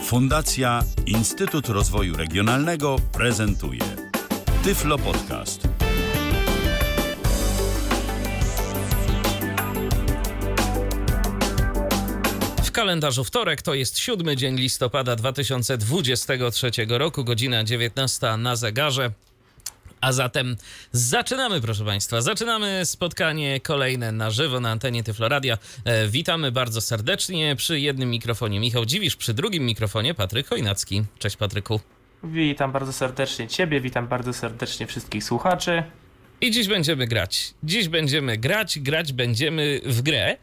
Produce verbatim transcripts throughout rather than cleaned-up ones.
Fundacja Instytut Rozwoju Regionalnego prezentuje Tyflo Podcast. W kalendarzu wtorek, to jest siódmy dzień listopada dwa tysiące dwudziestego trzeciego roku, godzina dziewiętnasta na zegarze. A zatem zaczynamy, proszę Państwa, zaczynamy spotkanie kolejne na żywo na antenie Tyflo Radia. E, witamy bardzo serdecznie. Przy jednym mikrofonie Michał Dziwisz, przy drugim mikrofonie Patryk Chojnacki. Cześć, Patryku. Witam bardzo serdecznie Ciebie, witam bardzo serdecznie wszystkich słuchaczy. I dziś będziemy grać. Dziś będziemy grać, grać będziemy w grę.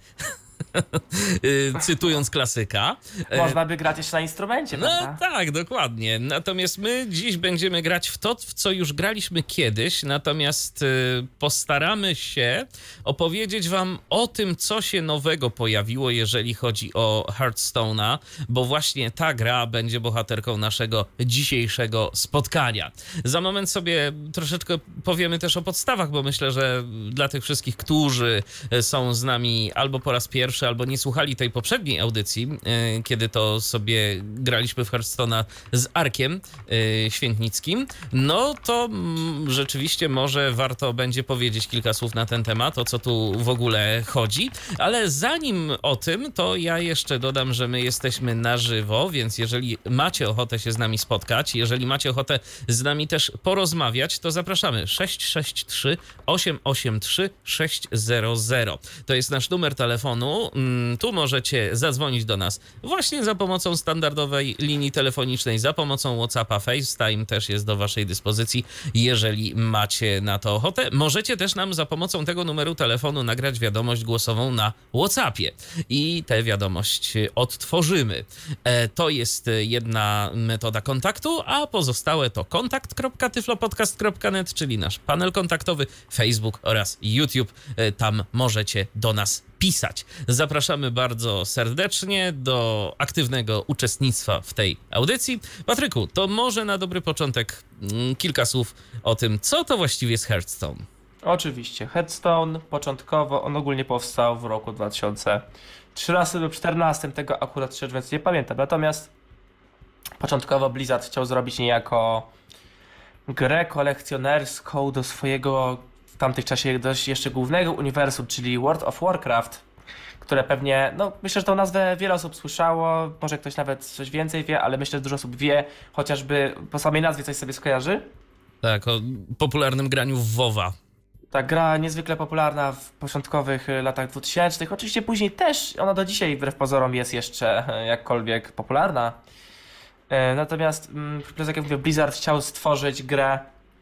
Cytując klasyka. Można by grać jeszcze na instrumencie, no, prawda? No tak, dokładnie. Natomiast my dziś będziemy grać w to, w co już graliśmy kiedyś, natomiast y, postaramy się opowiedzieć wam o tym, co się nowego pojawiło, jeżeli chodzi o Hearthstone'a, bo właśnie ta gra będzie bohaterką naszego dzisiejszego spotkania. Za moment sobie troszeczkę powiemy też o podstawach, bo myślę, że dla tych wszystkich, którzy są z nami albo po raz pierwszy, albo nie słuchali tej poprzedniej audycji, yy, kiedy to sobie graliśmy w Hearthstone'a z Arkiem yy, Świętnickim, no to mm, rzeczywiście może warto będzie powiedzieć kilka słów na ten temat, o co tu w ogóle chodzi, ale zanim o tym, to ja jeszcze dodam, że my jesteśmy na żywo, więc jeżeli macie ochotę się z nami spotkać, jeżeli macie ochotę z nami też porozmawiać, to zapraszamy sześć sześć trzy, osiem osiem trzy, sześć zero zero. To jest nasz numer telefonu. Tu możecie zadzwonić do nas właśnie za pomocą standardowej linii telefonicznej, za pomocą WhatsAppa. FaceTime też jest do waszej dyspozycji, jeżeli macie na to ochotę. Możecie też nam za pomocą tego numeru telefonu nagrać wiadomość głosową na WhatsAppie i tę wiadomość odtworzymy. To jest jedna metoda kontaktu, a pozostałe to kontakt kropka tyflopodcast kropka net, czyli nasz panel kontaktowy, Facebook oraz YouTube. Tam możecie do nas pisać. Zapraszamy bardzo serdecznie do aktywnego uczestnictwa w tej audycji. Patryku, to może na dobry początek kilka słów o tym, co to właściwie jest Hearthstone. Oczywiście. Hearthstone początkowo, on ogólnie powstał w roku dwa tysiące trzynastym lub czternastym, tego akurat szczerze mówiąc nie pamiętam. Natomiast początkowo Blizzard chciał zrobić niejako grę kolekcjonerską do swojego w tamtym czasie dość jeszcze głównego uniwersum, czyli World of Warcraft, które pewnie, no myślę, że tą nazwę wiele osób słyszało, może ktoś nawet coś więcej wie, ale myślę, że dużo osób wie, chociażby po samej nazwie coś sobie skojarzy. Tak, o popularnym graniu w WoWa. Ta gra niezwykle popularna w początkowych latach dwutysięcznych, oczywiście później też, ona do dzisiaj wbrew pozorom jest jeszcze jakkolwiek popularna. Natomiast, jak jak mówię, Blizzard chciał stworzyć grę,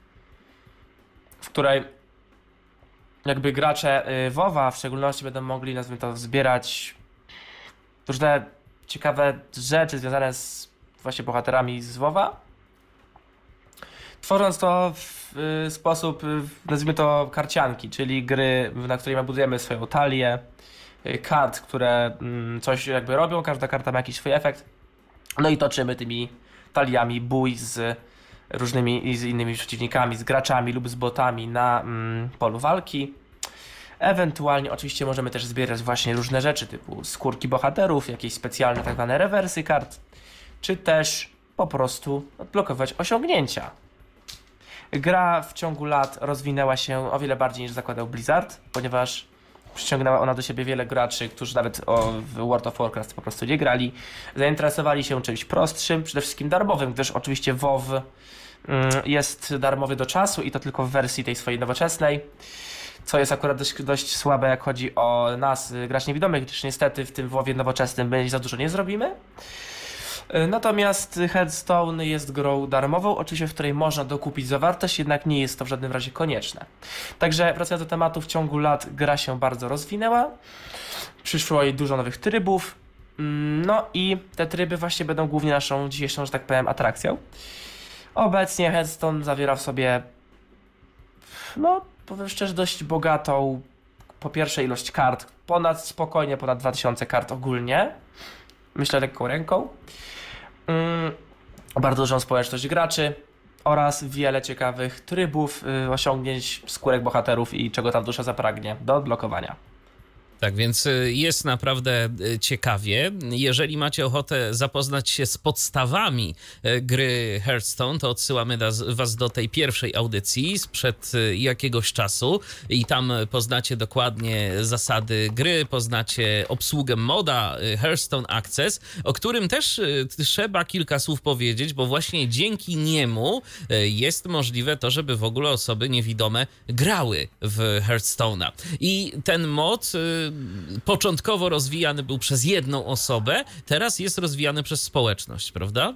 w której jakby gracze WoWa w szczególności będą mogli, nazwijmy to, zbierać różne ciekawe rzeczy związane z właśnie bohaterami z WoWa, tworząc to w sposób, nazwijmy to, karcianki, czyli gry, na której budujemy swoją talię kart, które coś jakby robią, każda karta ma jakiś swój efekt, no i toczymy tymi taliami bój z różnymi z innymi przeciwnikami, z graczami lub z botami na mm, polu walki. Ewentualnie oczywiście możemy też zbierać właśnie różne rzeczy typu skórki bohaterów, jakieś specjalne tak zwane rewersy kart, czy też po prostu odblokować osiągnięcia. Gra w ciągu lat rozwinęła się o wiele bardziej niż zakładał Blizzard, ponieważ przyciągnęła ona do siebie wiele graczy, którzy nawet o, w World of Warcraft po prostu nie grali. Zainteresowali się czymś prostszym, przede wszystkim darmowym, gdyż oczywiście WoW jest darmowy do czasu i to tylko w wersji tej swojej nowoczesnej, co jest akurat dość, dość słabe, jak chodzi o nas, graczy niewidomych, gdyż niestety w tym WoWie nowoczesnym my za dużo nie zrobimy. Natomiast Hearthstone jest grą darmową, oczywiście w której można dokupić zawartość, jednak nie jest to w żadnym razie konieczne. Także wracając do tematu, w ciągu lat gra się bardzo rozwinęła, przyszło jej dużo nowych trybów, no i te tryby właśnie będą głównie naszą dzisiejszą, że tak powiem, atrakcją. Obecnie Hearthstone zawiera w sobie, no powiem szczerze, dość bogatą, po pierwsze ilość kart, ponad spokojnie ponad dwa tysiące kart ogólnie, myślę lekką ręką, mm, bardzo dużą społeczność graczy oraz wiele ciekawych trybów, y, osiągnięć, skórek bohaterów i czego tam dusza zapragnie do odblokowania. Tak więc jest naprawdę ciekawie. Jeżeli macie ochotę zapoznać się z podstawami gry Hearthstone, to odsyłamy was do tej pierwszej audycji sprzed jakiegoś czasu i tam poznacie dokładnie zasady gry, poznacie obsługę moda Hearthstone Access, o którym też trzeba kilka słów powiedzieć, bo właśnie dzięki niemu jest możliwe to, żeby w ogóle osoby niewidome grały w Hearthstone'a. I ten mod początkowo rozwijany był przez jedną osobę, teraz jest rozwijany przez społeczność, prawda?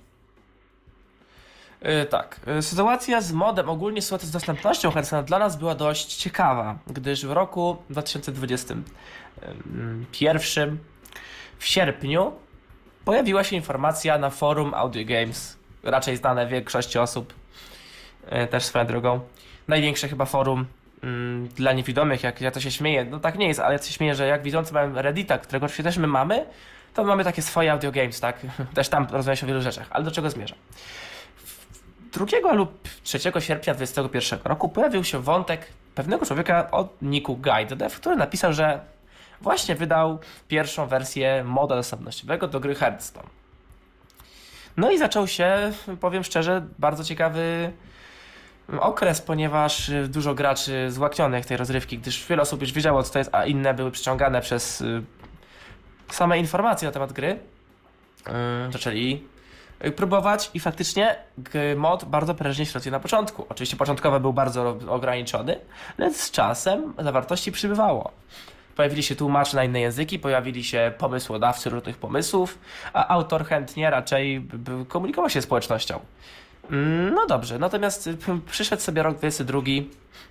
Yy, tak. Sytuacja z modem, ogólnie sytuacja z dostępnością Hearthstone'a dla nas była dość ciekawa, gdyż w roku dwa tysiące dwudziestym pierwszym w sierpniu pojawiła się informacja na forum Audio Games, raczej znane większości osób, yy, też swoją drogą. Największe chyba forum dla niewidomych, jak ja to się śmieję, no tak nie jest, ale ja się śmieję, że jak widzący mają Reddita, którego oczywiście też my mamy, to mamy takie swoje Audio Games, tak? Też tam rozmawia się o wielu rzeczach, ale do czego zmierzam? drugiego lub trzeciego sierpnia dwudziestego pierwszego roku pojawił się wątek pewnego człowieka o nicku GuideDev, który napisał, że właśnie wydał pierwszą wersję moda dostępnościowego do gry Hearthstone. No i zaczął się, powiem szczerze, bardzo ciekawy okres, ponieważ dużo graczy złaknionych tej rozrywki, gdyż wiele osób już wiedziało, co to jest, a inne były przyciągane przez same informacje na temat gry. Yy, zaczęli próbować i faktycznie mod bardzo prężnie się rozwijał na początku. Oczywiście początkowo był bardzo ograniczony, lecz z czasem zawartości przybywało. Pojawili się tłumacze na inne języki, pojawili się pomysłodawcy różnych pomysłów, a autor chętnie raczej komunikował się z społecznością. No dobrze, natomiast przyszedł sobie rok dwudziesty drugi,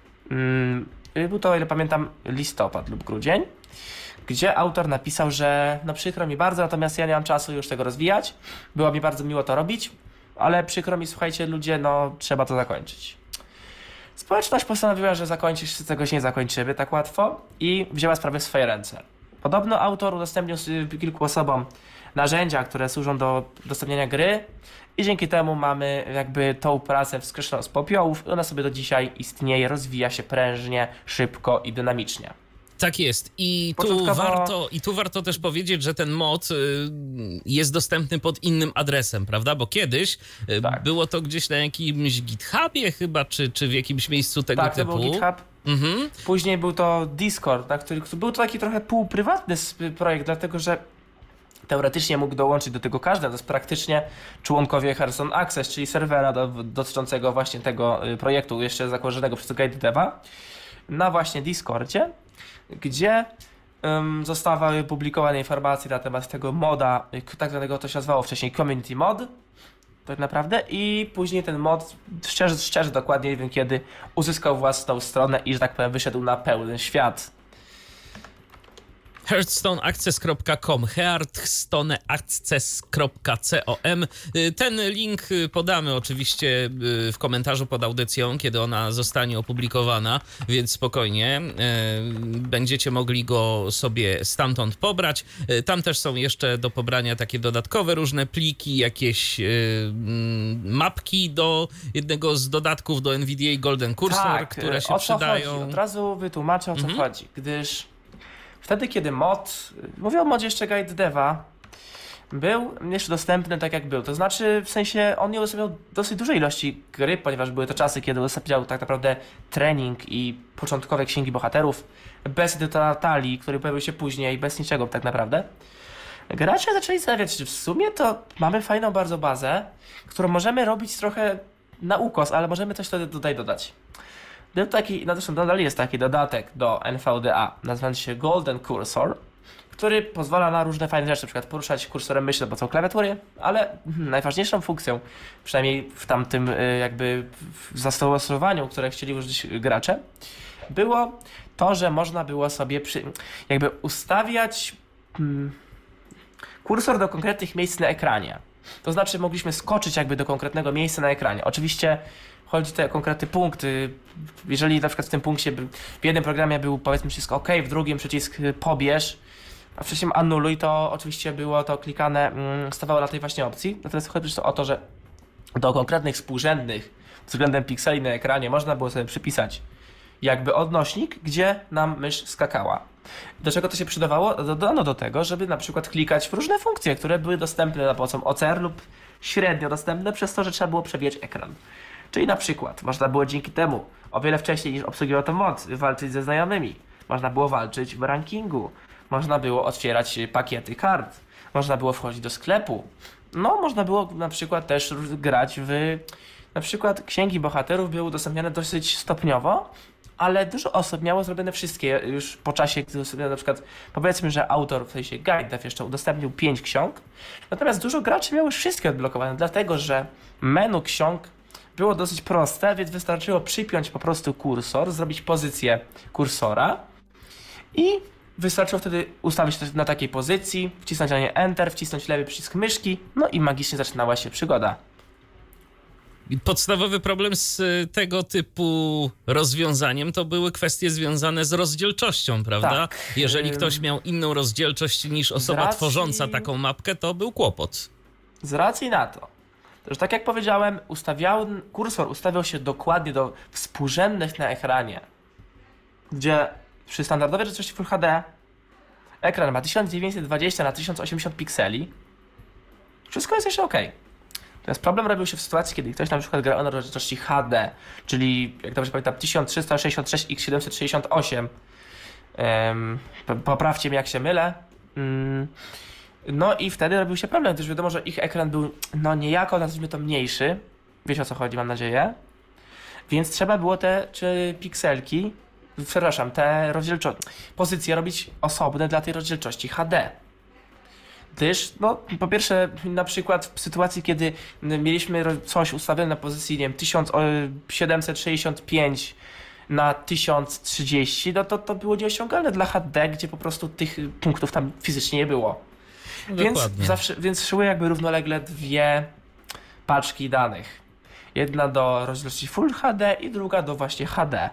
był to, o ile pamiętam, listopad lub grudzień, gdzie autor napisał, że no przykro mi bardzo, natomiast ja nie mam czasu już tego rozwijać, było mi bardzo miło to robić, ale przykro mi, słuchajcie ludzie, no trzeba to zakończyć. Społeczność postanowiła, że zakończyć czegoś nie zakończymy tak łatwo i wzięła sprawę w swoje ręce. Podobno autor udostępnił kilku osobom narzędzia, które służą do udostępniania gry i dzięki temu mamy jakby tą pracę wskrzeszoną z popiołów i ona sobie do dzisiaj istnieje, rozwija się prężnie, szybko i dynamicznie. Tak jest. I tu, Początkowo... warto, I tu warto też powiedzieć, że ten mod y, jest dostępny pod innym adresem, prawda? Bo kiedyś y, tak. było to gdzieś na jakimś GitHubie chyba, czy, czy w jakimś miejscu tego tak, typu. Tak, to był GitHub. Mhm. Później był to Discord, na który, był to taki trochę półprywatny projekt, dlatego że teoretycznie mógł dołączyć do tego każdy, to jest praktycznie członkowie Hearthstone Access, czyli serwera do, dotyczącego właśnie tego projektu, jeszcze założonego przez GuideDeva, na właśnie Discordzie, gdzie um, zostały publikowane informacje na temat tego moda, tak zwanego to się nazywało wcześniej Community Mod, tak naprawdę, i później ten mod, szczerze, szczerze dokładnie nie wiem kiedy, uzyskał własną stronę i, że tak powiem, wyszedł na pełny świat. hearthstone access kropka com hearthstone access kropka com. Ten link podamy oczywiście w komentarzu pod audycją, kiedy ona zostanie opublikowana, więc spokojnie będziecie mogli go sobie stamtąd pobrać. Tam też są jeszcze do pobrania takie dodatkowe różne pliki, jakieś mapki do jednego z dodatków do N V D A Golden Cursor, tak, które się o co przydają. Chodzi? Od razu wytłumaczę, o co mhm. chodzi, gdyż wtedy, kiedy mod, mówię o modzie jeszcze GuideDeva, był jeszcze dostępny tak jak był, to znaczy w sensie on nie udostępniał dosyć dużej ilości gry, ponieważ były to czasy, kiedy udostępniał tak naprawdę trening i początkowe księgi bohaterów, bez edytora talii, który pojawił się później, bez niczego tak naprawdę. Gracze zaczęli zastanawiać, że w sumie to mamy fajną bardzo bazę, którą możemy robić trochę na ukos, ale możemy coś tutaj dodać. Był taki, no zresztą nadal jest taki dodatek do N V D A, nazywający się Golden Cursor, który pozwala na różne fajne rzeczy, na przykład poruszać kursorem myszy za pomocą klawiatury, ale najważniejszą funkcją, przynajmniej w tamtym jakby zastosowaniu, które chcieli użyć gracze, było to, że można było sobie przy, jakby ustawiać hmm, kursor do konkretnych miejsc na ekranie. To znaczy mogliśmy skoczyć jakby do konkretnego miejsca na ekranie. Oczywiście chodzi tutaj o konkretne punkty. Jeżeli na przykład w tym punkcie w jednym programie był powiedzmy przycisk OK, w drugim przycisk pobierz, a w trzecim anuluj, to oczywiście było to klikane, stawało na tej właśnie opcji. Natomiast chodzi o to, że do konkretnych współrzędnych względem pikseli na ekranie można było sobie przypisać jakby odnośnik, gdzie nam mysz skakała. Do czego to się przydawało? Dodano do tego, żeby na przykład klikać w różne funkcje, które były dostępne za pomocą O C R lub średnio dostępne przez to, że trzeba było przewijać ekran. Czyli na przykład można było dzięki temu o wiele wcześniej niż obsługiwał to mod walczyć ze znajomymi. Można było walczyć w rankingu. Można było otwierać pakiety kart. Można było wchodzić do sklepu. No, można było na przykład też grać w... Na przykład księgi bohaterów były udostępniane dosyć stopniowo, ale dużo osób miało zrobione wszystkie już po czasie, gdy sobie na przykład powiedzmy, że autor, w sensie guide jeszcze udostępnił pięć ksiąg, natomiast dużo graczy miało już wszystkie odblokowane, dlatego że menu ksiąg było dosyć proste, więc wystarczyło przypiąć po prostu kursor, zrobić pozycję kursora i wystarczyło wtedy ustawić to na takiej pozycji, wcisnąć na nie Enter, wcisnąć lewy przycisk myszki, no i magicznie zaczynała się przygoda. Podstawowy problem z tego typu rozwiązaniem to były kwestie związane z rozdzielczością, prawda? Tak. Jeżeli ktoś miał inną rozdzielczość niż osoba racji... tworząca taką mapkę, to był kłopot. Z racji na to, że tak jak powiedziałem, ustawiał, kursor ustawiał się dokładnie do współrzędnych na ekranie, gdzie przy standardowej rzeczywistości Full H D ekran ma tysiąc dziewięćset dwadzieścia na tysiąc osiemdziesiąt pikseli, wszystko jest jeszcze ok. Natomiast problem robił się w sytuacji, kiedy ktoś na przykład gra na rozdzielczości H D, czyli jak dobrze pamiętam tysiąc trzysta sześćdziesiąt sześć na siedemset sześćdziesiąt osiem. Um, poprawcie mnie jak się mylę. Um, no i wtedy robił się problem, gdyż wiadomo, że ich ekran był no niejako, nazwijmy to mniejszy. Wiecie o co chodzi, mam nadzieję. Więc trzeba było te czy pikselki, przepraszam, te rozdzielczości, pozycje robić osobne dla tej rozdzielczości H D. Gdyż, no, po pierwsze, na przykład w sytuacji, kiedy mieliśmy coś ustawione na pozycji, nie wiem, tysiąc siedemset sześćdziesiąt pięć na tysiąc trzydzieści, no to to było nieosiągalne dla H D, gdzie po prostu tych punktów tam fizycznie nie było. Więc zawsze, więc szły jakby równolegle dwie paczki danych. Jedna do rozdzielczości Full H D i druga do właśnie H D.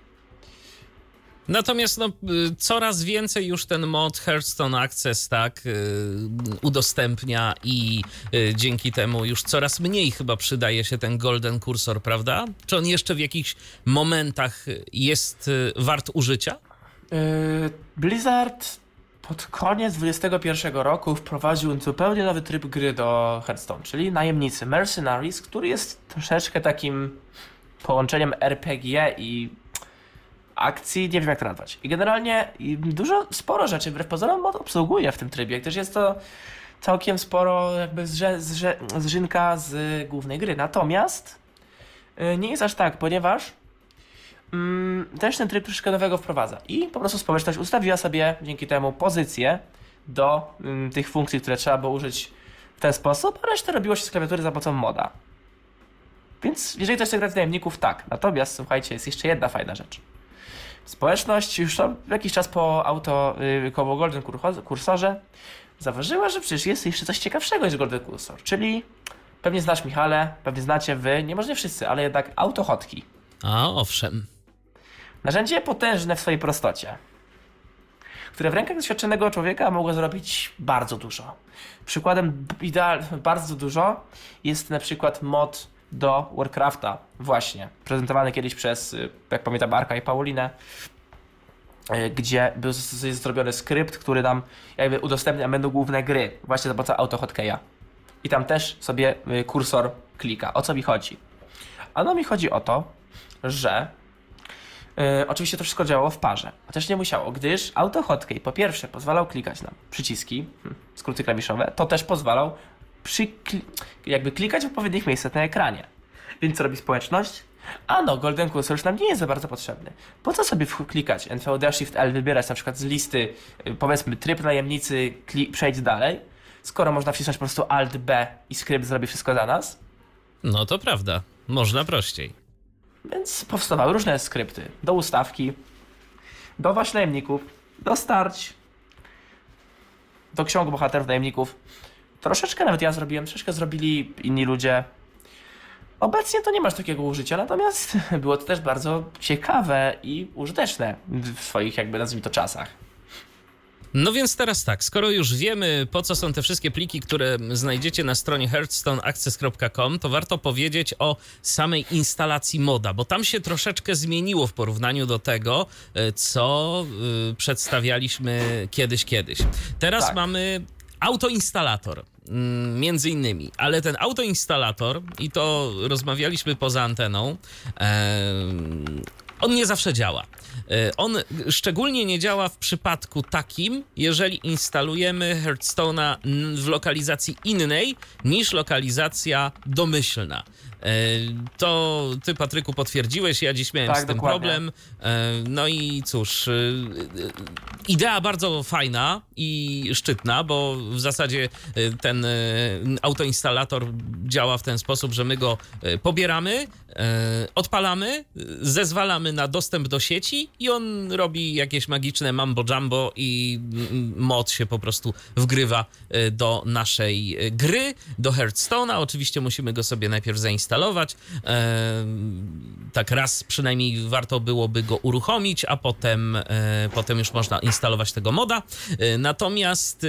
Natomiast no, coraz więcej już ten mod Hearthstone Access tak yy, udostępnia i yy, dzięki temu już coraz mniej chyba przydaje się ten golden cursor, prawda? Czy on jeszcze w jakichś momentach jest yy, wart użycia? Yy, Blizzard pod koniec dwudziestego pierwszego roku wprowadził zupełnie nowy tryb gry do Hearthstone, czyli najemnicy, Mercenaries, który jest troszeczkę takim połączeniem R P G i akcji, nie wiem jak to nazwać. I generalnie dużo, sporo rzeczy wbrew pozorom mod obsługuje w tym trybie, gdyż jest to całkiem sporo jakby zrze, zrze, zżynka z głównej gry. Natomiast yy, nie jest aż tak, ponieważ yy, też ten tryb troszkę nowego wprowadza. I po prostu społeczność ustawiła sobie dzięki temu pozycję do yy, tych funkcji, które trzeba było użyć w ten sposób, a resztę robiło się z klawiatury za pomocą moda. Więc jeżeli ktoś chce grać w najemników, tak. Natomiast słuchajcie, jest jeszcze jedna fajna rzecz. Społeczność już jakiś czas po auto yy, koło Golden Cursorze zauważyła, że przecież jest jeszcze coś ciekawszego niż Golden Cursor, czyli pewnie znasz Michale, pewnie znacie wy, nie może nie wszyscy, ale jednak autohotki. A owszem. Narzędzie potężne w swojej prostocie, które w rękach doświadczonego człowieka mogło zrobić bardzo dużo. Przykładem ideal, bardzo dużo jest na przykład mod do Warcrafta, właśnie, prezentowany kiedyś przez, jak pamiętam, Arka i Paulinę, gdzie był jest zrobiony skrypt, który nam jakby udostępnia menu główne gry, właśnie za pomocą autohotkeya. I tam też sobie kursor klika. O co mi chodzi? Ano mi chodzi o to, że yy, oczywiście to wszystko działało w parze, chociaż nie musiało, gdyż autohotkey po pierwsze pozwalał klikać na przyciski, hmm, skróty klawiszowe, to też pozwalał przy jakby klikać w odpowiednich miejscach na ekranie. Więc co robi społeczność? A no, Golden Cursor już nam nie jest za bardzo potrzebny. Po co sobie klikać N V D Shift L, wybierać na przykład z listy, powiedzmy tryb najemnicy, przejdź dalej, skoro można wcisnąć po prostu Alt B i skrypt zrobi wszystko za nas? No to prawda, można prościej. Więc powstawały różne skrypty do ustawki, do właśnie najemników, do starć, do ksiąg bohaterów najemników. Troszeczkę nawet ja zrobiłem, troszeczkę zrobili inni ludzie. Obecnie to nie masz takiego użycia, natomiast było to też bardzo ciekawe i użyteczne w swoich, jakby nazwijmy to, czasach. No więc teraz tak, skoro już wiemy, po co są te wszystkie pliki, które znajdziecie na stronie hearthstone access kropka com, to warto powiedzieć o samej instalacji moda, bo tam się troszeczkę zmieniło w porównaniu do tego, co y, przedstawialiśmy kiedyś, kiedyś. Teraz Tak. mamy autoinstalator. Między innymi, ale ten autoinstalator, i to rozmawialiśmy poza anteną, e, on nie zawsze działa. E, on szczególnie nie działa w przypadku takim, jeżeli instalujemy Hearthstone'a w lokalizacji innej niż lokalizacja domyślna. E, to ty, Patryku, potwierdziłeś, ja dziś miałem Tak, z tym dokładnie. problem. E, no i cóż, e, idea bardzo fajna i szczytna, bo w zasadzie e, ten e, autoinstalator działa w ten sposób, że my go e, pobieramy, e, odpalamy, zezwalamy na dostęp do sieci i on robi jakieś magiczne mambo jumbo i mm, mod się po prostu wgrywa e, do naszej e, gry, do Hearthstone'a. Oczywiście musimy go sobie najpierw zainstalować. E, tak raz przynajmniej warto byłoby go uruchomić, a potem, e, potem już można instalować tego moda. E, natomiast e,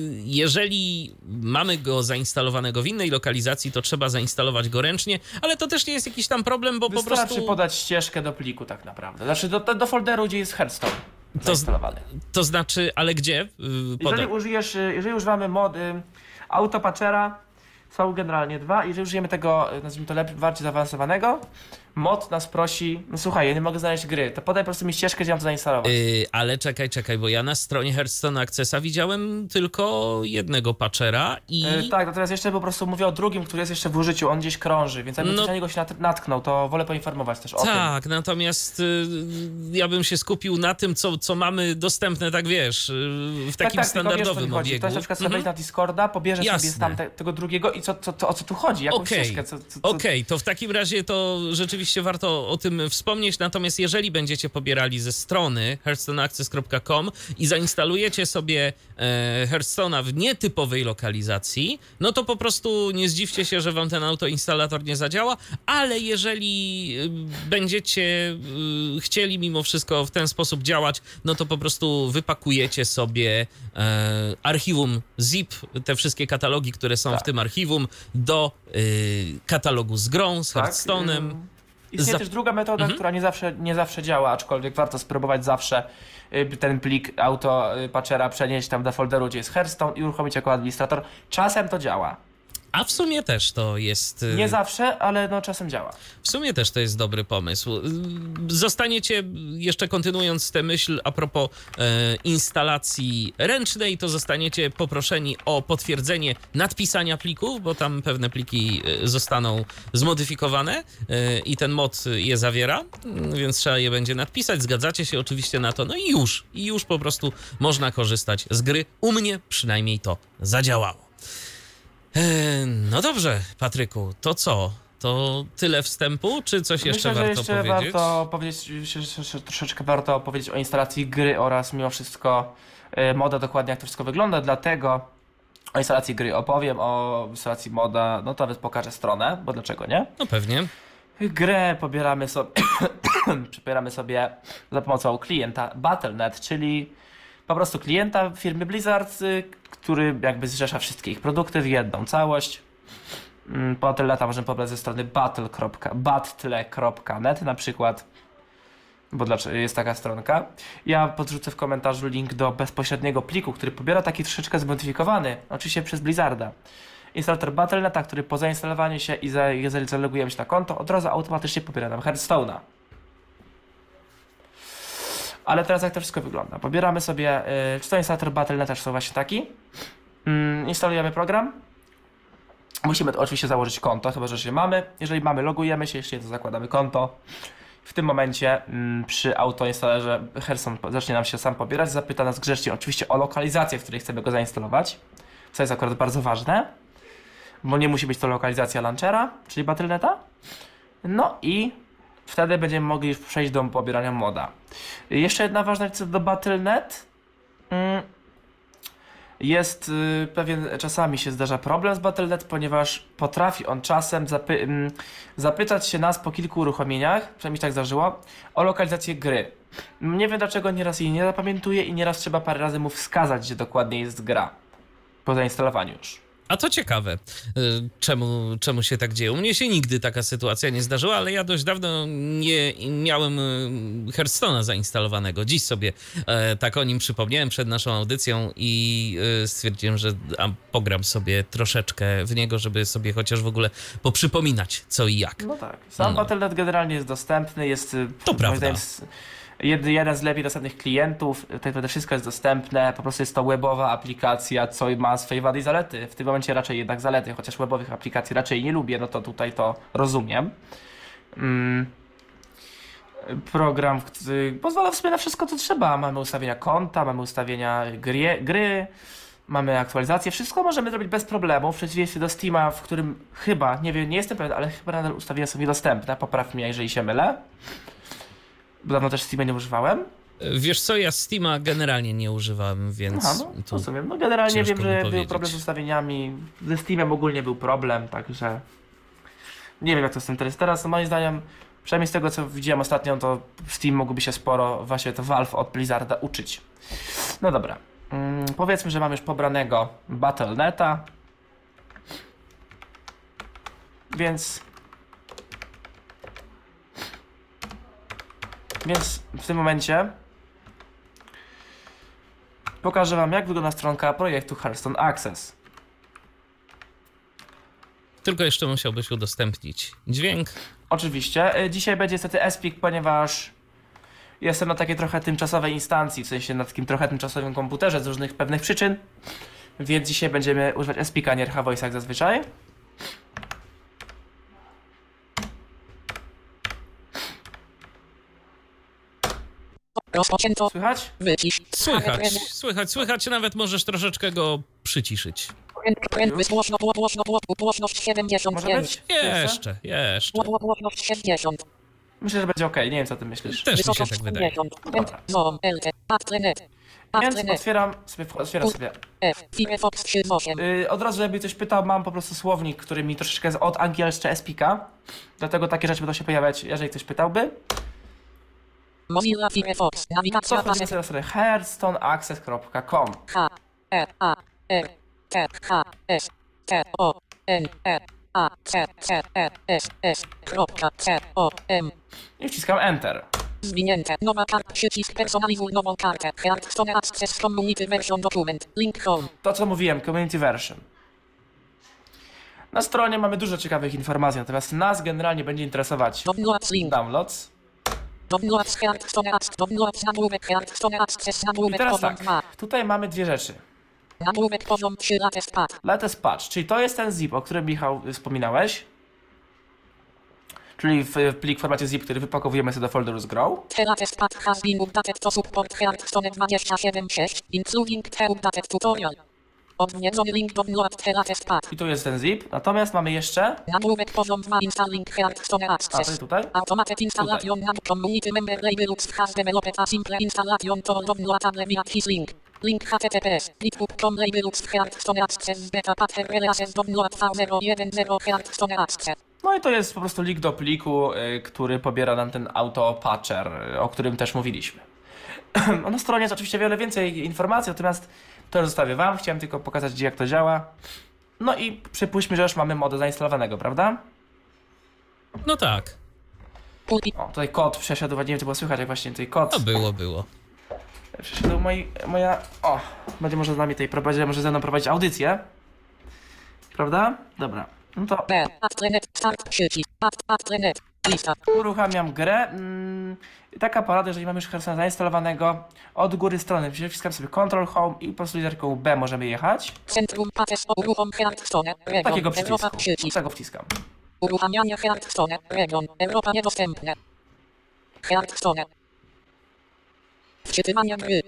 jeżeli mamy go zainstalowanego w innej lokalizacji, to trzeba zainstalować go ręcznie, ale to też nie jest jakiś tam problem, bo po Wystarczy prostu... podać ścieżkę do pliku tak naprawdę. Znaczy do, do folderu, gdzie jest Hearthstone z- zainstalowany. To znaczy, ale gdzie? Y, poda- Jeżeli użyjesz, y, jeżeli używamy mod y, autopatchera, są generalnie dwa. Jeżeli użyjemy tego, y, nazwijmy to lepiej, bardziej zaawansowanego, mod nas prosi, no słuchaj, ja nie mogę znaleźć gry, to podaj po prostu mi ścieżkę, gdzie mam to zainstalować. Yy, ale czekaj, czekaj, bo ja na stronie Hearthstone Accessa widziałem tylko jednego patchera i... Y, tak, natomiast jeszcze po prostu mówię o drugim, który jest jeszcze w użyciu, on gdzieś krąży, więc jakby No- ktoś na niego się nat- natknął, to wolę poinformować też o tym. Tak, natomiast y, ja bym się skupił na tym, co, co mamy dostępne, tak wiesz, y, w takim tak, tak, tylko wiesz, standardowym co mi chodzi. obiegu. Ktoś na przykład sobie Mhm. wejdzie na Discorda, pobierze Jasne. sobie tam te, tego drugiego i co, co, co, o co tu chodzi, jaką Okej. ścieżkę, co, co, co... Okej, to w takim razie to rzeczywiście warto o tym wspomnieć, natomiast jeżeli będziecie pobierali ze strony hearthstone access kropka com i zainstalujecie sobie e, Hearthstone'a w nietypowej lokalizacji, no to po prostu nie zdziwcie się, że wam ten autoinstalator nie zadziała, ale jeżeli y, będziecie y, chcieli mimo wszystko w ten sposób działać, no to po prostu wypakujecie sobie e, archiwum zip, te wszystkie katalogi, które są Tak. w tym archiwum, do y, katalogu z grą, z Tak, Hearthstone'em. ym, Istnieje Za- też druga metoda, Mhm. która nie zawsze, nie zawsze działa, aczkolwiek warto spróbować zawsze y, ten plik auto y, patchera przenieść tam do folderu, gdzie jest Hearthstone i uruchomić jako administrator. Czasem to działa. A w sumie też to jest... y, Nie zawsze, ale no czasem działa. W sumie też to jest dobry pomysł. Y, Zostaniecie, jeszcze kontynuując tę myśl a propos e, instalacji ręcznej, to zostaniecie poproszeni o potwierdzenie nadpisania plików, bo tam pewne pliki e, zostaną zmodyfikowane e, i ten mod je zawiera, mm, więc trzeba je będzie nadpisać. Zgadzacie się oczywiście na to, no i już, i już po prostu można korzystać z gry. U mnie przynajmniej to zadziałało. E, No dobrze, Patryku, to co? To tyle wstępu, czy coś jeszcze Myślę, że warto jeszcze powiedzieć? warto powiedzieć, myślę, że jeszcze troszeczkę warto powiedzieć o instalacji gry oraz mimo wszystko y, moda, dokładnie jak to wszystko wygląda, dlatego o instalacji gry opowiem, o instalacji moda, no to nawet pokażę stronę, bo dlaczego nie? No pewnie. Grę pobieramy sobie, pobieramy sobie za pomocą klienta Battle kropka net, czyli po prostu klienta firmy Blizzard, y, który jakby zrzesza wszystkie ich produkty w jedną całość. Mm, Battle kropka net możemy pobrać ze strony battle. battle kropka net na przykład, bo dlaczego jest taka stronka. Ja podrzucę w komentarzu link do bezpośredniego pliku, który pobiera taki troszeczkę zmodyfikowany, oczywiście przez Blizzarda. Instalator Battle kropka net, który po zainstalowaniu się i za, jeżeli zalogujemy się na konto, od razu automatycznie pobiera nam Hearthstone'a. Ale teraz jak to wszystko wygląda? Pobieramy sobie, yy, czy to instalator Battle kropka net też są właśnie taki. Yy, instalujemy program. Musimy to oczywiście założyć konto, chyba że się mamy. Jeżeli mamy, logujemy się, jeśli nie, to zakładamy konto. W tym momencie mm, przy autoinstalerze Hearthstone zacznie nam się sam pobierać. Zapyta nas grzecznie oczywiście o lokalizację, w której chcemy go zainstalować. Co jest akurat bardzo ważne, bo nie musi być to lokalizacja launchera, czyli Battle kropka neta. No i wtedy będziemy mogli już przejść do pobierania moda. Jeszcze jedna ważna rzecz co do Battle kropka net. Mm, Jest y, pewien, czasami się zdarza problem z battle punkt net, ponieważ potrafi on czasem zapy ym, zapytać się nas po kilku uruchomieniach, przynajmniej tak zdarzyło, o lokalizację gry. Nie wiem dlaczego nieraz jej nie zapamiętuje i nieraz trzeba parę razy mu wskazać, gdzie dokładnie jest gra. Po zainstalowaniu już. A to ciekawe, y, czemu, czemu się tak dzieje. U mnie się nigdy taka sytuacja nie zdarzyła, ale ja dość dawno nie miałem y, Hearthstone'a zainstalowanego. Dziś sobie e, tak o nim przypomniałem przed naszą audycją i y, stwierdziłem, że a, pogram sobie troszeczkę w niego, żeby sobie chociaż w ogóle poprzypominać co i jak. No tak. Sam No. battle punkt net generalnie jest dostępny, jest y, To moim prawda. zdaniem, s- jed, jeden z lepiej dostępnych klientów. Tak naprawdę wszystko jest dostępne, po prostu jest to webowa aplikacja, co ma swoje wady i zalety. W tym momencie raczej jednak zalety, chociaż webowych aplikacji raczej nie lubię, no to tutaj to rozumiem. Mm. Program, który pozwala w sumie na wszystko, co trzeba. Mamy ustawienia konta, mamy ustawienia gry, gry mamy aktualizację. Wszystko możemy zrobić bez problemu, w przeciwieństwie do Steama, w którym chyba, nie wiem, nie jestem pewien, ale chyba nadal ustawienia są niedostępne. Popraw mnie, jeżeli się mylę. Bo dawno też Steama nie używałem. Wiesz co, ja Steama generalnie nie używam, więc Aha, no, tu rozumiem. No generalnie ciężko wiem, mi że był powiedzieć. problem z ustawieniami. Ze Steamem ogólnie był problem, także nie wiem jak to z tym teraz jest teraz. No, moim zdaniem, przynajmniej z tego co widziałem ostatnio, to Steam mógłby się sporo, właśnie to Valve od Blizzarda uczyć. No dobra. Mm, powiedzmy, że mam już pobranego battle punkt neta. Więc Więc w tym momencie pokażę wam, jak wygląda stronka projektu Hearthstone Access. tylko jeszcze musiałbyś udostępnić dźwięk. Oczywiście. Y, Dzisiaj będzie niestety Espik, ponieważ jestem na takiej trochę tymczasowej instancji, w sensie na takim trochę tymczasowym komputerze z różnych pewnych przyczyn. Więc dzisiaj będziemy używać Espika, nie R H Voice jak zazwyczaj. Rozpoczęto. Słychać? Wycisz. Słychać, słychać, słychać, nawet możesz troszeczkę go przyciszyć. Prędkość głośno, gło- głośno, gło- głośność siedemdziesiąt Może pięć. być? Jeszcze, jeszcze. Gło- Głośność sześćdziesiąt. Myślę, że będzie ok. Nie wiem, co ty myślisz. Też mi się Wysokość tak wydaje. pięćdziesiąt. Dobra. Zoom, L T, Atlenet. Więc Atlenet, otwieram sobie, otwieram sobie. F, Firefox trzysta osiem. Yy, od razu, żeby ktoś pytał, mam po prostu słownik, który mi troszeczkę jest od angielszcze Espika. Dlatego takie rzeczy będą się pojawiać, jeżeli ktoś pytałby. Mozilla Firefox. Nawigacja Cofnę pasek. sobie na stronę hearthstone access kropka com. H, E, A, R, T, H, S, T, O, N, E, A, C, C, E, S, S, kropka, C, O, M. I wciskam Enter. Zwinięte. Nowa karta. Przycisk personalizuj nową kartę. Hearthstone Access Community Version Document. Link home. To, co mówiłem, Community Version. Na stronie mamy dużo ciekawych informacji, natomiast nas generalnie będzie interesować Downloads link. downloads. Downloads Hearthstone Access. Downloads nagłówek Hearthstone Access. I Nagłówek teraz poziom tak, dwa. tutaj mamy dwie rzeczy. Nagłówek poziom trzy. Latest pad. Latest patch, czyli to jest ten zip, o którym Michał wspominałeś. Czyli w, w plik w formacie zip, który wypakowujemy sobie do folderu z grą. The latest pad has been updated to support Hearthstone dwadzieścia siedem sześć, including the updated tutorial. Odwiedzony link download the latest pad. I tu jest ten zip. Natomiast mamy jeszcze... Nagłówek poziom dwa. Installing Hearthstone A, to Access. jest tutaj. Automated installation and community member labels has developed a simple installation to downloadable via this link. Link H T T P S. github kropka com labels Hearthstone Access beta pattern releases download V zero jeden zero Hearthstone Access. No i to jest po prostu link do pliku, y, który pobiera nam ten auto patcher, y, o którym też mówiliśmy. Na stronie jest oczywiście wiele więcej informacji, natomiast to już zostawię wam. Chciałem tylko pokazać, gdzie jak to działa. No i przypuśćmy, że już mamy modę zainstalowanego, prawda? No tak, Pulpit. O, tutaj kod przeszedł, nie wiem, czy było słychać, jak właśnie tutaj kod to było, było. przeszedł moi, moja... O, będzie może z nami tutaj prowadzić, może ze mną prowadzić audycję. Prawda? Dobra. No to B. Atlenet. Start. Przycisk. At. Atlenet. Lista. uruchamiam grę. Mm, taka porada, jeżeli mamy już Hearthstone zainstalowanego, od góry strony wciskam sobie Control Home i po prostu literką B możemy jechać. Centrum Pates. Uruchom Hearthstone. Region. Takiego Europa. przycisku. Przycisk. Tego wciskam. Uruchamianie Hearthstone. Region. Europa niedostępne. Hearthstone. Wczytywanie gry.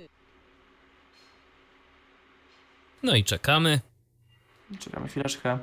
No i czekamy. Czekamy chwileczkę.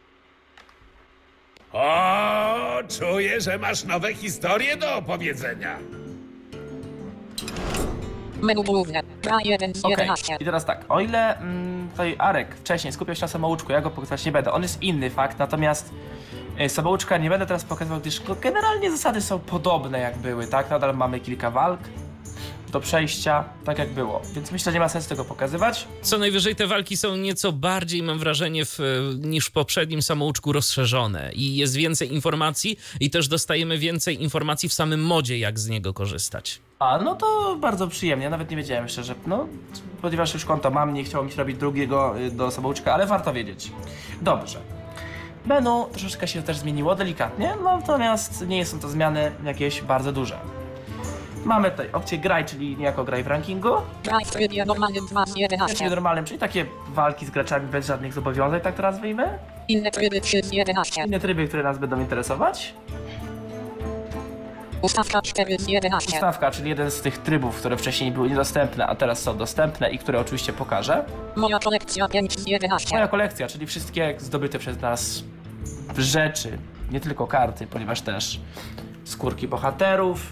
O, czuję, że masz nowe historie do opowiedzenia. Menu główne. Gra jeden z Okej, jedenaście. i teraz tak, o ile mm, tutaj Arek wcześniej skupiał się na samouczku, ja go pokazywać nie będę, on jest inny fakt, natomiast y, samouczka nie będę teraz pokazywał, gdyż no, generalnie zasady są podobne jak były, tak? Nadal mamy kilka walk do przejścia, tak jak było, więc myślę, że nie ma sensu tego pokazywać. Co najwyżej te walki są nieco bardziej, mam wrażenie, w, niż w poprzednim samouczku rozszerzone i jest więcej informacji i też dostajemy więcej informacji w samym modzie, jak z niego korzystać. A, no to bardzo przyjemnie, nawet nie wiedziałem jeszcze, że no, ponieważ już konto mam, nie chciało mi się robić drugiego y, do samouczka, ale warto wiedzieć. Dobrze. Menu troszeczkę się też zmieniło, delikatnie, natomiast nie są to zmiany jakieś bardzo duże. Mamy tutaj opcję graj, czyli niejako graj w rankingu. Graj w trybie normalnym dwa z W trybie jedenaście. normalnym, czyli takie walki z graczami bez żadnych zobowiązań, tak to nazwijmy. Inne tryby trzy z jedenaście. Inne tryby, które nas będą interesować. Ustawka cztery z jedenaście. Ustawka, czyli jeden z tych trybów, które wcześniej były niedostępne, a teraz są dostępne i które oczywiście pokażę. Moja kolekcja pięć z jedenaście. Moja kolekcja, czyli wszystkie zdobyte przez nas rzeczy, nie tylko karty, ponieważ też skórki bohaterów,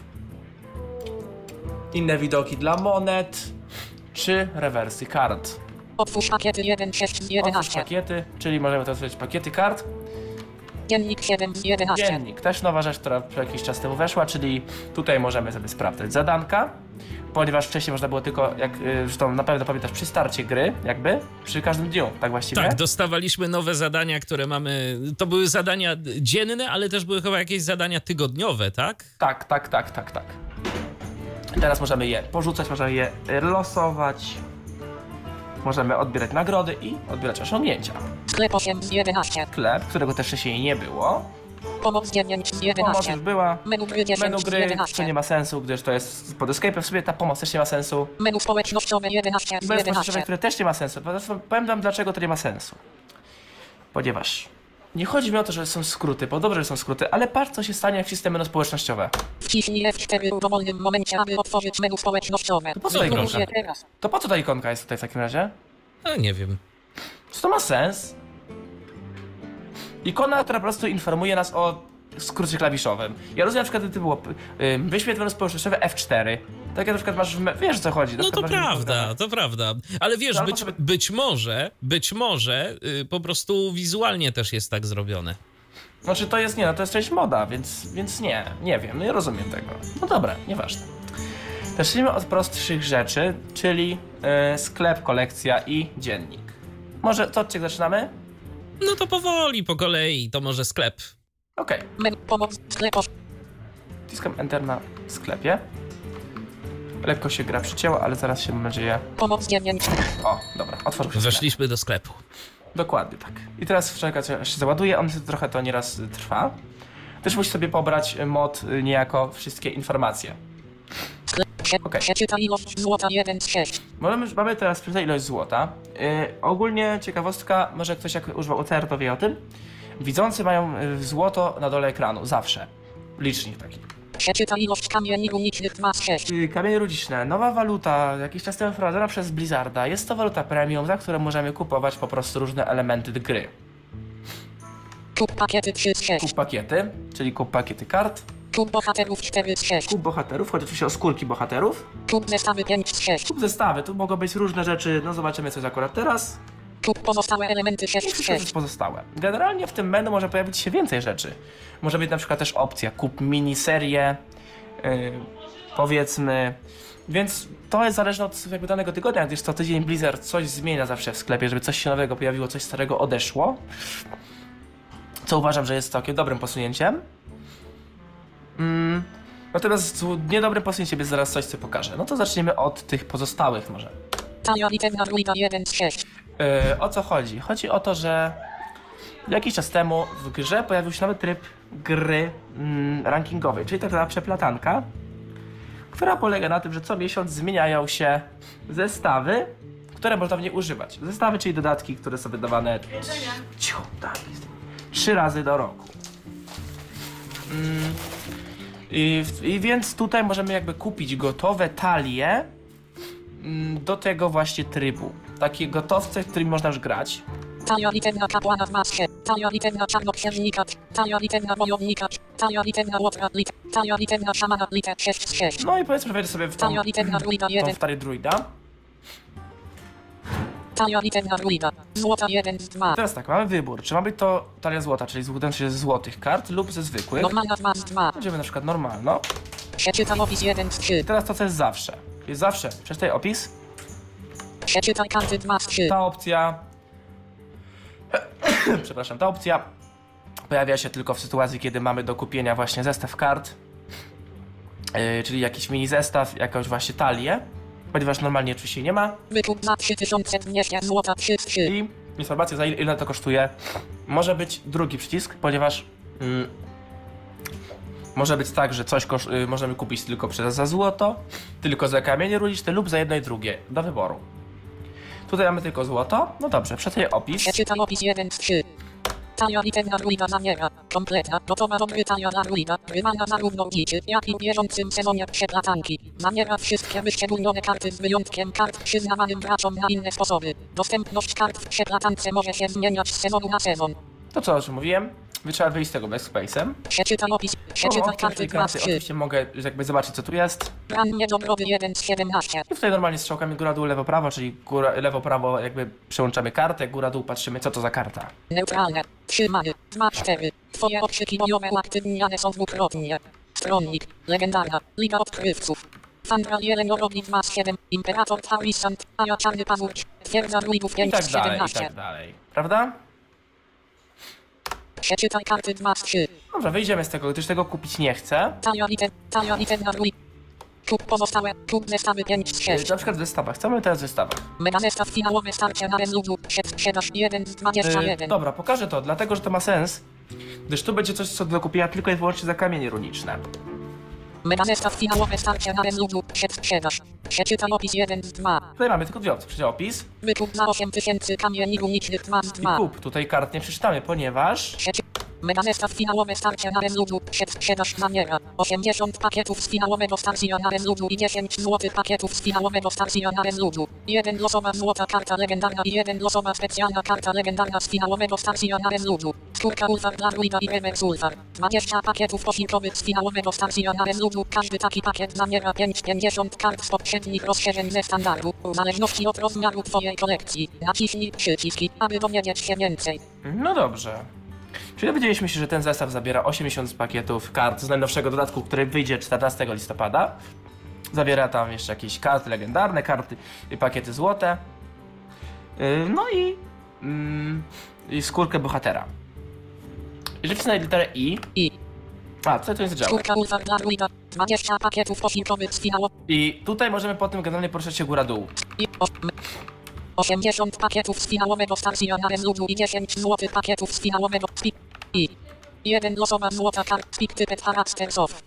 inne widoki dla monet, czy rewersy kart. Otwórz pakiety jeden sześć z Otwórz jedenaście. pakiety, czyli możemy to otworzyć pakiety kart. Dziennik siedem z jedenaście. Dziennik, też nowa rzecz, która jakiś czas temu weszła, czyli tutaj możemy sobie sprawdzać zadanka, ponieważ wcześniej można było tylko, jak y, zresztą na pewno pamiętasz, przy starcie gry, jakby, przy każdym dniu, tak właściwie? Tak, dostawaliśmy nowe zadania, które mamy... To były zadania dzienne, ale też były chyba jakieś zadania tygodniowe, tak? Tak, tak, tak, tak, tak. Teraz możemy je porzucać, możemy je losować, możemy odbierać nagrody i odbierać osiągnięcia. Sklep osiem z jedenaście. Sklep, którego też wcześniej nie było. Pomoc dziewięć z Pomoc jedenaście. już była. Menu gry dziesięć Menu z gry, co jedenaście. nie ma sensu, gdyż to jest pod escape'em. W sobie ta pomoc też nie ma sensu. Menu społecznościowe jedenaście I z bez jedenaście. społecznościowe, które też nie ma sensu. Zresztą powiem wam, dlaczego to nie ma sensu. Ponieważ nie chodzi mi o to, że są skróty, bo dobrze, że są skróty, ale patrz, co się stanie, jak wcisnę menu społecznościowe. Wciśnij F cztery w dowolnym momencie, aby otworzyć menu społecznościowe. To po co ta No proszę. ikonka? Teraz. To po co ta ikonka jest tutaj w takim razie? No nie wiem. Czy to ma sens? Ikona, która po prostu informuje nas o skrócie klawiszowym. Ja rozumiem, na przykład, gdyby było yy, wyświetl menu społecznościowe F cztery. Tak jak na przykład masz w me- wiesz, o co chodzi. Na No to przykład masz w prawda, programach. to prawda. Ale wiesz, No, ale być, potrzeby- być może, być może y, po prostu wizualnie też jest tak zrobione. Znaczy to jest, nie no, to jest część moda, więc, więc nie, nie wiem, nie rozumiem tego. No dobra, nieważne. Zacznijmy od prostszych rzeczy, czyli yy, sklep, kolekcja i dziennik. Może to od czego zaczynamy? No to powoli, po kolei, to może sklep. Okej, Menu pomoc sklep osiem. wciskam Enter na sklepie. Lekko się gra przycięła, ale zaraz się, mam nadzieję... Pomoc dziewięć. O, dobra, otworzył się sklep. Weszliśmy do sklepu. Dokładnie tak. I teraz czekać, aż się załaduje, on trochę to nieraz trwa. Też musi sobie pobrać mod y, niejako wszystkie informacje. Sklep Okej. przeczyta ilość złota jeden z sześć. Mamy, mamy teraz przeczytać ilość złota. Yy, ogólnie ciekawostka, może ktoś jak używał O C R to wie o tym. Widzący mają y, złoto na dole ekranu, zawsze. Licznik taki. Przeczyta ilość kamieni runicznych dwa z sześć. Yy, kamienie rudziczne, nowa waluta, jakiś czas temu wprowadzona przez Blizzarda. Jest to waluta premium, za którą możemy kupować po prostu różne elementy gry. Kup pakiety trzy z sześć. Kup pakiety, czyli kup pakiety kart. Kup bohaterów cztery z sześć. Kup bohaterów, chodzi oczywiście o skórki bohaterów. Kup zestawy pięć z sześć. Kup zestawy, tu mogą być różne rzeczy, no zobaczymy co jest akurat teraz. Kup pozostałe elementy I sześć z wszystko jest sześć. pozostałe. Generalnie w tym menu może pojawić się więcej rzeczy. Może być na przykład też opcja kup miniserię, yy, powiedzmy. Więc to jest zależne od jakby danego tygodnia, gdyż co tydzień Blizzard coś zmienia zawsze w sklepie, żeby coś się nowego pojawiło, coś starego odeszło. Co uważam, że jest całkiem dobrym posunięciem. Mm. Natomiast niedobrym posunięciem jest zaraz coś, co pokażę. No to zaczniemy od tych pozostałych może. Talia litewna druida jeden z sześć. Yy, o co chodzi? Chodzi o to, że jakiś czas temu w grze pojawił się nowy tryb gry mm, rankingowej, czyli taka przeplatanka, która polega na tym, że co miesiąc zmieniają się zestawy, które można w niej używać. Zestawy, czyli dodatki, które są wydawane cicho, tak, jest, trzy razy do roku. Mm, i, I więc tutaj możemy jakby kupić gotowe talie mm, do tego właśnie trybu. Takie gotowce, w którym można już grać. Talia litewna kapłana w masce. Talia litewna czarnoksiężnika. Talia litewna wojownika. Talia litewna łotra. Lit. Talia litewna szamana. Liter sześć z sześć. No i powiedzmy, że wejdę sobie w tą, Talia litewna druida tą jeden. w talię druida. Talia litewna druida. Złota jeden z dwa. Teraz tak, mamy wybór. Czy ma być to talia złota, czyli składająca się ze złotych kart lub ze zwykłych. Normalna dwa z dwa. Będziemy na przykład normalno. Przeczytaj opis jeden z trzy. I teraz to, co jest zawsze. Jest zawsze. Przeczytaj opis. Przeczytaj karty dwa z trzy. Ta opcja... Przepraszam, ta opcja pojawia się tylko w sytuacji, kiedy mamy do kupienia właśnie zestaw kart. Yy, czyli jakiś mini zestaw, jakąś właśnie talię. Ponieważ normalnie oczywiście nie ma. Wykup za trzy tysiące dwieście złota trzy z trzy. I informacja, za ile, ile to kosztuje. Może być drugi przycisk, ponieważ mm, może być tak, że coś kosz- y, możemy kupić tylko przez, za złoto, tylko za kamienie runiczne lub za jedno i drugie, do wyboru. Tutaj mamy tylko złoto. No dobrze, przeczytaj opis. Przeczytaj opis jeden z trzy. Talia litewna druida zawiera. Kompletna, gotowa do gry talia dla druida. Grywana zarówno w dziczy, jak i w bieżącym sezonie przeplatanki. Zawiera wszystkie wyszczególnione karty z wyjątkiem kart przyznawanym graczom na inne sposoby. Dostępność kart w przeplatance może się zmieniać z sezonu na sezon. To co, o czym mówiłem? Wy trzeba wyjść z tego backspace'em. Przeczytaj opis. Przeczytaj O, karty czyli dwa z karty, trzy. oczywiście mogę jakby zobaczyć, co tu jest. Plan niedobrowy jeden z siedemnaście. I tutaj normalnie strzałkami góra-dół, lewo-prawo, czyli góra, lewo-prawo jakby przełączamy kartę, góra-dół patrzymy, co to za karta. Neutralne. Trzymamy. dwa cztery. Twoje okrzyki bojowe uaktywniane są dwukrotnie. Stronnik. Legendarna. Liga odkrywców. Sandra Jeleniorowi dwa z siedem. Imperator Tarisant. Aja Czarny Pazur. Twierdza druidów I pięć tak z dalej, i siedemnaście. tak dalej. Prawda? Przeczytaj karty dwa z trzy. Dobrze, wyjdziemy z tego, gdyż tego kupić nie chcę. Talia liter. Talia litewna druid. Kup pozostałe. Kup zestawy pięć z sześć. Na przykład w zestawach. Chcemy teraz w zestawach. Mega zestaw finałowy starcie na Renludu. Sprzedaż jeden z dwudziestu Yy, jeden. dobra, pokażę to, dlatego że to ma sens. Gdyż tu będzie coś, co do kupienia tylko i wyłącznie za kamienie runiczne. Mega zestaw finałowy starcie na Renludu. Sprzedaż. Przeczytaj opis jeden z dwa. Tutaj mamy tylko dwie opcje. Przeczytaj opis Wykup za osiem tysięcy kamieni runicznych dwa z i dwa. kup. Tutaj kart nie przeczytamy, ponieważ... Przeczy... Mega zestaw finałowe starcie na Renludu. Sprzedaż zawiera osiemdziesiąt pakietów z finałowego starcia na Renludu i dziesięć złotych pakietów z finałowego starcia na Renludu. Jeden losowa złota karta legendarna i jeden losowa specjalna karta legendarna z finałowego starcia na Renludu. Skórka Ulfar dla druida i Remex Ulfar. dwadzieścia pakietów posiłkowych z finałowego starcia na Renludu. Każdy taki pakiet zawiera pięć pięćdziesiąt kart z poprzednich rozszerzeń ze standardu. W zależności od rozmiaru twojej kolekcji. Naciśnij przyciski, aby dowiedzieć się więcej. No dobrze. Czyli dowiedzieliśmy się, że ten zestaw zabiera osiemdziesiąt pakietów kart z najnowszego dodatku, który wyjdzie czternastego listopada. Zawiera tam jeszcze jakieś karty legendarne, karty, pakiety złote. Yy, no i, mm, i skórkę bohatera. Jeżeli wcisnę literę I... I. A, co to jest działek? Skórka Ulfar dla druida. dwadzieścia pakietów posiłkowych z finałowego. I tutaj możemy potem generalnie poruszać się góra-dół. I os- m- osiemdziesiąt pakietów z finałowego starcia na Renludu i dziesięć złotych pakietów z finałowego spi- i jeden losowa złota kart Speak Typet Characters of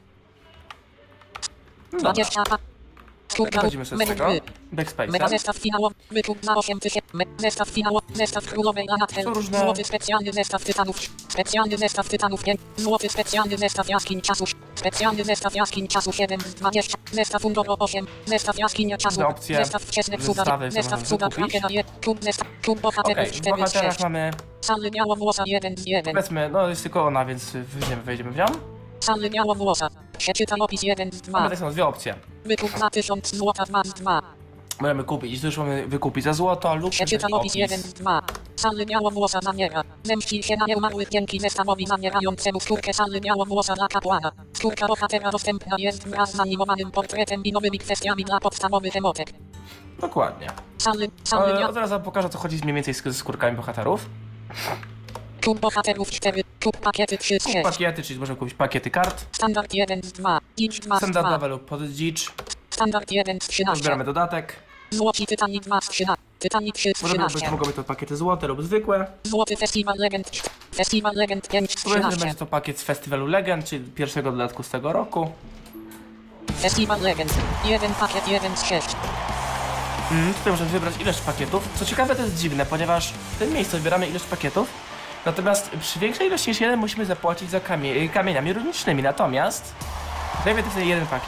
No dobra, dwadzieścia pa- skórka przechodzimy sobie z menu tego. gry. Mega Backspace'em. zestaw finałowy, wykup za osiem tysięcy, me- zestaw finałowy, zestaw królowej Lanatel, Są różne- złoty specjalny zestaw tytanów, specjalny zestaw tytanów pięć, złoty specjalny zestaw jaskiń czasu, specjalny zestaw jaskiń czasu siedem z dwudziestu, zestaw Undoro osiem, zestaw jaskinia czasu, Różne opcje, zestaw wczesne cuda, zestawy, co zestaw możemy cuda kupić. Krakena jeden, kup zestaw, kup Okej, bohaterów w cztery z bohaterach sześć, mamy... Sally Białowłosa jeden z jeden, Powiedzmy, no jest tylko ona, więc weźmiemy, wejdziemy w nią. Sally Białowłosa, przeczytaj opis jeden z Mamy dwa, tak samo dwie opcje. wykup za tysiąc złota dwa z dwa. Możemy kupić, i tu już mamy wykupić za złoto lub Przeczytaj opis jeden z dwa. Sally Białowłosa zawiera. Zemści się na nieumarłych dzięki zestawowi zawierającemu skórkę Sally Białowłosa dla kapłana. Skórka bohatera dostępna jest wraz z animowanym portretem i nowymi kwestiami dla podstawowych emotek. Dokładnie. Sally, Sally Ale Bia... od razu pokażę, co chodzi mniej więcej z, z skórkami bohaterów. Kup bohaterów cztery. Kup pakiety trzy z Kup sześć. pakiety, czyli możemy kupić pakiety kart. Standard jeden z dwa. Dzicz dwa z Standard dwa. level lub pod dzicz. Standard jeden z trzynaście. Zbieramy dodatek. Złoci Tytani dwa z trzynaście. Tytani trzy z Możemy być, trzynaście. mogą być to pakiety złote lub zwykłe. Złoty Festiwal Legend. Festiwal Legend pięć z Powiedzmy, że trzynaście. będzie to pakiet z Festiwalu Legend, czyli pierwszego dodatku z tego roku. Festiwal Legend. Jeden pakiet jeden z sześć. Mm, tutaj możemy wybrać ilość pakietów. Co ciekawe, to jest dziwne, ponieważ w tym miejscu wybieramy ilość pakietów. Natomiast przy większej ilości niż jeden musimy zapłacić za kamie kamieniami runicznymi. Natomiast dajmy tutaj jeden pakiet.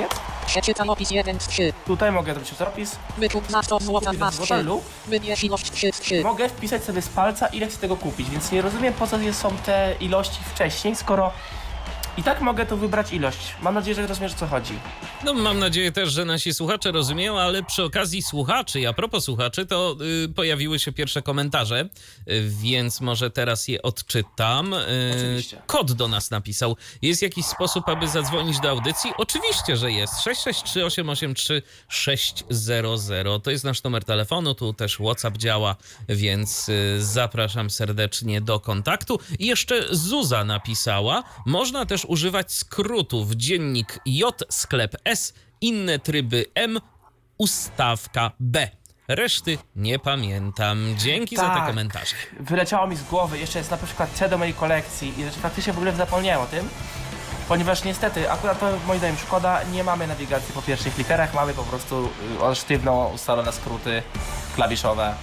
Przeczytaj opis jeden z trzy. Tutaj mogę zrobić zapis. Wykup za sto złota Kupić dwa za z złota trzy. lub Wybierz ilość trzy z trzy. mogę wpisać sobie z palca, ile chcę tego kupić, więc nie rozumiem, po co są te ilości wcześniej, skoro i tak mogę tu wybrać ilość. Mam nadzieję, że rozumiesz, o co chodzi. No mam nadzieję też, że nasi słuchacze rozumieją, ale przy okazji słuchaczy, i a propos słuchaczy, to y, pojawiły się pierwsze komentarze, y, więc może teraz je odczytam. Y, Oczywiście. Kod do nas napisał. Jest jakiś sposób, aby zadzwonić do audycji? Oczywiście, że jest. sześć sześć trzy, osiem osiem trzy, sześć zero zero. To jest nasz numer telefonu, tu też WhatsApp działa, więc y, zapraszam serdecznie do kontaktu. I jeszcze Zuza napisała, można też używać skrótów dziennik J, sklep S, inne tryby M, ustawka B. Reszty nie pamiętam. Dzięki za te Tak. komentarze. Wyleciało mi z głowy, jeszcze jest na przykład C do mojej kolekcji i faktycznie w ogóle zapomniałem o tym, ponieważ niestety, akurat to moim zdaniem szkoda, nie mamy nawigacji po pierwszych literach, mamy po prostu y, sztywno ustalone skróty klawiszowe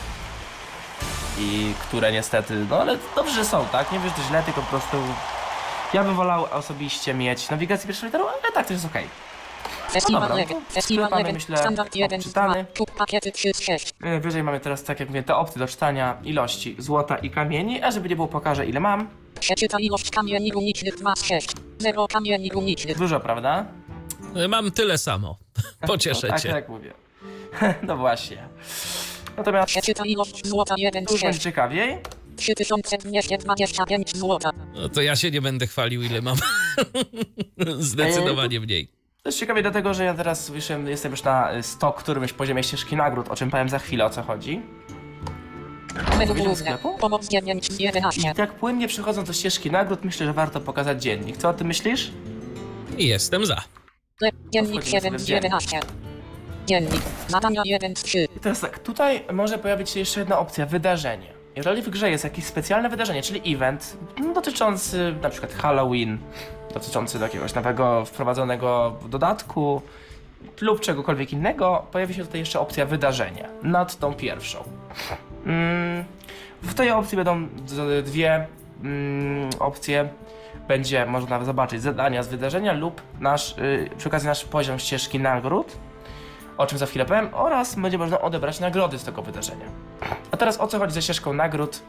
i które niestety, no ale dobrze, że są, tak? Nie wiesz, że źle, tylko po prostu ja bym wolał osobiście mieć nawigację pierwszą literą, ale tak to jest okej. Festiwal dobra, Leg. to Festiwal mamy, Leg. myślę, Standard jeden z dwa. odczytany. Kup pakiety trzy z sześć. Y, Wyżej mamy teraz, tak jak mówię, te opcje do czytania ilości złota i kamieni, a żeby nie było, pokażę ile mam. Przeczytaj ilość kamieni runicznych dwa z sześć. zero kamieni runicznych. Dużo, prawda? Mam tyle samo. Pocieszę no, tak, cię. tak jak mówię. No właśnie. Natomiast Przeczytaj ilość złota jeden z już będzie sześć. ciekawiej. trzy tysiące dwieście dwadzieścia pięć złota. No to ja się nie będę chwalił, ile mam. Zdecydowanie mniej. To jest ciekawie dlatego, że ja teraz już jestem już na sto którymś poziomie ścieżki nagród, o czym powiem za chwilę, o co chodzi. Menu Widzisz główne. sklepu? Pomoc dziewięć z jedenaście. Tak płynnie przechodząc do ścieżki nagród, myślę, że warto pokazać dziennik. Co o tym myślisz? Jestem za. Dziennik Wchodzimy siedem sobie z w dziennik. jedenaście. Dziennik. Zadania jeden z trzy. I teraz tak, tutaj może pojawić się jeszcze jedna opcja, wydarzenie. Jeżeli w grze jest jakieś specjalne wydarzenie, czyli event no, dotyczący na przykład Halloween, dotyczący jakiegoś nowego wprowadzonego dodatku lub czegokolwiek innego, pojawi się tutaj jeszcze opcja wydarzenie nad tą pierwszą. Mm, w tej opcji będą d- dwie mm, opcje. Będzie można zobaczyć zadania z wydarzenia lub nasz, yy, przy okazji nasz poziom ścieżki nagród, o czym za chwilę powiem, oraz będzie można odebrać nagrody z tego wydarzenia. A teraz o co chodzi ze ścieżką nagród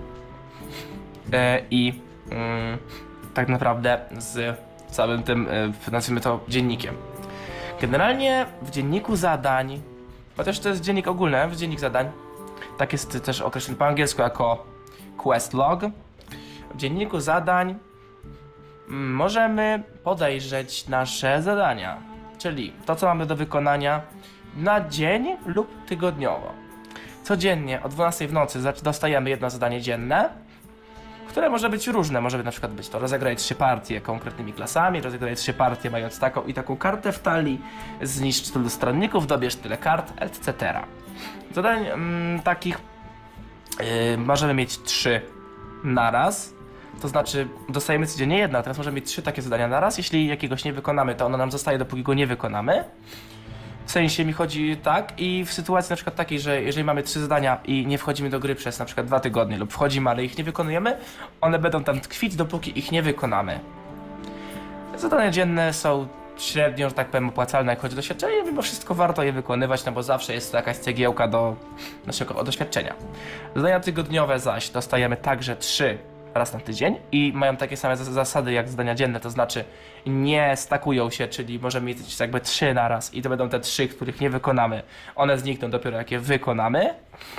e, i mm, tak naprawdę z całym tym, e, nazwijmy to, dziennikiem. Generalnie w dzienniku zadań, chociaż to jest dziennik ogólny, w dziennik zadań, tak jest też określony po angielsku jako quest log. W dzienniku zadań mm, możemy podejrzeć nasze zadania, czyli to, co mamy do wykonania na dzień lub tygodniowo. Codziennie o dwunastej w nocy dostajemy jedno zadanie dzienne, które może być różne. Może na przykład być to rozegraj trzy partie konkretnymi klasami, rozegraj trzy partie mając taką i taką kartę w talii, zniszcz tylu stronników, dobierz tyle kart, et cetera. Zadań mm, takich yy, możemy mieć trzy naraz. To znaczy dostajemy codziennie jedno, a teraz możemy mieć trzy takie zadania naraz. Jeśli jakiegoś nie wykonamy, to ono nam zostaje, dopóki go nie wykonamy. W sensie mi chodzi tak i w sytuacji na przykład takiej, że jeżeli mamy trzy zadania i nie wchodzimy do gry przez na przykład dwa tygodnie lub wchodzimy, ale ich nie wykonujemy, one będą tam tkwić, dopóki ich nie wykonamy. Zadania dzienne są średnio, że tak powiem, opłacalne, jak chodzi o doświadczenie, mimo wszystko warto je wykonywać, no bo zawsze jest to jakaś cegiełka do naszego doświadczenia. Zadania tygodniowe zaś dostajemy także trzy raz na tydzień i mają takie same zasady jak zadania dzienne, to znaczy nie stakują się, czyli możemy mieć jakby trzy na raz i to będą te trzy, których nie wykonamy. One znikną dopiero jak je wykonamy.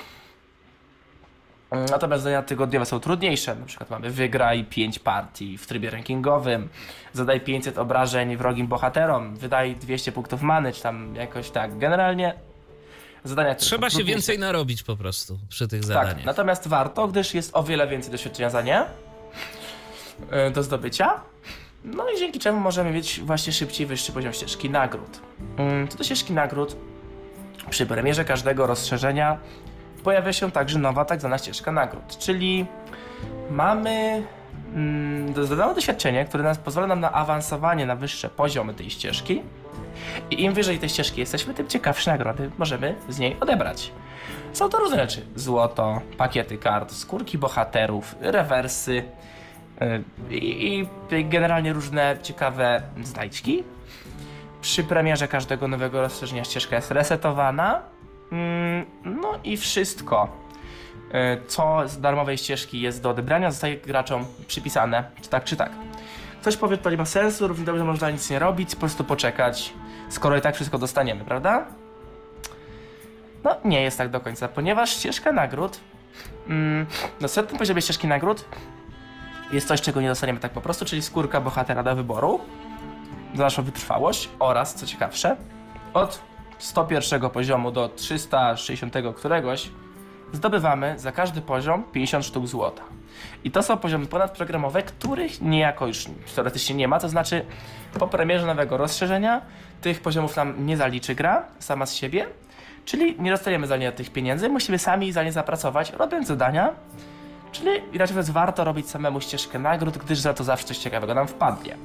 Natomiast zadania tygodniowe są trudniejsze, na przykład mamy wygraj pięć partii w trybie rankingowym, zadaj pięćset obrażeń wrogim bohaterom, wydaj dwieście punktów many, czy tam jakoś tak. Generalnie zadania Trzeba się trudniejsze. więcej narobić po prostu przy tych zadaniach. Tak, natomiast warto, gdyż jest o wiele więcej doświadczenia za nie yy, do zdobycia. No i dzięki czemu możemy mieć właśnie szybciej wyższy poziom ścieżki nagród. Yy, co do ścieżki nagród, przy premierze każdego rozszerzenia pojawia się także nowa tak zwana ścieżka nagród, czyli mamy yy, zdane doświadczenie, które nas pozwala nam na awansowanie na wyższe poziomy tej ścieżki. I im wyżej tej ścieżki jesteśmy, tym ciekawsze nagrody możemy z niej odebrać. Są to różne rzeczy. Złoto, pakiety kart, skórki bohaterów, rewersy yy, i, i generalnie różne ciekawe znajdźki. Przy premierze każdego nowego rozszerzenia ścieżka jest resetowana. Mm, no i wszystko, y, co z darmowej ścieżki jest do odebrania, zostaje graczom przypisane, czy tak, czy tak. Ktoś powie, to nie ma sensu, równie dobrze można nic nie robić, po prostu poczekać, skoro i tak wszystko dostaniemy, prawda? No, nie jest tak do końca, ponieważ ścieżka nagród, mm, na setnym poziomie ścieżki nagród jest coś, czego nie dostaniemy tak po prostu, czyli skórka bohatera do wyboru za naszą wytrwałość oraz, co ciekawsze, od sto pierwszego poziomu do trzysta sześćdziesiątego któregoś zdobywamy za każdy poziom pięćdziesiąt sztuk złota. I to są poziomy ponadprogramowe, których niejako już teoretycznie nie ma, to znaczy po premierze nowego rozszerzenia tych poziomów nam nie zaliczy gra sama z siebie, czyli nie dostajemy za nie tych pieniędzy, musimy sami za nie zapracować, robiąc zadania, czyli inaczej mówiąc warto robić samemu ścieżkę nagród, gdyż za to zawsze coś ciekawego nam wpadnie.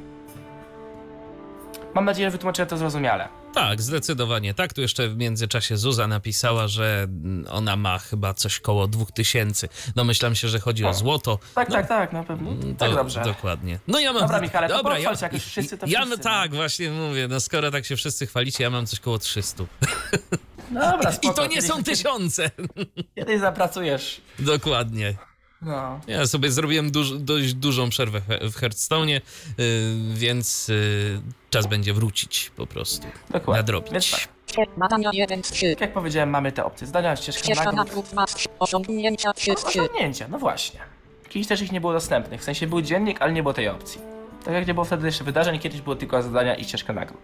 Mam nadzieję, że wytłumaczyłem to zrozumiale. Tak, zdecydowanie tak. Tu jeszcze w międzyczasie Zuza napisała, że ona ma chyba coś koło dwóch tysięcy. Domyślam się, że chodzi o złoto. Tak, no, tak, tak, na pewno. To, Tak dobrze. Dokładnie. No ja mam... Dobra, Michale, to Dobra, pochwal się, jak już wszyscy, to ja, wszyscy, no tak, właśnie mówię, no skoro tak się wszyscy chwalicie, ja mam coś koło trzystu. Dobra, spoko, I to nie kiedyś, są tysiące. Kiedyś zapracujesz. Dokładnie. No. Ja sobie zrobiłem duż, dość dużą przerwę w Hearthstone'ie, yy, więc yy, czas będzie wrócić po prostu. Dokładnie. Nadrobić. Więc tak. Badania jeden z trzy. Tak jak powiedziałem, mamy te opcje zdania, ścieżka Ścieżka nagród, nagród dwa z trzy. Osiągnięcia trzy z trzy. osiągnięcia, no właśnie. Kiedyś też ich nie było dostępnych, w sensie był dziennik, ale nie było tej opcji. Tak jak nie było wtedy jeszcze wydarzeń, kiedyś było tylko zadania i ścieżka nagród.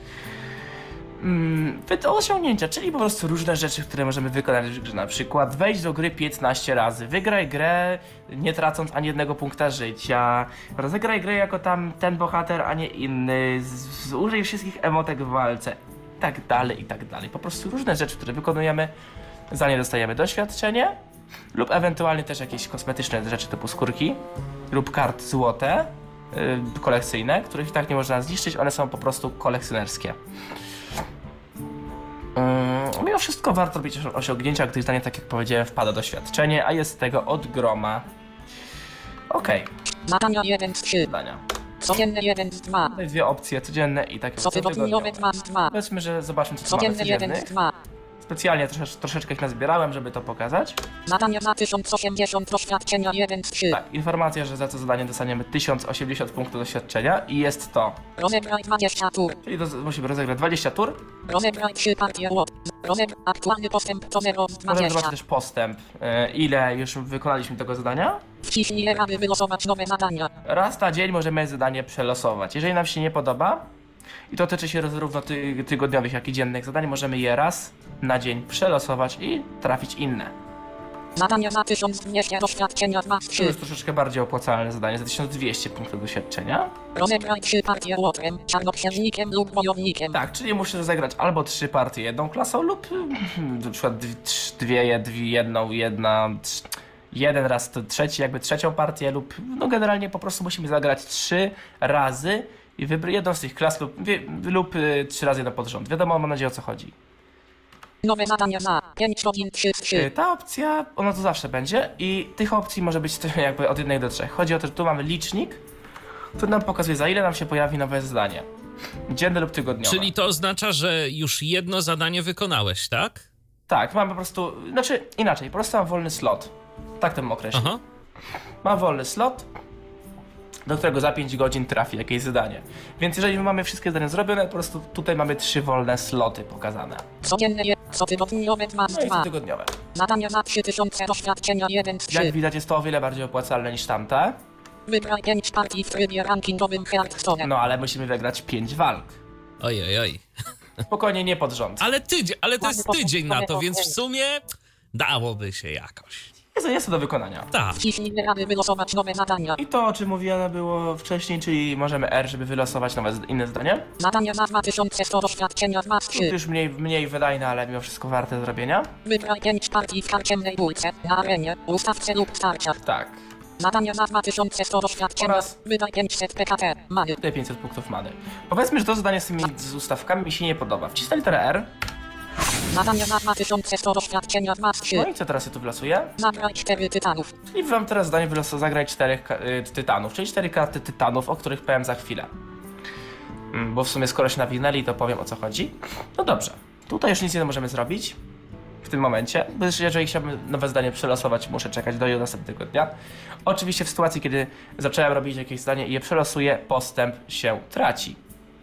Mm, to osiągnięcia, czyli po prostu różne rzeczy, które możemy wykonać w grze. Na przykład wejść do gry piętnaście razy, wygraj grę nie tracąc ani jednego punkta życia, rozegraj grę jako tam ten bohater, a nie inny, z- zużyj wszystkich emotek w walce, i tak dalej, i tak dalej. Po prostu różne rzeczy, które wykonujemy, za nie dostajemy doświadczenie lub ewentualnie też jakieś kosmetyczne rzeczy typu skórki lub kart złote, yy, kolekcyjne, których i tak nie można zniszczyć, one są po prostu kolekcjonerskie. Yy, mimo wszystko warto robić osiągnięcia, gdyż zdanie, tak jak powiedziałem, wpada doświadczenie, a jest tego od groma. Okej, okay. Zadania jeden z trzy. Zadania. Codzienne jeden z dwa. Tutaj dwie opcje, codzienne i takie Cotygodniowe dwa z dwa. Powiedzmy, że zobaczmy, co tu mamy Codzienne jeden z codziennych. dwa. Specjalnie trosze, troszeczkę ich nazbierałem, żeby to pokazać. Zadania za tysiąc osiemdziesiąt doświadczenia jeden z trzy. Tak, informacja, że za to zadanie dostaniemy tysiąc osiemdziesiąt punktów doświadczenia i jest to. Rozegraj dwadzieścia tur. Czyli do, musimy rozegrać dwadzieścia tur. Rozegraj trzy partie łot. Rozegraj aktualny postęp to zero z Możemy dwudziestu. zobaczyć też postęp, e, ile już wykonaliśmy tego zadania. Wciśnij je, aby wylosować nowe zadania. Raz na dzień możemy zadanie przelosować. Jeżeli nam się nie podoba, i to tyczy się zarówno ty, tygodniowych, jak i dziennych zadań, możemy je raz na dzień przelosować i trafić inne. Zadania za tysiąc dwieście doświadczenia dwa z To trzy. jest troszeczkę bardziej opłacalne zadanie, za tysiąc dwieście punktów doświadczenia. Rozegraj trzy partie łotrem, czarnoksiężnikiem lub wojownikiem. Tak, czyli muszę rozegrać albo trzy partie jedną klasą lub mm, na przykład dwie, trz- dwie, dwie jedną, jedna, trz- jeden raz to trzeci, jakby trzecią partię lub no generalnie po prostu musimy zagrać trzy razy i wybrać jedną z tych klas lub, wie, lub y, trzy razy na pod rząd. Wiadomo, mam nadzieję, o co chodzi. Nowe zadania za pięć godzin trzy z Y, trzy. Ta opcja, ona to zawsze będzie i tych opcji może być jakby od jednej do trzech. Chodzi o to, że tu mamy licznik, który nam pokazuje, za ile nam się pojawi nowe zadanie. Dzienne lub tygodniowe. Czyli to oznacza, że już jedno zadanie wykonałeś, tak? Tak, mam po prostu, znaczy inaczej, po prostu mam wolny slot. Tak to bym określił. Aha. Mam wolny slot, do którego za pięć godzin trafi jakieś zadanie. Więc jeżeli mamy wszystkie zadania zrobione, po prostu tutaj mamy trzy wolne sloty pokazane. Codzienne je, cotygodniowe dwa z No i dwa. tygodniowe. Zadania za trzy tysiące doświadczenia jeden z Jak trzy. widać, jest to o wiele bardziej opłacalne niż tamte. Wygraj pięć partii w trybie rankingowym Hearthstone. No ale musimy wygrać pięć walk. Oj, oj, oj. Spokojnie, nie pod rząd. Ale tydzień, ale to jest tydzień na to, więc w sumie dałoby się jakoś. Jest, jest to do wykonania. Tak. Wciśnij je, aby wylosować nowe zadania. I to, o czym mówione było wcześniej, czyli możemy R, żeby wylosować nowe, inne zadanie. Zadania za dwa tysiące sto doświadczenia dwa z To trzy. już mniej, mniej wydajne, ale mimo wszystko warte zrobienia. Wygraj pięć partii w karciemnej bójce, na arenie, ustawce lub starciach. Tak. Zadania za dwa tysiące sto doświadczenia. Oraz- Wydaj pięćset P K T. Many. Tutaj pięćset punktów many. Powiedzmy, że to zadanie z tymi z ustawkami mi się nie podoba. Wcisnę literę R. Zadania za dwa tysiące sto doświadczenia dwa z trzy. No i co teraz ja tu wylosuję? Zagraj cztery tytanów. I wam teraz zadanie wylosować zagrać czterech ka- y, tytanów, czyli cztery karty tytanów, o których powiem za chwilę. Mm, Bo w sumie skoro się nawinęli, to powiem, o co chodzi. No dobrze, tutaj już nic nie możemy zrobić w tym momencie, bo jeżeli chciałbym nowe zdanie przelosować, muszę czekać do następnego dnia. Oczywiście w sytuacji, kiedy zacząłem robić jakieś zdanie i je przelosuję, postęp się traci.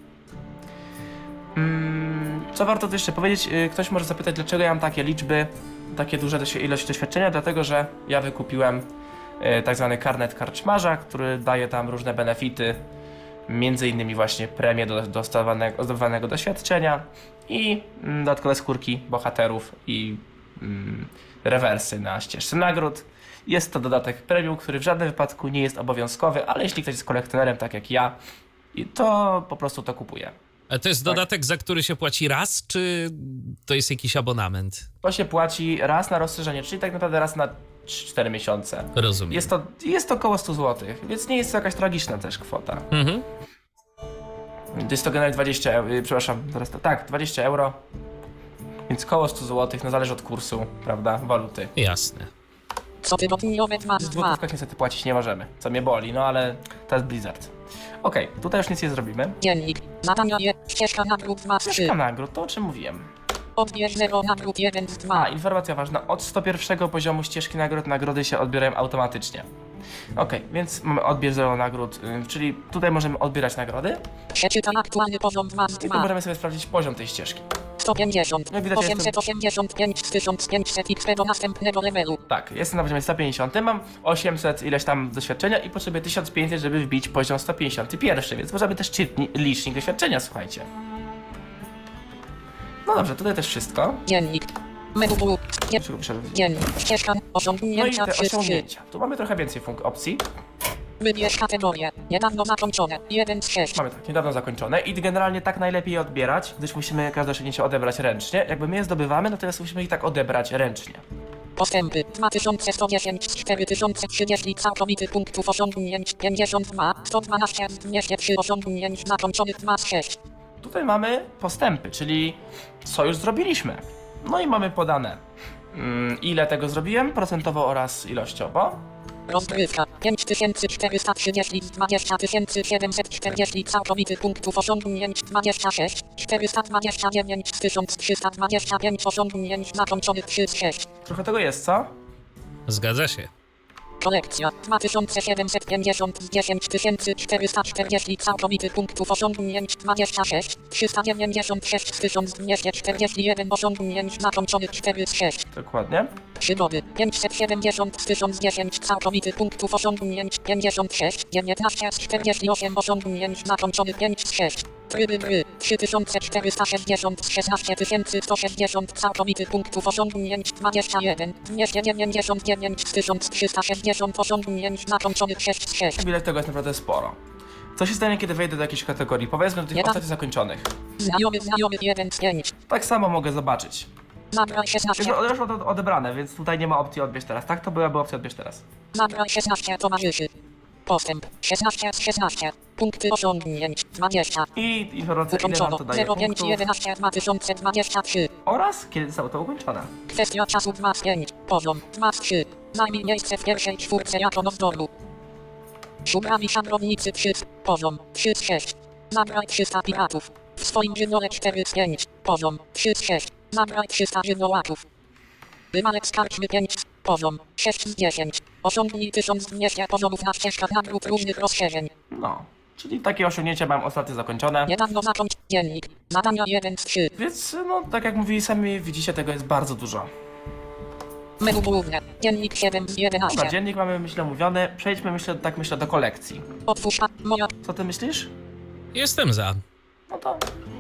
Hmm, co warto tu jeszcze powiedzieć? Ktoś może zapytać, dlaczego ja mam takie liczby, takie duże ilości doświadczenia, dlatego że ja wykupiłem tak zwany karnet karczmarza, który daje tam różne benefity, między innymi właśnie premię do, do zdobywanego doświadczenia i mm, dodatkowe skórki bohaterów i mm, rewersy na ścieżce nagród. Jest to dodatek premium, który w żadnym wypadku nie jest obowiązkowy, ale jeśli ktoś jest kolekcjonerem tak jak ja, to po prostu to kupuje. A to jest dodatek, za który się płaci raz, czy to jest jakiś abonament? To się płaci raz na rozszerzenie, czyli tak naprawdę raz na cztery miesiące. Rozumiem. Jest to, jest to około sto złotych, więc nie jest to jakaś tragiczna też kwota. Mhm. To jest to generalnie dwadzieścia euro, przepraszam, teraz to, tak, dwadzieścia euro, więc około sto złotych, no zależy od kursu, prawda, waluty. Jasne. Cotygodniowe dwa W z dwa. złotówkach niestety płacić nie możemy, co mnie boli, no ale to jest Blizzard. Okej, okay, tutaj już nic nie zrobimy. Dziennik. Zadania je. Ścieżka nagród dwa z trzy. Ścieżka nagród, to o czym mówiłem. Odbierz zero nagród jeden z A, dwa. informacja ważna, od sto pierwszego poziomu ścieżki nagród nagrody się odbierają automatycznie. Okej, okay, więc mamy odbierz zero nagród, yy, czyli tutaj możemy odbierać nagrody. Przeczytaj aktualny poziom dwa z I tu dwa. możemy sobie sprawdzić poziom tej ścieżki. sto pięćdziesiąt. Jak widać, osiemset osiemdziesiąt pięć z tysiąc pięćset X P do następnego levelu. Tak, jestem na poziomie sto pięćdziesiąt, mam osiemset ileś tam doświadczenia i potrzebuję tysiąc pięćset, żeby wbić poziom sto pięćdziesiąt jeden, więc możemy też czytnik, licznik doświadczenia, słuchajcie. No dobrze, tutaj też wszystko. Dziennik. Menu. Muszę go przerobić. Dziennik. Ścieżka. No i Osiągnięcia te trzy z trzy. osiągnięcia. Tu mamy trochę więcej funk opcji. Wybierz kategorię. Niedawno zakończone. jeden z sześciu. Mamy tak, niedawno zakończone i generalnie tak najlepiej je odbierać, gdyż musimy każde osiągnięcie odebrać ręcznie. Jakby my je zdobywamy, no teraz musimy ich tak odebrać ręcznie. Postępy dwa tysiące sto dziesięć z cztery tysiące trzydzieści całkowitych punktów osiągnięć pięćdziesiąt dwa, sto dwanaście z dwieście trzy osiągnięć zakończonych dwa z sześć. Tutaj mamy postępy, czyli co już zrobiliśmy. No i mamy podane mm, ile tego zrobiłem, procentowo oraz ilościowo. Rozgrywka pięć tysięcy czterysta trzydzieści z dwadzieścia tysięcy siedemset czterdzieści całkowitych punktów osiągnięć dwadzieścia sześć, czterysta dwadzieścia dziewięć z tysiąc trzysta dwadzieścia pięć osiągnięć zakończonych trzy z sześć. Trochę tego jest, co? Zgadza się. Kolekcja dwa tysiące siedemset pięćdziesiąt z dziesięć tysięcy czterysta czterdzieści całkowitych punktów osiągnięć dwadzieścia sześć, trzysta dziewięćdziesiąt sześć z tysiąc dwieście czterdzieści jeden osiągnięć zakończonych cztery z sześć. Dokładnie. Przygody pięćset siedemdziesiąt z tysiąc dziesięć całkowitych punktów osiągnięć pięćdziesiąt sześć, dziewiętnaście z czterdzieści osiem osiągnięć zakończonych pięć z sześć. Tryby gry trzy tysiące czterysta sześćdziesiąt z szesnaście tysięcy sto sześćdziesiąt całkowitych punktów osiągnięć dwadzieścia jeden, dwieście dziewięćdziesiąt dziewięć z tysiąc trzysta sześćdziesiąt osiągnięć zakończonych sześć z sześć. Ile tego jest naprawdę sporo. Co się stanie, kiedy wejdę do jakiejś kategorii? Powiedzmy do tych Nie da- ostatnio zakończonych. Znajomy znajomy jeden z pięć. Tak samo mogę zobaczyć. Zagraj szesnaście. Już już od- odebrane, więc tutaj nie ma opcji odbierz teraz. Tak, to byłaby opcja odbierz teraz. Zagraj szesnaście towarzyszy. Postęp szesnaście z szesnaście. Punkty osiągnięć dwadzieścia. I informacja, ile nam Ukończono to daje zero pięć punktów jedenaście dwa tysiące dwadzieścia trzy. oraz kiedy zostało to ukończone. Kwestia czasu dwa z pięć. Poziom dwa z trzy. Zajmij miejsce w pierwszej czwórce jako dozdoru. Szubrami szabrownicy trzy. Poziom trzy z sześć. Zagraj trzysta piratów. W swoim żywole cztery z pięć. Poziom trzy z sześć. Zagraj trzysta żywiołatów. Wymalek z karczmy pięć. Poziom sześć z dziesięć. Osiągnij tysiąc dwieście poziomów na ścieżkach nagród różnych rozszerzeń. No, czyli takie osiągnięcia mam ostatnio zakończone. Niedawno zakończ dziennik. Zadania jeden z trzy. Więc, no, tak jak mówili sami, widzicie, tego jest bardzo dużo. Menu główne. Dziennik siedem z Dobra, jedenaście. dziennik mamy, myślę, mówiony. Przejdźmy, myślę, tak myślę, do kolekcji. Otwórz pa- moja. Co ty myślisz? Jestem za. No to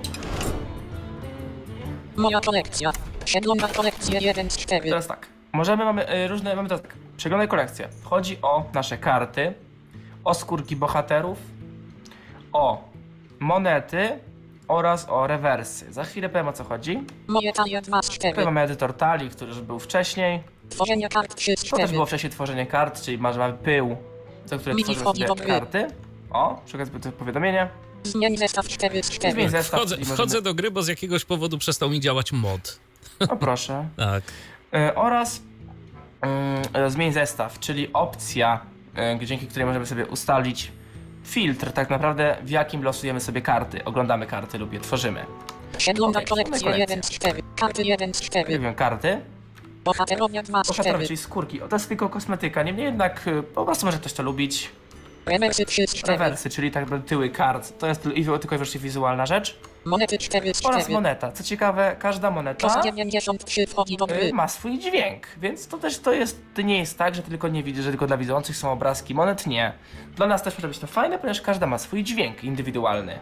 Moja kolekcja. Przeglądaj kolekcję jeden z cztery. teraz tak. Możemy, mamy y, różne, mamy teraz tak. Przeglądaj kolekcję. Chodzi o nasze karty, o skórki bohaterów, o monety oraz o rewersy. Za chwilę powiem, o co chodzi. Moje talie dwa z Tutaj cztery. mamy edytor talii, który już był wcześniej. Tworzenie kart trzy z To też cztery. było wcześniej tworzenie kart, czyli masz mamy pył, za które Mini tworzymy wchodzi sobie do gry. karty. O, przy okazji to powiedzenie. Zmień zestaw cztery z cztery. Zmień zestaw, Wchodzę, czyli wchodzę możemy... do gry, bo z jakiegoś powodu przestał mi działać mod. O proszę. Tak. Y, oraz y, zmień zestaw, czyli opcja, y, dzięki której możemy sobie ustalić filtr tak naprawdę, w jakim losujemy sobie karty, oglądamy karty lub je tworzymy. Przeglądaj Okej, kolekcję mamy jeden z czterech. Karty jeden z czterech. Lubię karty. Bohaterowie dwa z Bohaterowie, czterech. czyli skórki. O, to jest tylko kosmetyka, niemniej jednak y, po prostu może ktoś to lubić. Rewersy trzy z czterech. Rewersy, czyli tak naprawdę tyły kart, to jest tylko i wyłącznie wizualna rzecz. Monety cztery z Oraz czterech. moneta. Co ciekawe, każda moneta Plus dziewięćdziesiąt trzy wchodzi do gry. y, ma swój dźwięk, więc to też to jest, to nie jest tak, że tylko nie widzisz, że tylko dla widzących są obrazki monet, nie. Dla nas też może być to fajne, ponieważ każda ma swój dźwięk indywidualny.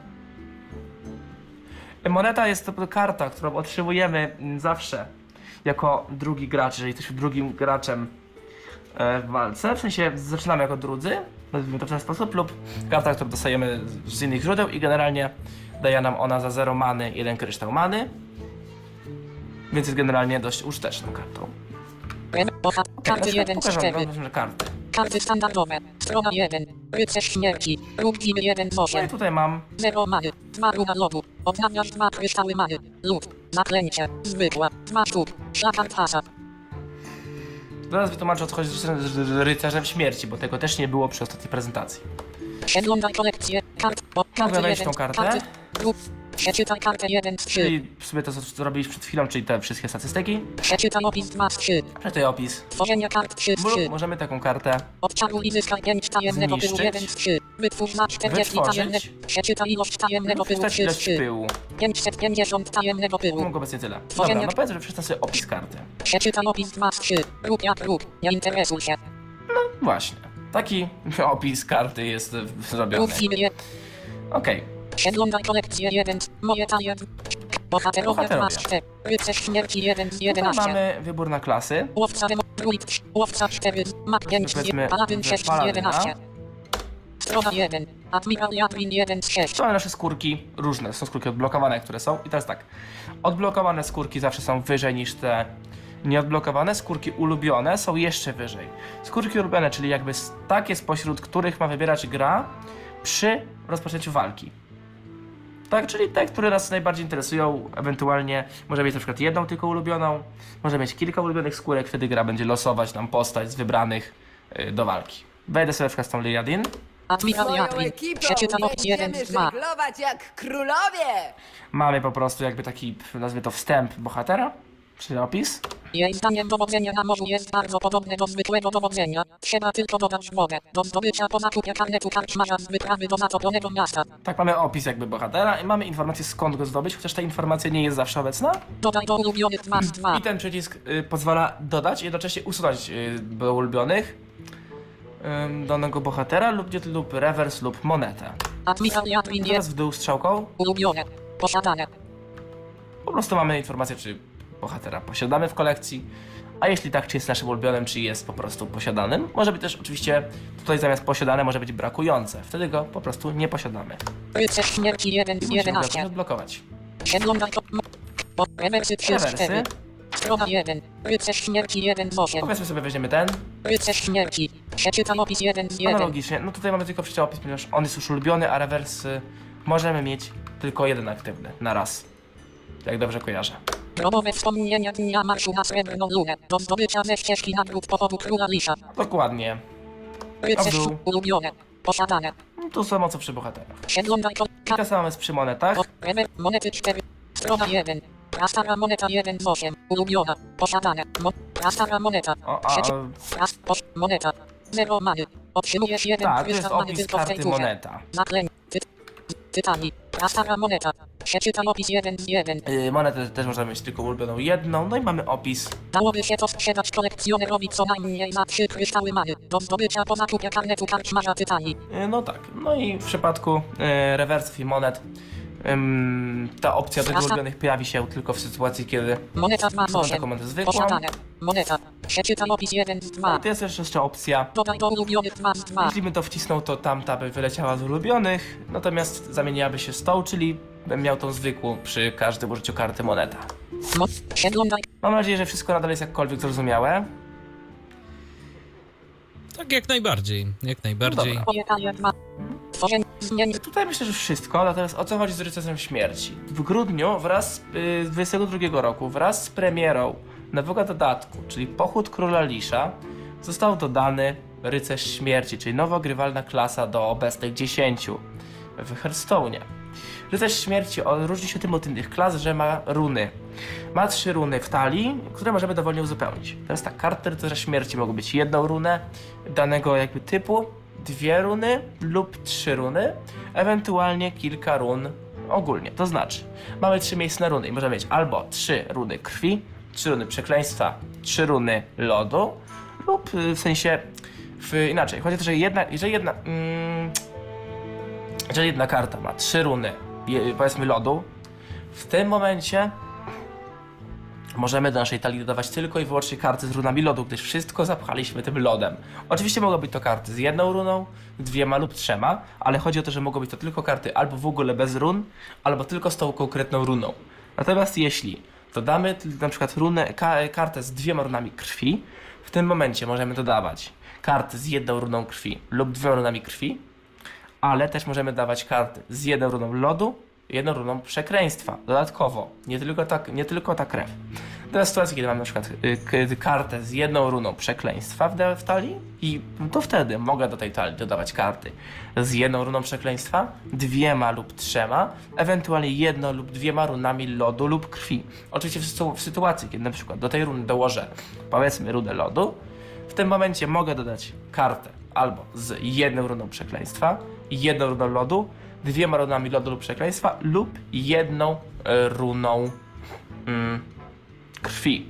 Moneta jest to karta, którą otrzymujemy mm, zawsze jako drugi gracz, jeżeli jesteśmy drugim graczem e, w walce. W sensie zaczynamy jako drudzy, nazwijmy to w ten sposób, lub karta, którą dostajemy z, z innych źródeł i generalnie daje nam ona za zero many jeden kryształ many. Więc jest generalnie dość użyteczną kartą. Bohat- Karty jeden z Pokażę czterech. wam różne karty. Karty standardowe. Strona jeden. Rycerz śmierci. Róg zimy jeden z No i osiem. tutaj mam zero many. dwa runa lodu. Odnawiasz dwa kryształy many. Lód. Zaklęcie. Zwykła. dwa sztuk. Szlachat hasa. Zaraz wytłumaczę, o co chodzi z, z, z rycerzem śmierci, bo tego też nie było przy ostatniej prezentacji. Przeglądaj kolekcję. Kart. Bo Mogę karty wejść jeden. tą kartę? Karty. Lub. Przeczytaj kartę jeden z trzy. Czyli w sumie to, co zrobiliśmy przed chwilą, czyli te wszystkie statystyki. Przeczytaj opis dwa z trzy. Przeczytaj opis. Tworzenie kart trzy z trzy. Lub możemy taką kartę Odczaruj i zyskaj pięć tajemnego pyłu Zniszczyć. jeden z trzy. Wytwórz na czterdzieści Wytworzyć. tajemne. Przeczytaj ilość tajemnego pyłu przeczytać trzy z ilość trzy. pyłu. pięćset pięćdziesiąt tajemnego pyłu. Mogę obecnie tyle. Tworzenie- Dobra, no powiedzmy, że przeczytam sobie opis karty. Przeczytaj opis dwa z trzy. Rób jak rób. Nie interesuj się. Właśnie. Taki opis karty jest e, zrobiony. Rób imię. Okej. Przeglądaj kolekcję jeden. Moje tajem. Bohaterowie Bohaterowie. dwa z czterech. Rycerz śmierci jeden z Tutaj jedenaście. mamy wybór na klasy. Łowca demo. Druid. Łowca cztery. Mag pięć. Powiedzmy, Paladyn że sześć z paladyna. jedenaście. Strona jeden. Admiral Jadwin jeden z sześć. To mamy nasze skórki różne. Są skórki odblokowane, które są. I teraz tak. Odblokowane skórki zawsze są wyżej niż te nieodblokowane. Skórki ulubione są jeszcze wyżej. Skórki ulubione, czyli jakby s- takie spośród których ma wybierać gra przy rozpoczęciu walki. Tak, czyli te, które nas najbardziej interesują, ewentualnie może mieć na przykład jedną tylko ulubioną, może mieć kilka ulubionych skórek, wtedy gra będzie losować nam postać z wybranych y, do walki. Wejdę sobie na przykład z tą Liadin. Admiral Moją Jadwin. ekipą Przeczytaj opis jeden będziemy z dwa. żeglować jak królowie! Mamy po prostu jakby taki, nazwijmy to wstęp bohatera, czy opis. Jej zdaniem dowodzenie na morzu jest bardzo podobne do zwykłego dowodzenia. Trzeba tylko dodać wodę. Do zdobycia po zakupie karnetu karczmarza z wyprawy do zatopionego miasta. Tak, mamy opis jakby bohatera i mamy informację skąd go zdobyć, chociaż ta informacja nie jest zawsze obecna. Dodaj do ulubionych dwa z dwa. I ten przycisk y, pozwala dodać i jednocześnie usunąć y, do ulubionych y, danego bohatera lub, gdzie- lub rewers lub monetę. Admiral Jadwin Teraz jest w dół strzałką ulubione. Posiadane. po prostu mamy informację, czy bohatera posiadamy w kolekcji, a jeśli tak, czy jest naszym ulubionym, czy jest po prostu posiadanym. Może być też oczywiście tutaj zamiast posiadane może być brakujące, wtedy go po prostu nie posiadamy. Rycerz śmierci jeden z Musimy go jakoś jedenaście. odblokować. Przeglądaj to. Bo rewersy trzy z Rewersy. cztery. Strona jeden. Rycerz śmierci jeden z osiem. Powiedzmy sobie, weźmiemy ten. Rycerz śmierci. Przeczytaj opis jeden z jeden. Analogicznie, no tutaj mamy tylko przeczytał opis, ponieważ on jest już ulubiony, a rewers y, możemy mieć tylko jeden aktywny na raz. Jak dobrze kojarzę. Grobowe wspomnienia dnia marszu na srebrną lunę. Do zdobycia ze ścieżki nagród pochodu króla Lisza. Dokładnie. Rycerz A w dół? ulubione. Posiadane. No to samo co przy bohaterach. Przeglądaj to. I to samo jest przy monetach. O, rewer, monety cztery. Strona jeden. Prastara moneta jeden z osiem. Ulubiona. Posiadane. Mo, prastara moneta. O, a, Przeci- a, Pras, pos, moneta. Zero many. Otrzymujesz jeden tak, to jest krystal many opis tylko w tej karty turze. moneta. Zaklęcie. Ty, tytani. Prastara moneta. Przeczytaj opis jeden z jeden. Yy, monetę też możemy mieć tylko ulubioną jedną, no i mamy opis. Dałoby się to sprzedać kolekcjonerowi co najmniej za trzy kryształy many. Do zdobycia po zakupie karnetu karczmarza tytani. Yy, no tak, no i w przypadku yy, rewersów i monet ym, ta opcja tych Prasa- ulubionych pojawi się tylko w sytuacji, kiedy Moneta dwa z mamy osiem. taką monetę zwykłą. Posiadane. Moneta. Przeczytaj opis jeden z No dwa. i to jest jeszcze, jeszcze opcja. Dodaj do ulubionych dwa z dwa. Jeśli bym to wcisnął, to tamta by wyleciała z ulubionych, natomiast zamieniłaby się z tą, czyli bym miał tą zwykłą przy każdym użyciu karty moneta. Mo, przeglądaj. Mam nadzieję, że wszystko nadal jest jakkolwiek zrozumiałe. Tak, jak najbardziej, jak najbardziej. dobra. Moje talie dwa. Tworzenie. Zmień. Tutaj myślę, że wszystko, natomiast o co chodzi z rycerzem śmierci? W grudniu wraz z y, dwudziestego drugiego roku, wraz z premierą nowego dodatku, czyli Pochód Króla Lisza, został dodany Rycerz Śmierci, czyli nowo grywalna klasa do obecnych dziesięciu w Hearthstone'ie. Rycerz Śmierci różni się tym od innych klas, że ma runy. Ma trzy runy w talii, które możemy dowolnie uzupełnić. Teraz tak, karty Rycerza Śmierci mogą być jedną runę danego jakby typu, dwie runy lub trzy runy, ewentualnie kilka run ogólnie. To znaczy, mamy trzy miejsce runy i możemy mieć albo trzy runy krwi, trzy runy przekleństwa, trzy runy lodu, lub w sensie w, inaczej. Chodzi o to, że jedna, jeżeli jedna, mm, jeżeli jedna karta ma trzy runy, je, powiedzmy lodu, w tym momencie możemy do naszej talii dodawać tylko i wyłącznie karty z runami lodu, gdyż wszystko zapchaliśmy tym lodem. Oczywiście mogą być to karty z jedną runą, dwiema lub trzema, ale chodzi o to, że mogą być to tylko karty albo w ogóle bez run, albo tylko z tą konkretną runą. Natomiast jeśli dodamy na przykład runę, ka, kartę z dwiema runami krwi, w tym momencie możemy dodawać karty z jedną runą krwi lub dwiema runami krwi, ale też możemy dawać karty z jedną runą lodu, jedną runą przekleństwa. Dodatkowo, nie tylko ta, nie tylko ta krew. Teraz sytuacja, kiedy mam na przykład y, kartę z jedną runą przekleństwa w, w talii i to wtedy mogę do tej talii dodawać karty z jedną runą przekleństwa, dwiema lub trzema, ewentualnie jedną lub dwiema runami lodu lub krwi. Oczywiście w, w sytuacji, kiedy na przykład do tej runy dołożę, powiedzmy, runę lodu, w tym momencie mogę dodać kartę albo z jedną runą przekleństwa, jedną runą lodu, dwiema runami lodu lub przekleństwa lub jedną e, runą mm, krwi.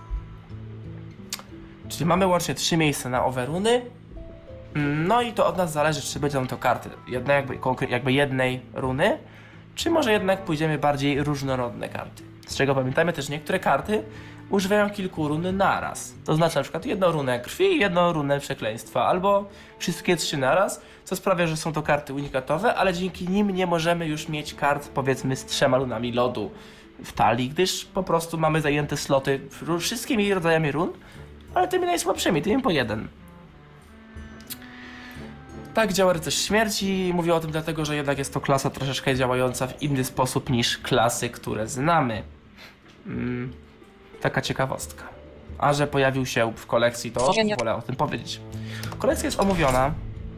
Czyli mamy łącznie trzy miejsca na owe runy. No i to od nas zależy, czy będą to karty jednej, jakby, jakby jednej runy, czy może jednak pójdziemy bardziej różnorodne karty. Z czego pamiętajmy też, że niektóre karty używają kilku run naraz. To znaczy na przykład jedną runę krwi i jedną runę przekleństwa, albo wszystkie trzy naraz, co sprawia, że są to karty unikatowe, ale dzięki nim nie możemy już mieć kart, powiedzmy, z trzema runami lodu w talii, gdyż po prostu mamy zajęte sloty wszystkimi rodzajami run, ale tymi najsłabszymi, tymi po jeden. Tak działa Rycerz Śmierci. Mówię o tym dlatego, że jednak jest to klasa troszeczkę działająca w inny sposób niż klasy, które znamy. Hmm. Taka ciekawostka. A że pojawił się w kolekcji, to wolę o tym powiedzieć. Kolekcja jest omówiona.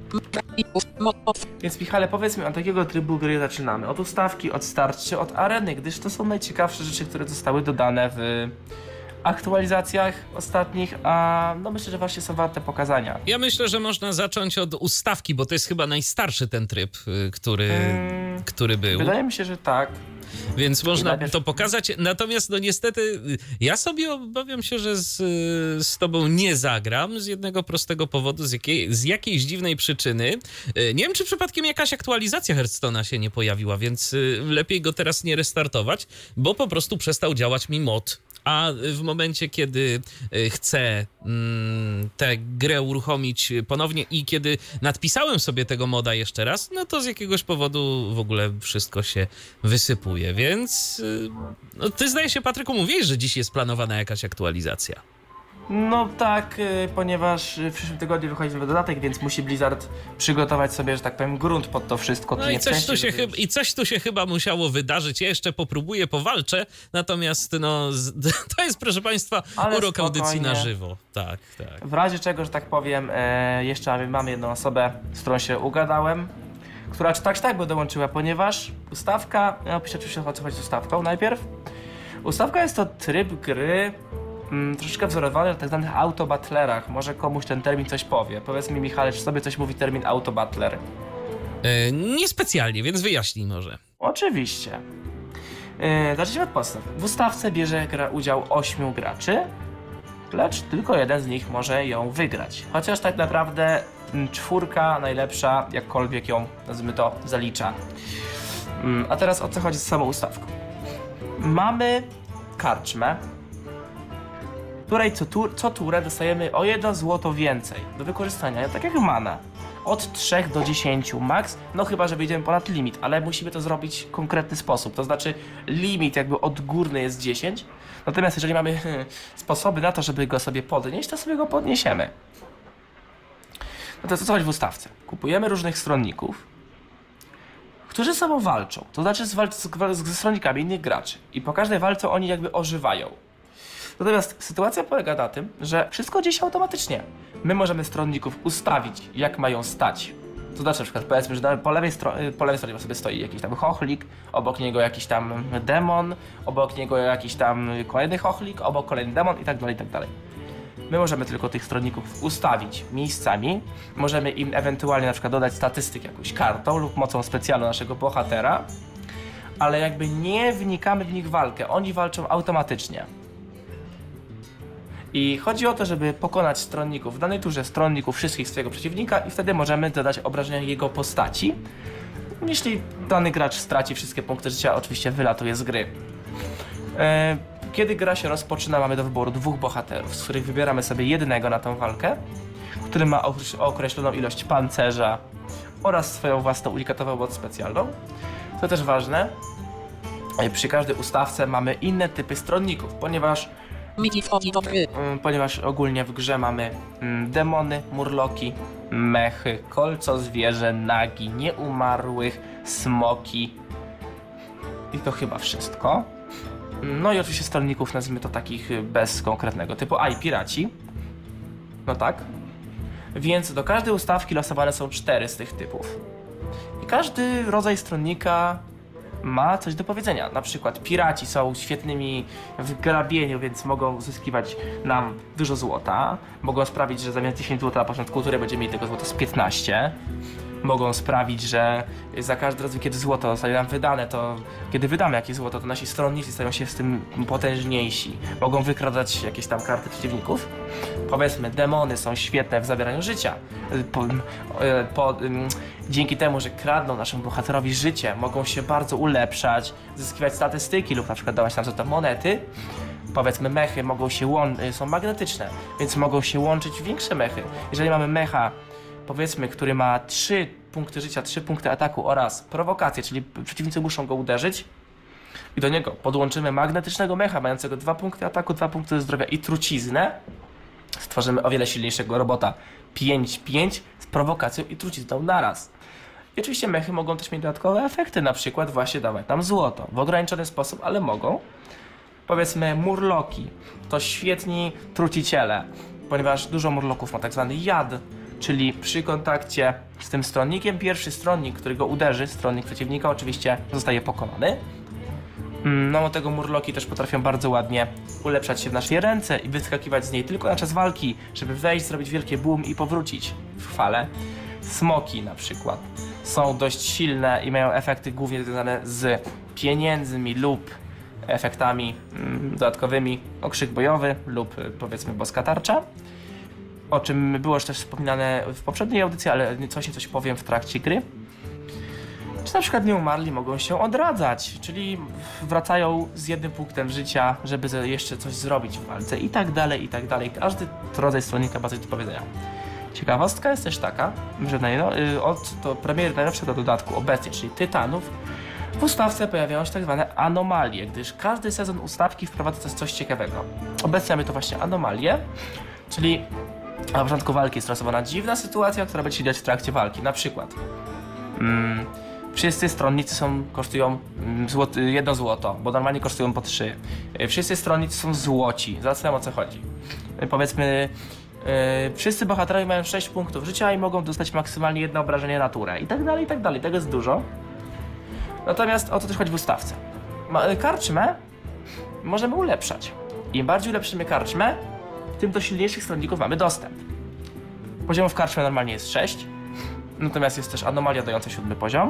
Więc Michale, powiedz mi, od takiego trybu gry zaczynamy? Od ustawki, od start czy od areny? Gdyż to są najciekawsze rzeczy, które zostały dodane w aktualizacjach ostatnich, a no myślę, że właśnie są warte pokazania. Ja myślę, że można zacząć od ustawki, bo to jest chyba najstarszy ten tryb, który, hmm, który był. Wydaje mi się, że tak. Więc można to pokazać. Natomiast no niestety ja sobie obawiam się, że z, z tobą nie zagram z jednego prostego powodu, z, jakiej, z jakiejś dziwnej przyczyny. Nie wiem, czy przypadkiem jakaś aktualizacja Hearthstone'a się nie pojawiła, więc lepiej go teraz nie restartować, bo po prostu przestał działać mi mod. A w momencie, kiedy chcę mm, tę grę uruchomić ponownie i kiedy nadpisałem sobie tego moda jeszcze raz, no to z jakiegoś powodu w ogóle wszystko się wysypuje, więc no, ty, zdaje się, Patryku, mówiłeś, że dziś jest planowana jakaś aktualizacja. No tak, yy, ponieważ w przyszłym tygodniu wychodzi nowy dodatek, więc musi Blizzard przygotować sobie, że tak powiem, grunt pod to wszystko. No i coś, tu się chyba, już... i coś tu się chyba musiało wydarzyć. Ja jeszcze popróbuję, powalczę, natomiast no to jest, proszę państwa, ale urok spokojnie. Audycji na żywo. Tak, tak. W razie czego, że tak powiem, e, jeszcze mamy jedną osobę, z którą się ugadałem, która czy tak, czy tak by dołączyła, ponieważ ustawka, ja opiszę oczywiście, o co chodzi z ustawką najpierw. Ustawka jest to tryb gry mm, troszeczkę wzorowany na tak zwanych autobattlerach. Może komuś ten termin coś powie. Powiedz mi, Michale, czy sobie coś mówi termin autobattler? E, niespecjalnie, więc wyjaśnij może. Oczywiście. Yy, zacznijmy od podstaw. W ustawce bierze gra udział ośmiu graczy, lecz tylko jeden z nich może ją wygrać. Chociaż tak naprawdę m, czwórka najlepsza, jakkolwiek ją, nazwijmy to, zalicza. Yy, a teraz o co chodzi z samą ustawką? Mamy karczmę, w której co, tur, co turę dostajemy o jedno złoto więcej do wykorzystania, tak jak mana. Od trzech do dziesięciu max, no chyba, że wyjdziemy ponad limit, ale musimy to zrobić w konkretny sposób, to znaczy limit jakby odgórny jest dziesięć, natomiast jeżeli mamy hmm, sposoby na to, żeby go sobie podnieść, to sobie go podniesiemy. No to co chodzi w ustawce? Kupujemy różnych stronników, którzy ze sobą walczą, to znaczy z walc- z, ze stronnikami innych graczy i po każdej walce oni jakby ożywają. Natomiast sytuacja polega na tym, że wszystko dzieje się automatycznie. My możemy stronników ustawić, jak mają stać. To znaczy na przykład powiedzmy, że po lewej, stro- po lewej stronie sobie stoi jakiś tam chochlik, obok niego jakiś tam demon, obok niego jakiś tam kolejny chochlik, obok kolejny demon i tak dalej, i tak dalej. My możemy tylko tych stronników ustawić miejscami, możemy im ewentualnie na przykład dodać statystyk jakąś kartą lub mocą specjalną naszego bohatera, ale jakby nie wnikamy w nich walkę, oni walczą automatycznie. I chodzi o to, żeby pokonać stronników w danej turze, stronników wszystkich swojego przeciwnika i wtedy możemy dodać obrażenia jego postaci. Jeśli dany gracz straci wszystkie punkty życia, oczywiście wylatuje z gry. E, kiedy gra się rozpoczyna, mamy do wyboru dwóch bohaterów, z których wybieramy sobie jednego na tą walkę, który ma określoną ilość pancerza oraz swoją własną unikatową moc specjalną. To też ważne, przy każdej ustawce mamy inne typy stronników, ponieważ Miki wchodzi do gry. ponieważ ogólnie w grze mamy demony, murloki, mechy, kolco zwierzę, nagi, nieumarłych, smoki i to chyba wszystko. No i oczywiście stronników, nazwijmy to takich bez konkretnego typu, a i piraci. No tak. Więc do każdej ustawki losowane są cztery z tych typów. I każdy rodzaj stronnika ma coś do powiedzenia. Na przykład piraci są świetnymi w grabieniu, więc mogą zyskiwać nam dużo złota. Mogą sprawić, że zamiast dziesięć złota na początku tury będziemy mieli tego złota z piętnaście. Mogą sprawić, że za każdy raz, kiedy złoto zostaje nam wydane, to kiedy wydamy jakieś złoto, to nasi stronnicy stają się z tym potężniejsi. Mogą wykradać jakieś tam karty przeciwników. Powiedzmy, demony są świetne w zabieraniu życia. Po, po, dzięki temu, że kradną naszemu bohaterowi życie, mogą się bardzo ulepszać, zyskiwać statystyki lub na przykład dawać nam za to monety. Powiedzmy, mechy mogą się łą- są magnetyczne, więc mogą się łączyć w większe mechy. Jeżeli mamy mecha, powiedzmy, który ma trzy punkty życia, trzy punkty ataku oraz prowokację, czyli przeciwnicy muszą go uderzyć i do niego podłączymy magnetycznego mecha mającego dwa punkty ataku, dwa punkty zdrowia i truciznę, stworzymy o wiele silniejszego robota pięć pięć z prowokacją i trucizną naraz. I oczywiście mechy mogą też mieć dodatkowe efekty, na przykład właśnie dawać nam złoto, w ograniczony sposób, ale mogą. Powiedzmy, murloki to świetni truciciele, ponieważ dużo murloków ma tak zwany jad, czyli przy kontakcie z tym stronnikiem, pierwszy stronnik, który go uderzy, stronnik przeciwnika oczywiście zostaje pokonany. No do tego murloki też potrafią bardzo ładnie ulepszać się w naszej ręce i wyskakiwać z niej tylko na czas walki, żeby wejść, zrobić wielkie boom i powrócić w chwale. Smoki na przykład są dość silne i mają efekty głównie związane z pieniędzmi lub efektami mm, dodatkowymi, okrzyk bojowy lub powiedzmy boska tarcza. O czym było już też wspominane w poprzedniej audycji, ale coś coś powiem w trakcie gry. Czy na przykład nieumarli mogą się odradzać, czyli wracają z jednym punktem życia, żeby jeszcze coś zrobić w walce i tak dalej, i tak dalej. Każdy rodzaj stronnika ma coś do powiedzenia. Ciekawostka jest też taka, że najno- od do premiery najnowszego dodatku obecnie, czyli Tytanów, w ustawce pojawiają się tak zwane anomalie, gdyż każdy sezon ustawki wprowadza coś, coś ciekawego. Obecnie mamy to właśnie anomalie, czyli na początku walki jest stosowana dziwna sytuacja, która będzie się dziać w trakcie walki. Na przykład mm, wszyscy stronnicy są, kosztują mm, złoty, jedno złoto, bo normalnie kosztują po trzy. Wszyscy stronnicy są złoci. Zaraz o co chodzi. Powiedzmy, yy, wszyscy bohaterowie mają sześć punktów życia i mogą dostać maksymalnie jedno obrażenie na turę. I tak dalej, i tak dalej. Tego jest dużo. Natomiast o to też chodzi w ustawce. Karczmę możemy ulepszać. Im bardziej ulepszymy karczmę, tym do silniejszych stronników mamy dostęp. Poziomów karczmy normalnie jest sześć, natomiast jest też anomalia dająca siódmy poziom.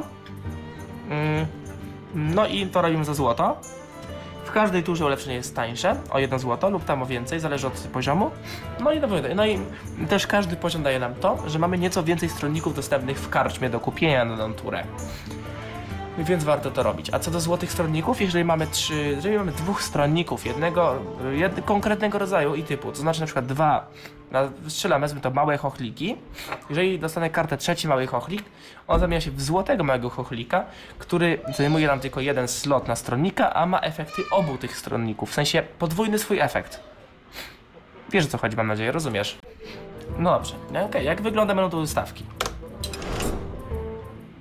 No i to robimy za złoto. W każdej turze ulepszenie jest tańsze, o jedno złoto lub tam o więcej, zależy od poziomu. No i, no i też każdy poziom daje nam to, że mamy nieco więcej stronników dostępnych w karczmie do kupienia na daną turę. Więc warto to robić. A co do złotych stronników, jeżeli mamy trzy, jeżeli mamy dwóch stronników jednego, jednego konkretnego rodzaju i typu, to znaczy na przykład dwa, strzelamy, wezmę to małe chochliki. Jeżeli dostanę kartę trzeci mały chochlik, on zamienia się w złotego małego chochlika, który zajmuje nam tylko jeden slot na stronnika, a ma efekty obu tych stronników, w sensie podwójny swój efekt. Wiesz o co chodzi, mam nadzieję, rozumiesz? No dobrze, okej, okay. Jak wygląda będą tu ustawki?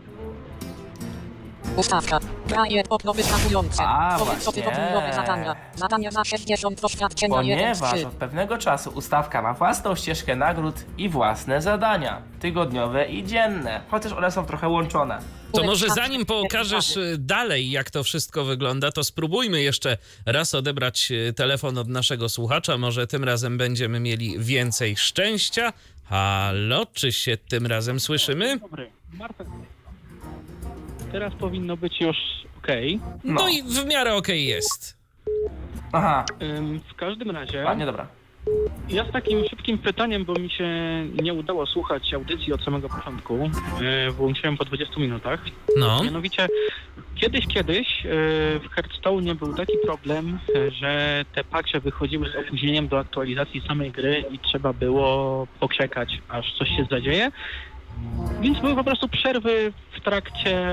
Ustawka. Gra i odnowy wskakujące. A, Powiedz, co ty właśnie. nowe zadania. Zadanie za sześćdziesiąt doświadczenia jeden z Ponieważ trzy. od pewnego czasu ustawka ma własną ścieżkę nagród i własne zadania. Tygodniowe i dzienne. Chociaż one są trochę łączone. To może zanim pokażesz y, dalej, jak to wszystko wygląda, to spróbujmy jeszcze raz odebrać y, telefon od naszego słuchacza. Może tym razem będziemy mieli więcej szczęścia. Halo, czy się tym razem słyszymy? Dobry, Marta. Teraz powinno być już okej. No, No. i w miarę okej jest. Aha, Ym, W każdym razie, ładnie, dobra. ja z takim szybkim pytaniem, bo mi się nie udało słuchać audycji od samego początku, yy, włączyłem po dwudziestu minutach. No, Mianowicie, kiedyś, kiedyś yy, w Hearthstone był taki problem, yy, że te patche wychodziły z opóźnieniem do aktualizacji samej gry i trzeba było poczekać, aż coś się zadzieje. Więc były po prostu przerwy w trakcie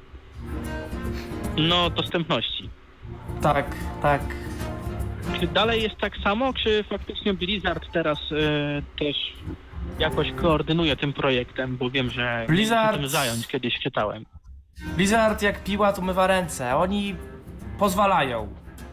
no, dostępności. Tak, tak. Czy dalej jest tak samo, czy faktycznie Blizzard teraz y, też jakoś koordynuje tym projektem, bo wiem, że Blizzard- się tym zająć, kiedyś czytałem. Blizzard jak piłat umywa ręce. Oni pozwalają.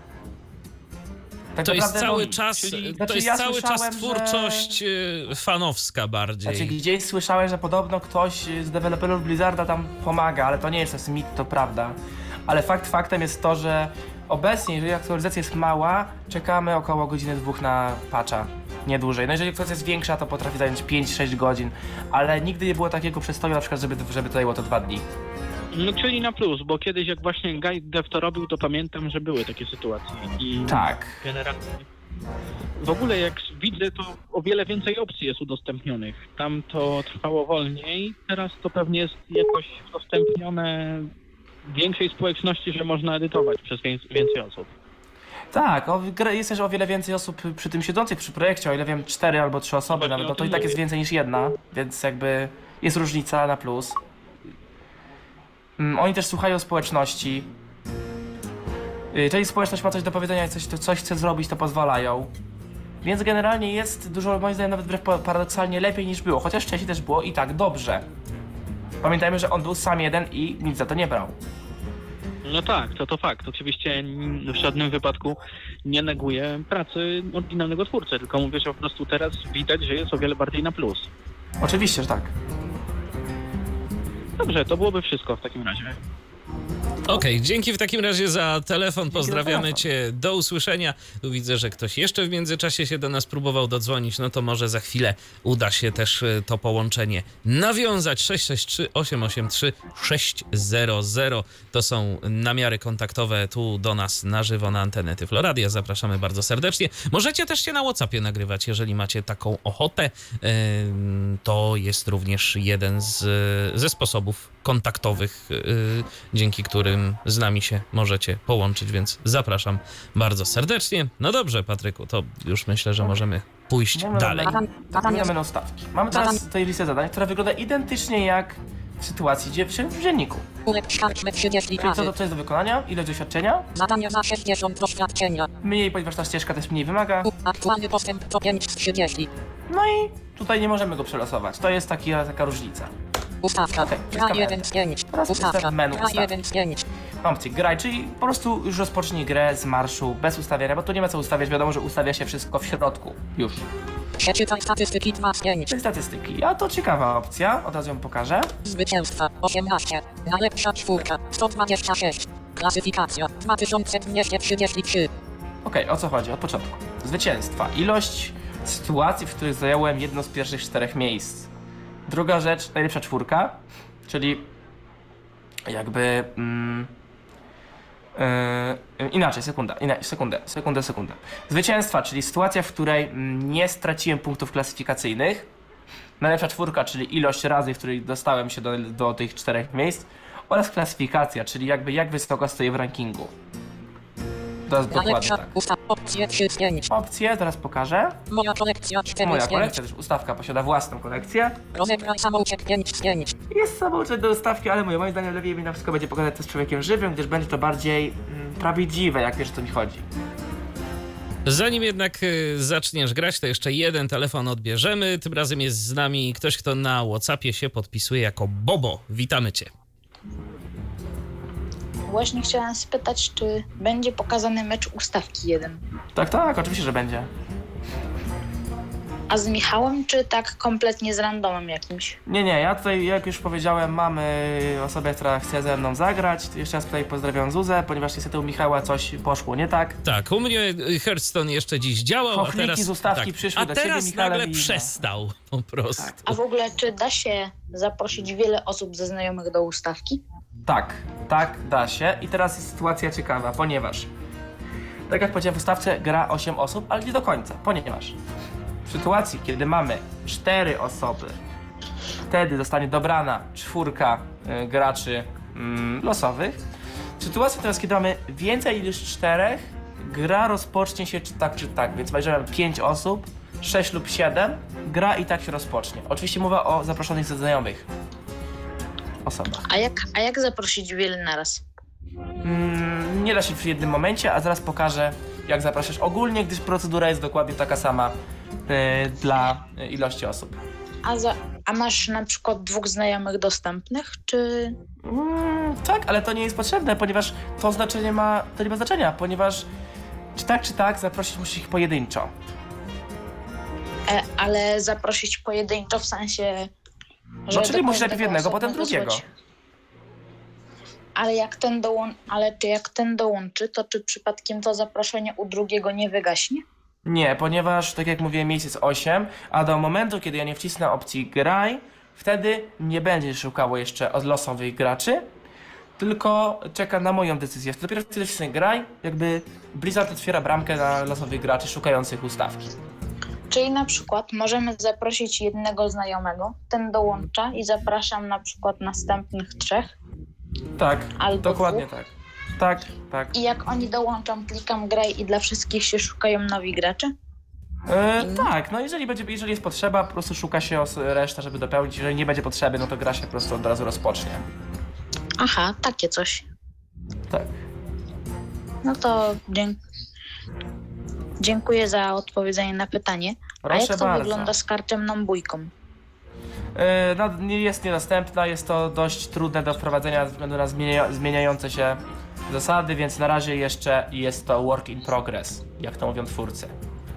Tak to jest naprawdę, cały no, czas, czyli- to Znaczy, jest ja cały czas słyszałem, że- twórczość y, fanowska bardziej. Znaczy gdzieś słyszałem, że podobno ktoś z deweloperów Blizzarda tam pomaga, ale to nie jest mit, to prawda. Ale fakt faktem jest to, że obecnie, jeżeli aktualizacja jest mała, czekamy około godziny dwóch na patcha. Nie dłużej. No jeżeli aktualizacja jest większa, to potrafi zająć pięć sześć godzin. Ale nigdy nie było takiego przestoju, na przykład, żeby, żeby to zajęło to dwa dni. No czyli na plus, bo kiedyś jak właśnie Guide Dev to robił, to pamiętam, że były takie sytuacje. I Tak. generalnie w ogóle jak widzę, to o wiele więcej opcji jest udostępnionych. Tam to trwało wolniej, teraz to pewnie jest jakoś udostępnione większej społeczności, że można edytować przez wię- więcej osób. Tak, o, gra- jest też o wiele więcej osób przy tym siedzących przy projekcie, o ile wiem cztery albo trzy osoby Właśnie nawet, o no to tym i tak mówię. jest więcej niż jedna, więc jakby jest różnica na plus. Mm, Oni też słuchają społeczności. Y, Jeżeli społeczność ma coś do powiedzenia i coś, to coś chce zrobić, to pozwalają. Więc generalnie jest dużo, moim zdaniem, nawet wbrew po- paradoksalnie lepiej niż było, chociaż wcześniej też było i tak dobrze. Pamiętajmy, że on był sam jeden i nic za to nie brał. No tak, to to fakt. Oczywiście n- w żadnym wypadku nie neguję pracy oryginalnego twórcy, tylko mówię, że po prostu teraz widać, że jest o wiele bardziej na plus. Oczywiście, że tak. Dobrze, to byłoby wszystko w takim razie. Okej, dzięki w takim razie za telefon, za pozdrawiamy telefon. cię, do usłyszenia. Tu widzę, że ktoś jeszcze w międzyczasie się do nas próbował dodzwonić, no to może za chwilę uda się też y, to połączenie nawiązać. sześć sześć trzy, osiem osiem trzy, sześć zero zero to są namiary kontaktowe tu do nas na żywo na antenę Tyflo Radia. Zapraszamy bardzo serdecznie. Możecie też się na WhatsAppie nagrywać, jeżeli macie taką ochotę. Ym, To jest również jeden z, ze sposobów kontaktowych, yy, dzięki którym z nami się możecie połączyć, więc zapraszam bardzo serdecznie. No dobrze, Patryku, to już myślę, że możemy pójść Mamy dalej. Zadam- Zadania Zadanie będą stawki. Mamy teraz tutaj listę zadań, która wygląda identycznie jak w sytuacji dzie- w dzienniku. ulepsz karczmę trzydzieści Czyli co, razy. to, co jest do wykonania? Ilość doświadczenia? Zadanie za sześćdziesiąt doświadczenia. Mniej, ponieważ ta ścieżka też mniej wymaga. U- Aktualny postęp to pięć z trzydziestu. No i tutaj nie możemy go przelosować. To jest taki, taka różnica. Ustawka. Okej, Gra wszystko jeden z pięć. Teraz Ustawka. ustaw menu Gra ustaw. jeden z pięć. Mam opcję graj, czyli po prostu już rozpocznij grę z marszu, bez ustawiania, bo tu nie ma co ustawiać. Wiadomo, że ustawia się wszystko w środku. Już. Przeczytaj statystyki dwa z pięć. Czyli statystyki. A to ciekawa opcja, od razu ją pokażę. Zwycięstwa osiemnaście. Najlepsza czwórka sto dwadzieścia sześć. Klasyfikacja dwa tysiące dwieście trzydzieści trzy. Okej, o co chodzi? Od początku. Zwycięstwa. Ilość sytuacji, w których zająłem jedno z pierwszych czterech miejsc. Druga rzecz, najlepsza czwórka, czyli jakby... Mm, yy, inaczej, sekunda, ina, sekundę, sekundę, sekundę. Zwycięstwa, czyli sytuacja, w której mm, nie straciłem punktów klasyfikacyjnych. Najlepsza czwórka, czyli ilość razy, w której dostałem się do, do tych czterech miejsc. Oraz klasyfikacja, czyli jakby jak wysoko stoję w rankingu. To jest dokładnie Najlepsza tak. ustaw. Opcje trzy z pięć. Opcje, teraz pokażę. Moja kolekcja cztery Moja z pięć. kolekcja, też ustawka posiada własną kolekcję. Rozegraj samouczek pięć z pięć. Jest samouczek do ustawki, ale moim zdaniem lepiej mi na wszystko będzie pokazać to z człowiekiem żywym, gdyż będzie to bardziej mm, prawdziwe, jak wiesz o co mi chodzi. Zanim jednak y, zaczniesz grać, to jeszcze jeden telefon odbierzemy. Tym razem jest z nami ktoś, kto na WhatsAppie się podpisuje jako Bobo. Witamy cię. właśnie chciałem spytać, czy będzie pokazany mecz ustawki jeden. Tak, tak, oczywiście, że będzie. A z Michałem, czy tak kompletnie z randomem jakimś? Nie, nie, ja tutaj, jak już powiedziałem, mamy osobę, która chce ze mną zagrać. Jeszcze raz tutaj pozdrawiam Zuzę, ponieważ niestety u Michała coś poszło nie tak. Tak, u mnie Hearthstone jeszcze dziś działał, a Chochliki teraz, z ustawki tak, przyszły a do teraz ciebie, Michale, nagle i- przestał po prostu. Tak. A w ogóle, czy da się zaprosić wiele osób ze znajomych do ustawki? Tak, tak, da się. I teraz jest sytuacja ciekawa, ponieważ tak jak powiedziałem, w ustawce gra osiem osób, ale nie do końca, ponieważ w sytuacji, kiedy mamy cztery osoby, wtedy zostanie dobrana czwórka y, graczy y, losowych. W sytuacji teraz, kiedy mamy więcej niż czterech, gra rozpocznie się czy tak, czy tak. Więc jeżeli mamy pięć osób, sześć lub siedem, gra i tak się rozpocznie. Oczywiście mowa o zaproszonych ze znajomych osobach. A jak, a jak zaprosić wiele naraz? Mm, nie da się w jednym momencie, a zaraz pokażę, jak zapraszasz ogólnie, gdyż procedura jest dokładnie taka sama y, dla y, ilości osób. A, za, a masz na przykład dwóch znajomych dostępnych, czy... Mm, tak, ale to nie jest potrzebne, ponieważ to znaczenie ma, to nie ma znaczenia, ponieważ czy tak, czy tak, zaprosić musisz ich pojedynczo. E, ale zaprosić pojedynczo w sensie... że No, czyli do musisz najpierw każdego jednego, potem osobno drugiego. wysłać. Ale jak ten dołą... ale czy jak ten dołączy, to czy przypadkiem to zaproszenie u drugiego nie wygaśnie? Nie, ponieważ, tak jak mówiłem, miejsc jest osiem, a do momentu, kiedy ja nie wcisnę opcji graj, wtedy nie będzie szukało jeszcze od losowych graczy, tylko czeka na moją decyzję. Dopiero wtedy wcisnę graj, jakby Blizzard otwiera bramkę na losowych graczy szukających ustawki. Czyli na przykład możemy zaprosić jednego znajomego, ten dołącza i zapraszam na przykład następnych trzech. Tak, Albo dokładnie dwóch. tak. Tak, tak. I jak oni dołączą, klikam graj i dla wszystkich się szukają nowi gracze? E, tak, no jeżeli będzie, jeżeli jest potrzeba, po prostu szuka się os- reszta, żeby dopełnić. Jeżeli nie będzie potrzeby, no to gra się po prostu od razu rozpocznie. Aha, takie coś. Tak. No to dzięk... dziękuję za odpowiedzenie na pytanie. A Proszę jak to bardzo. wygląda z karczemną bójką? E, no, nie jest niedostępna, jest to dość trudne do wprowadzenia ze względu na zmienia, zmieniające się zasady, więc na razie jeszcze jest to work in progress, jak to mówią twórcy.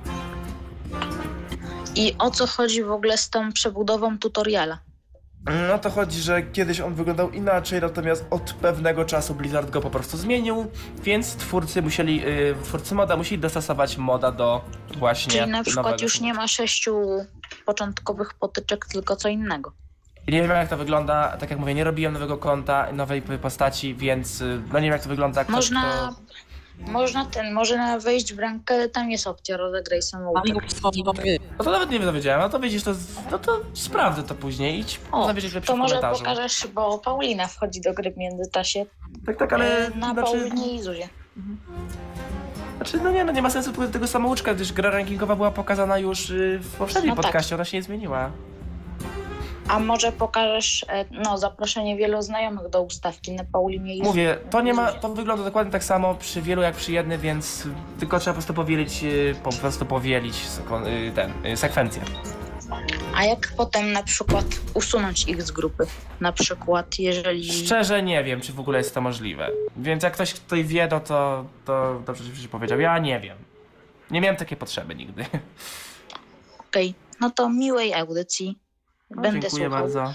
I o co chodzi w ogóle z tą przebudową tutoriala? No to chodzi, że kiedyś on wyglądał inaczej, natomiast od pewnego czasu Blizzard go po prostu zmienił, więc twórcy musieli, yy, twórcy moda musieli dostosować moda do właśnie Czyli na przykład nowego już nie ma sześciu początkowych potyczek, tylko co innego. I nie wiem jak to wygląda, tak jak mówię, nie robiłem nowego konta, nowej postaci, więc yy, no nie wiem jak to wygląda. Ktoś, Można, kto... można ten, można wejść w bramkę, tam jest opcja rozegraj samouczek. Linux wchodzi do gry. No to nawet nie dowiedziałem, no to widzisz, to, no to sprawdzę to później, idź, O, można wiedzieć lepsze to w może komentarzu. pokażesz, bo Paulina wchodzi do gry w międzyczasie. Tak, tak, ale e, na znaczy, Paulinie i Zuzie. znaczy, no nie, no nie ma sensu tego samouczka, gdyż gra rankingowa była pokazana już yy, w poprzednim No tak. podcaście, ona się nie zmieniła. A może pokażesz e, no, zaproszenie wielu znajomych do ustawki na Paulinie i Mówię, to nie ma, Zuzie. to wygląda dokładnie tak samo przy wielu jak przy jednym, więc tylko trzeba po prostu powielić, yy, po prostu powielić sekon- yy, ten, yy, sekwencję. A jak potem na przykład usunąć ich z grupy? Na przykład jeżeli... Szczerze nie wiem, czy w ogóle jest to możliwe, więc jak ktoś tutaj wie, no to, to dobrze, że powiedział, ja nie wiem. Nie miałem takiej potrzeby nigdy. Okej, no to miłej audycji. No, Będę dziękuję słuchał. bardzo.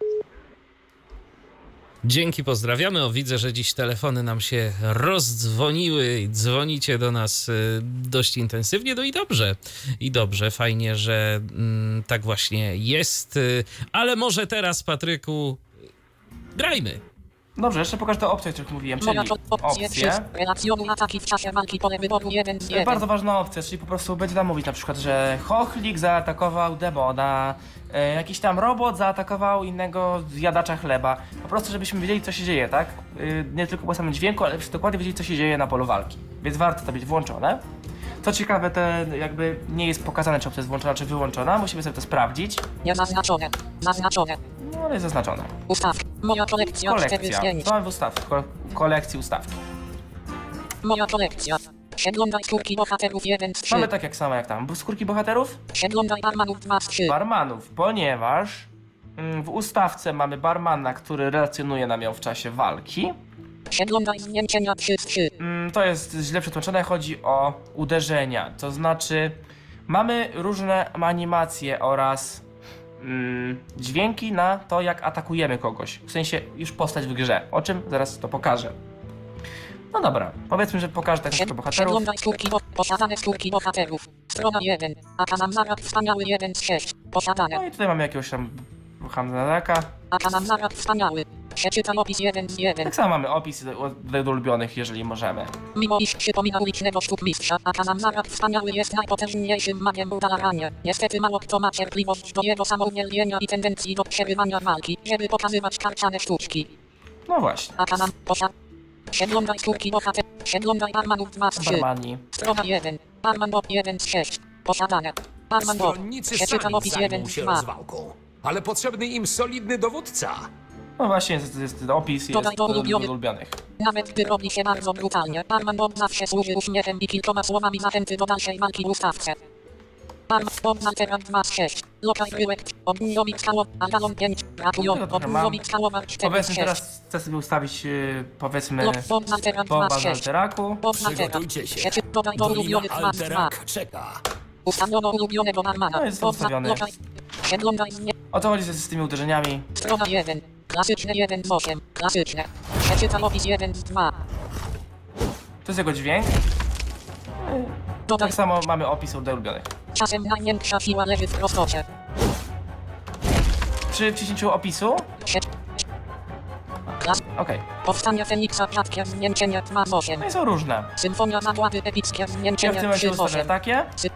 Dzięki, pozdrawiamy. O, widzę, że dziś telefony nam się rozdzwoniły i dzwonicie do nas y, dość intensywnie. No i dobrze, i dobrze, fajnie, że mm, tak właśnie jest. Y, ale może teraz, Patryku, grajmy. Dobrze, jeszcze pokażę tę opcję, o której mówiłem, czyli Moja opcje opcję. Shift. Relacjonuj ataki w czasie walki, pole wyboru jeden z jeden. Bardzo ważna opcja, czyli po prostu będzie nam mówić na przykład, że Chochlik zaatakował demona, e, jakiś tam robot zaatakował innego zjadacza chleba. Po prostu, żebyśmy wiedzieli, co się dzieje, tak? E, nie tylko po samym dźwięku, ale żebyśmy dokładnie wiedzieli, co się dzieje na polu walki. Więc warto to mieć włączone. Co ciekawe, te jakby nie jest pokazane, czy opcja jest włączona, czy wyłączona. Musimy sobie to sprawdzić. Niezaznaczone. Zaznaczone. No, ale jest zaznaczone. Ustawki. Moja kolekcja cztery z Kolekcja. pięć. To mamy w ustawce, ko- kolekcji ustawki. Moja kolekcja. Przeglądaj skórki bohaterów jeden z trzy. Mamy tak jak samo jak tam. Skórki bohaterów? Przeglądaj barmanów dwa z trzy. Barmanów, ponieważ mm, w ustawce mamy barmana, który relacjonuje nam ją w czasie walki. Przeglądaj znięcienia trzy z trzy. Mm, to jest źle przetłumaczone, chodzi o uderzenia. To znaczy, mamy różne animacje oraz mm, dźwięki na to, jak atakujemy kogoś. W sensie już postać w grze, o czym zaraz to pokażę. No dobra, powiedzmy, że pokażę tak szybko bohaterów. Przeglądaj skórki, bo posiadane skórki bohaterów. Strona jeden. Akazamzarak wspaniały jeden z sześć. Posiadane. No i tutaj mamy jakiegoś tam Hamzaraka. Akazamzarak wspaniały. Przeczytaj opis jeden z jeden. Tak samo mamy opis do, do, do ulubionych, jeżeli możemy. Mimo iż przypomina ulicznego sztukmistrza, Akazamzarak wspaniały jest najpotężniejszym magiem Udalaranie. Niestety mało kto ma cierpliwość do jego samouwielbienia i tendencji do przerywania walki, żeby pokazywać karciane sztuczki. No właśnie. Akazam posiad... Przeglądaj skórki bohater. Przeglądaj Armanów dwa z trzy. Barmani. Strona jeden. Arman Bob jeden z sześć. Posiadane. Arman Bob. Stronnicy Przeczytaj sami opis jeden zajmą z się dwa. rozwałką, ale potrzebny im solidny dowódca. No właśnie, jest, jest opis i jest Dodaj do do, do ulubionych. ulubionych. Nawet gdy robi się bardzo brutalnie, Arman Bob zawsze służy uśmiechem i kilkoma słowami zachęty do dalszej walki w ustawce. Arman Bob Zalteran dwa z sześć. Lokaj Ryłek. Obniżowi Skało. Agalon pięć. Brakują. Tego trochę mam. Obniżowi Skałowar cztery z Powiedzmy sześć. teraz chcę sobie ustawić, yy, powiedzmy, Lok Bob Zalteran dwa Boba z z sześć. Alteraku. Bob Zalteran. Przygotujcie się. Przeczy- Dodaj do Dolina ulubionych dwa z dwa. Alterak czeka. Ustanowiono ulubionego Armana. No jest Bob Za- ustawiony. Lokaj. Przeglądaj mnie. O co chodzi z, z tymi uderzeniami? Strona jeden. Klasyczne jeden z osiem. Klasyczne. Przeczytaj opis jeden z dwa. To jest jego dźwięk. Dodaj. Tak samo mamy opis do ulubionych. Czasem największa siła leży w prostocie. Przy wciśnięciu opisu, Prze- Klas. okej, Powstanie Feniksa rzadkie znięcienia dwa z osiem. no i są różne. Symfonia zagłady epickie Ja w tym znięcienia momencie trzy z ustawię osiem. takie. Sy-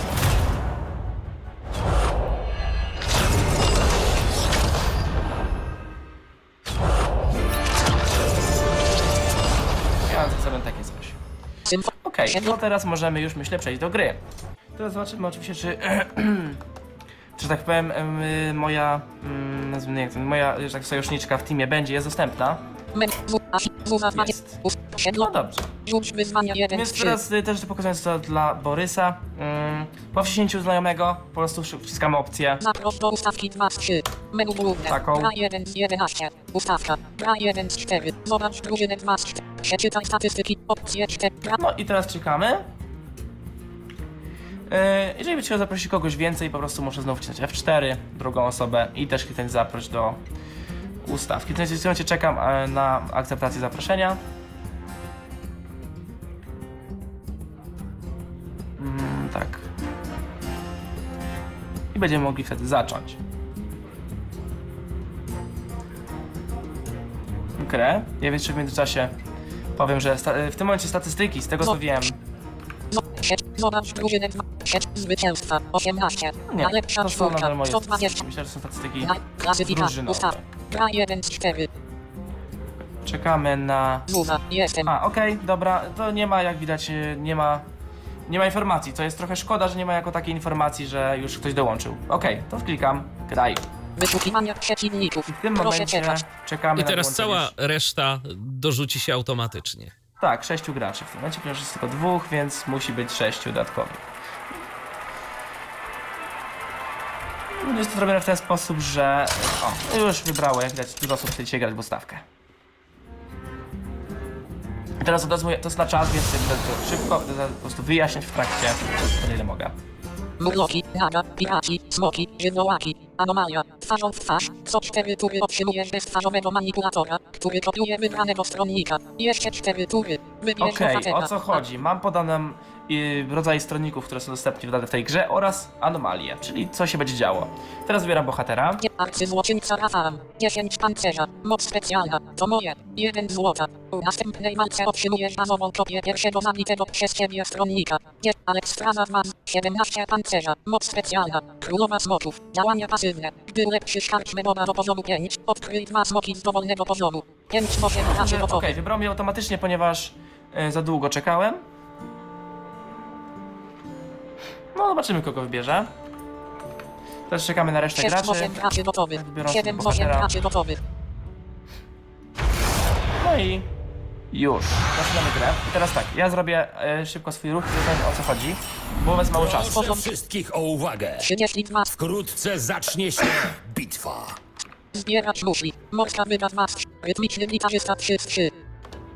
Ja sobie takie coś. Symfo- Okej, Siedlo- no teraz możemy już, myślę, przejść do gry. Teraz zobaczymy oczywiście, czy... czy tak powiem, em, y, moja... mm, nazwijmy jak to, moja, że tak sojuszniczka w teamie będzie, jest dostępna. Men. W. A. W. A. Jest. Ust. No Siedlo. dobrze. Rzuć wyzwania jeden Więc z trzy. teraz y, też pokazując to dla Borysa. Mm, po wciśnięciu znajomego po prostu wszy- wciskamy opcję. Zaprosz do ustawki dwa z trzy. Menu główne. Taką. Gra jeden z jedenaście. Ustawka. Gra jeden z cztery. Zobacz drużynę dwa z cztery. Przeczytaj statystyki. Opcje cztery. Gra. No i teraz czekamy. Yy, jeżeli by chciał zaprosić kogoś więcej, po prostu muszę znowu wcisnąć F cztery, drugą osobę i też kliknąć zaproś do ustawki. W tym momencie czekam e, na akceptację zaproszenia. Mm, tak. I będziemy mogli wtedy zacząć grę. Ja jeszcze w międzyczasie powiem, że sta- w tym momencie statystyki, z tego co wiem, No, zobacz drużynę dwa. Zwycięstwa osiemnaście. nie, Najlepsza to są nadal czwórka. moje sto statystyki. dwadzieścia. Myślę, że są statystyki Na- Klasyfikacja. drużynowe. Ustaw. Gra jeden z cztery. Czekamy na... Zuza. Jestem. A, okej, dobra, to nie ma, jak widać, e, nie ma... Nie ma informacji, to jest trochę szkoda, że nie ma jako takiej informacji, że już ktoś dołączył. Okej, to wklikam, graj. Wyszukiwania przeciwników. I w tym Proszę momencie czekać. czekamy I na teraz dołączenie- cała reszta dorzuci się automatycznie. Tak, sześciu graczy w tym momencie, ponieważ jest tylko dwóch, więc musi być sześciu dodatkowych. Jest to zrobione w ten sposób, że... O, już wybrało, jak widać, dużo osób chce dzisiaj grać w ustawkę. I teraz od razu, to jest na czas, więc będę to szybko, będę po prostu wyjaśniać w trakcie, o ile mogę. Murloki, naga, piraci, smoki, żywiołaki, anomalia, twarzą w twarz, co cztery tury otrzymujesz beztwarzowego manipulatora, który kopiuje wybranego stronnika. Jeszcze cztery tury. Wybierz Okej, faceta. o co chodzi? Mam podane y, rodzaje stronników, które są dostępne w tej grze oraz anomalie, czyli co się będzie działo. Teraz wybieram bohatera. Arcyzłoczyńca Rafałem. dziesięć pancerza. Moc specjalna. To moje. jeden złota. W następnej walce otrzymujesz bazową kopię pierwszego zabitego przez ciebie stronnika. Dzie- Aleksstraza dwa. siedemnaście pancerza. Moc specjalna. Królowa smoków. Działania pasywne. Gdy lepszy karczmy boba do poziomu pięć. Odkryj dwa smoki z dowolnego poziomu. pięć osiem razy Okej, gotowy. wybrał mnie automatycznie, ponieważ y, za długo czekałem. No, zobaczymy, kogo wybierze. Teraz czekamy na resztę sześć graczy. osiem graczy gotowy. Wybiorą sobie siedem osiem bohatera. graczy gotowy. No i już. Zaczynamy grę. I teraz tak, ja zrobię e, szybko swój ruch, żeby wiem, o co chodzi, bo bez mało czasu. Proszę wszystkich o uwagę. trzydzieści dwa. Wkrótce zacznie się bitwa. Zbieracz muszli. Morska wyda dwa. Rytmiczny gitarzysta trzy z trzy.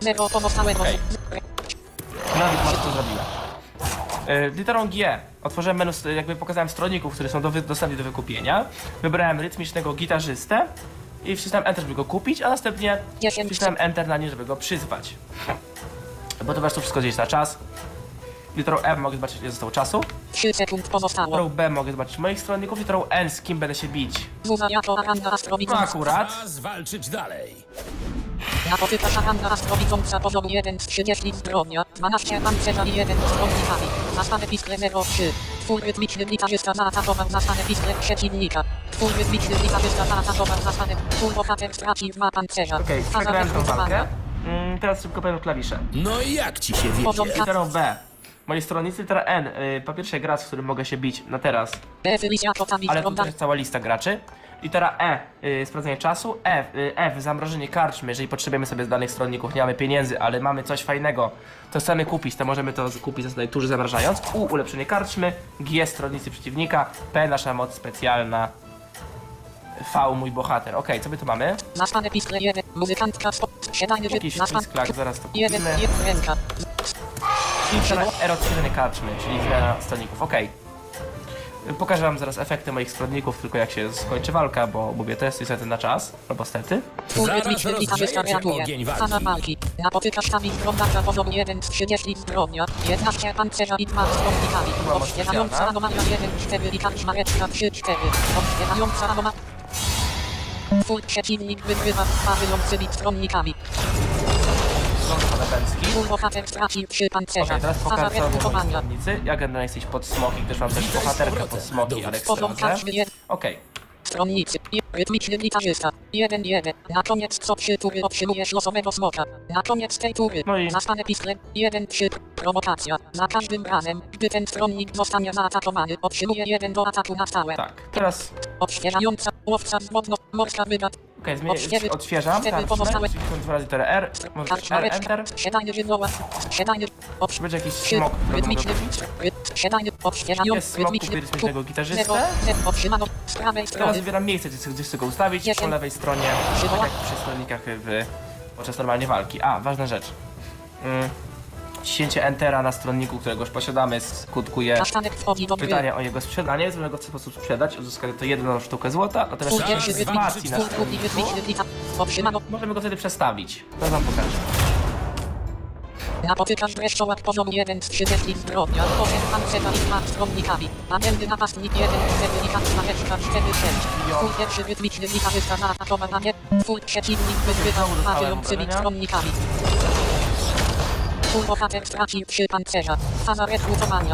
Zero pozostałego. Okej. Nawet masz to zrobiła. Yy, literą G otworzyłem menu, jakby pokazałem stronników, które są do, dostępne do wykupienia. Wybrałem rytmicznego gitarzystę i wcisnąłem Enter, żeby go kupić, a następnie wcisnąłem Enter na nie, żeby go przyzwać. Ponieważ to wszystko dzieje na czas. Literą M mogę zobaczyć, ile zostało czasu. trzy sekund pozostało. Literą B mogę zobaczyć moich stronników. Literą N, z kim będę się bić. Zuza jako Aranda Astrowidząca. No akurat. Czas walczyć dalej. Napotykasz Aranda Astrowidząca poziomu jeden z trzydziestu zbrodnia, dwanaście pancerza i jeden z broniami. Nastanę pisklę zero trzy. Twój rytmiczny gitarzysta zaatakował nastanę pisklę przeciwnika. Twój rytmiczny gitarzysta zaatakował nastanę. Twój bohater stracił dwa pancerza. Okej, okay, przegrałem tą walkę. Mm, teraz szybko powiem klawisze. No i jak ci się wiedzie? Literą B. Moi stronnicy, litera N. Yy, po pierwsze gra, z którym mogę się bić na teraz. Ale tutaj jest cała lista graczy. Litera E, yy, sprawdzenie czasu. F, yy, F, zamrożenie karczmy. Jeżeli potrzebujemy sobie z danych stronników, nie mamy pieniędzy, ale mamy coś fajnego, to chcemy kupić, to możemy to kupić za tuż zamrażając. U, ulepszenie karczmy. G, stronnicy przeciwnika. P, nasza moc specjalna. V, mój bohater. Okej, okay, co my tu mamy? Nastanę pisklę jeden. Muzykantka siedanie Jakiś pisklak, zaraz to kupimy. jeden, jeden, ręka. I litera R, odświeżenie karczmy, czyli zmiana stronników. Okej. Okay. Pokażę wam zaraz efekty moich stronników, tylko jak się skończy walka, bo mówię, to jest niestety na czas, albo stety. Zaraz rozgrzeje cię ogień walki. walki. Napotykasz sami zbrodniarza poziomu jeden z trzydziestu zbrodnia, jedenaście pancerza i dwa z broniami. Obświadająca anomalia jeden cztery i karczmareczka trzy cztery. Obświadająca anomalia. Twój przeciwnik wygrywa z parującymi stronnikami. Twój bohater stracił trzy pancerza. Okay, teraz pokażę co moi stronnicy. Ja generalnie jesteś pod smoki, gdyż mam też bohaterkę pod smoki, ale Okej. Okay. Stronnicy. Rytmiczny gitarzysta. jeden jeden. Na koniec co trzy tury otrzymujesz losowego smoka. Na koniec tej tury no i... nastanę pisklem jeden trzy. Prowokacja. Za każdym razem, gdy ten stronnik zostanie zaatakowany, otrzymuje jeden do ataku na stałe. Tak, teraz... Odświeżająca, łowca zwodno, morska wygat. Okej, okay, odświeżam, tak, dwa razy literę R, może R, Enter. Siadanie żydłoła, siadanie... Będzie jakiś smok, którego mogę kupić. Siadanie, odświeżający, jest smok, kupię rytmicznego gitarzystę. Otrzymano z prawej strony. Teraz wybieram miejsce, gdzie chcę go ustawić, po lewej stronie, tak jak przy stronnikach w, podczas normalnej walki. A, ważna rzecz. Mm. Ciśnięcie Entera na stronniku, którego już posiadamy, skutkuje pytanie o jego sprzedanie. Z go w sposób sprzedać, uzyskać to jedną sztukę złota, natomiast spacji na stronniku możemy go wtedy przestawić. To wam pokażę. Napotykasz dreszczołak poziomu jeden z trzydziestu zbrodnia, osiem pancerza i dwa stronnikami. Agentny napastnik jeden cztery i karczmareczka cztery sześć. Twój pierwszy rytmiczny gitarzysta zaatakował na nie. Twój przeciwnik wygrywał z parującymi stronnikami. Twój bohater stracił trzy pancerza. Faza rekrutowania.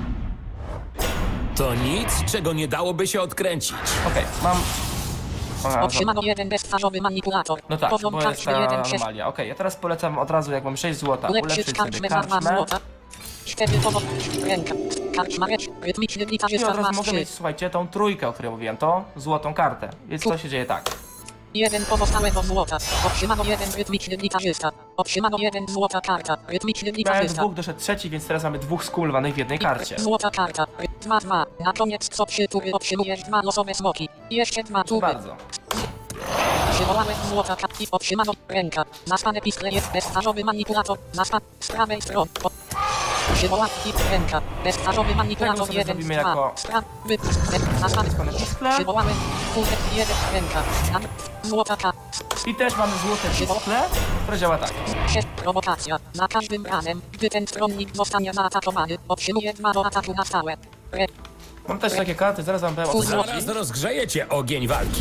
To nic, czego nie dałoby się odkręcić. Okej, okay, mam... Otrzymano jeden beztwarzowy manipulator. No tak, bo jest ta anomalia. Okej, okay, ja teraz polecam od razu, jak mam sześć złota, ulepszyć sobie karczmę. cztery pomoc, ręka, karczmarecz, rytmiczny gitarzysta. I od razu mogę mieć, słuchajcie, tą trójkę, o której mówiłem, to złotą kartę. Więc to się dzieje tak. Jeden pozostałego złota. Otrzymano jeden rytmiczny gitarzysta. Otrzymano jeden złota karta. Rytmiczny gitarzysta. Miałem dwóch, doszedł trzeci, więc teraz mamy dwóch skumulowanych w jednej karcie. Złota karta. dwa dwa. Na koniec co trzy tury otrzymujesz dwa losowe smoki. Jeszcze dwa tury. Bardzo. Przywołałem złota karty i otrzymano ręka. Nastanę pisklę jest beztwarzowy manipulator. Nastan z prawej strony. Przywołałem i ręka. Beztwarzowy manipulator jeden dwa. Jako... Nastanę przywołałem kulek jeden ręka. Złota karta. I też mamy złote piskle, które działa tak. Prowokacja. Na każdym razem, gdy ten stronnik zostanie zaatakowany, otrzymuje dwa do ataku na stałe. Re Mam też takie karty, zaraz wam powiem o co chodzi. Zaraz rozgrzeje cię ogień walki.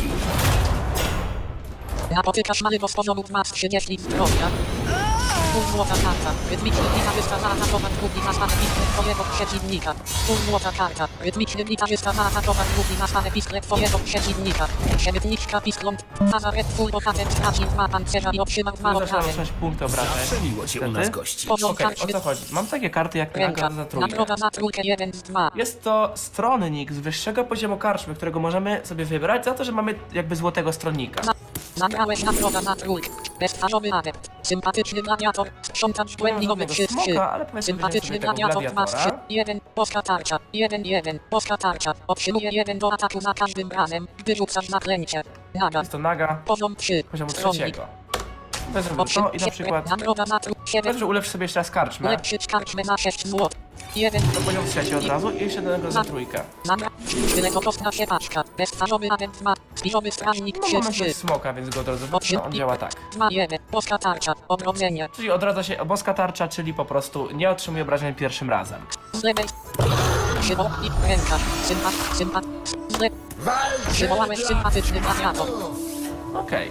Napotykasz malego z poziomu dwa z trzydziestu zdrowia. Pół złota karta. Rytmiczny gitarzysta zaatakował drugi na stan pisklę twojego przeciwnika. Pół złota karta. Rytmiczny gitarzysta zaatakował drugi na stan pisklę twojego przeciwnika. Przemytniczka piskląt. Fazaret twój bohater stracił dwa pancerza i otrzymał dwa obrażeń. Zaczynam punkty obrażeń. Zawsze miło cię u nas gościć. Okej, okay, o co chodzi? Mam takie karty jak nagroda za trójkę. Nagroda za trójkę jeden z dwa. Jest to stronnik z wyższego poziomu karczmy, którego możemy sobie wybrać za to, że mamy jakby złotego stronnika. Nagrałeś nagroda na trójkę. Beztwarzowy adept. Sympatyczny gladiator. Sprzątacz błędnikowy trzy trzy. Sympatyczny gladiator dwa trzy. jeden. Boska tarcza. jeden jeden. Boska tarcza. Otrzymuje jeden do ataku za każdym razem, gdy rzucasz zaklęcie. Naga. Jest to naga. Poziom trzy. Poziomu trzeciego. Wezmę to i na przykład... Wezmę, ulepsz sobie jeszcze raz karczmę. Ulepszyć karczmę na sześć złotych. jeden. To poziom trzeci od razu i jeszcze do tego za trójkę. Zabra. Wysokostna siepaczka. Beztwarzowy agent dwa. Spiżowy strażnik No trzy mamy się trzy. smoka, więc go od razu wytnę, on działa tak. dwa jeden. Boska tarcza. Odrodzenie. Czyli odradza się boska tarcza, czyli po prostu nie otrzymuje obrażeń pierwszym razem. Z lewej. Przywoł i ręka. Sympat. Sympat. Z lewej. Przywołałeś sympatyczny awiator. Okej.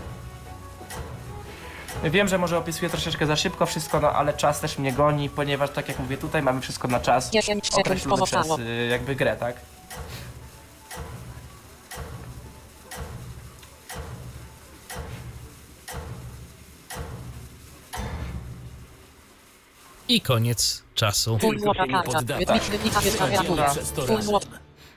Wiem, że może opisuję troszeczkę za szybko wszystko, no ale czas też mnie goni, ponieważ tak jak mówię, tutaj mamy wszystko na czas dziesięć sekund określony przez pozostało. y, jakby grę, tak? I koniec czasu. Full złota nie tarcza. poddawaj. Rytmiczny witawiec reaguje. Przez to Full razem. złota.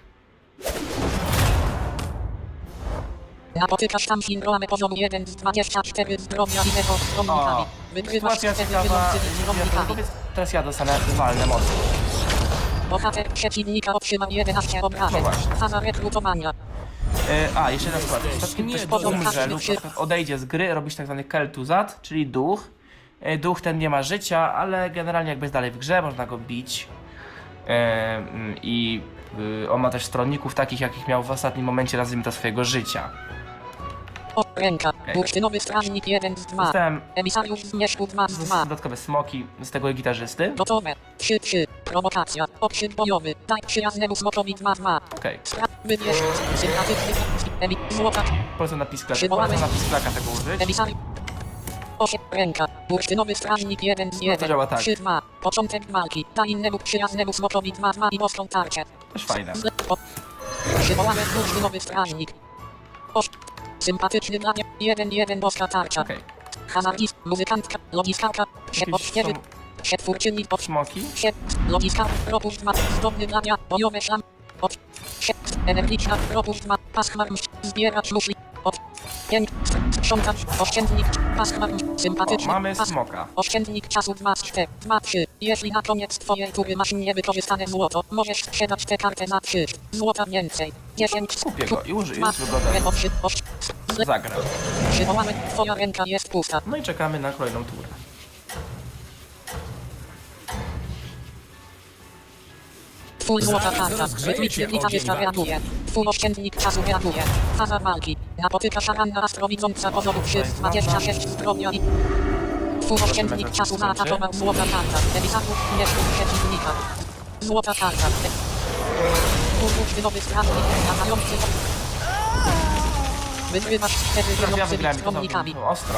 Napotykasz tam syndromę poziomu jeden z dwudziestu czterech zdrowia innego z stronnikami. Wygrywasz Sytuacja cztery ciekawa, wylącymi nie wiem, stronnikami. stronnikami. Teraz ja dostanę walne mocy. Bohater przeciwnika otrzymał jedenaście obrażeń. No właśnie. Faza rekrutowania. Y, a, jeszcze raz przykład. W przypadku nie ktoś do umrze zasady. lub na przykład odejdzie z gry, robisz tak zwany keltuzat, czyli duch. Y, Duch ten nie ma życia, ale generalnie jakby jest dalej w grze, można go bić. Y, mm, I y, on ma też stronników takich, jakich miał w ostatnim momencie, nazwijmy to, swojego życia. O, ręka. Bursztynowy strażnik jeden z dwa. Dostałem Emisariusz zmierzchu dwa z dwa. dodatkowe smoki z tego gitarzysty. Gotowe. trzy trzy. Prowokacja. Okrzyk bojowy. Daj przyjaznemu smokowi dwa dwa. Okej, Spra- Wybierz. Sympatyczny. Emi. Złota. polecam na pisklaka, Przywołałeś- polecam na pisklaka tego użyć. Emisariusz. osiem. Ręka. Bursztynowy strażnik jeden z jeden. działa tak. trzy dwa. Początek walki. Daj innemu przyjaznemu smokowi dwa dwa i boską tarczę. Też fajne. Zle- o- Przywołany bursztynowy strażnik. O. Sympatyczny dla mnie. jeden jeden boska tarcza. Okej, Hazardist. Muzykantka. Logistarka. jakieś Przetwórczyni. są Przetwórczyni. Od smoki. Sied, logiska, propust dwa, zdobny dla dnia, bojowe szlam, od, sied, energiczna, propust dwa, paschmar, zbieracz muszli, od, pięć, sprzątacz, oszczędnik, paschmar, sympatyczny, O, mamy pas- smoka. oszczędnik czasu dwa, cztery, dwa, trzy, jeśli na koniec twojej tury masz niewykorzystane złoto, możesz sprzedać tę kartę na trzy, złota więcej, dziesięć, Kupię go i użyję, dwa, jest wygoda. ręko, trzy, oś- zle- Zagram. przywołamy, twoja ręka jest pusta, No i czekamy na kolejną turę. twój złota Zaraz tarcza, rozgrzeje rytmiczny się witawiec ogień reaguje, twój oszczędnik czasu reaguje, faza walki, napotyka szaranna astrowidząca pozoru trzy dwadzieścia sześć zdrowia i... Twój oszczędnik czasu zaatakował złota tarcza, emisarów mieszku przeciwnika. Złota tarcza. Twój bursztynowy strażnik, latający... Wygrywasz cztery Teraz ja wylącymi wygrałem, to stronnikami. to ostro.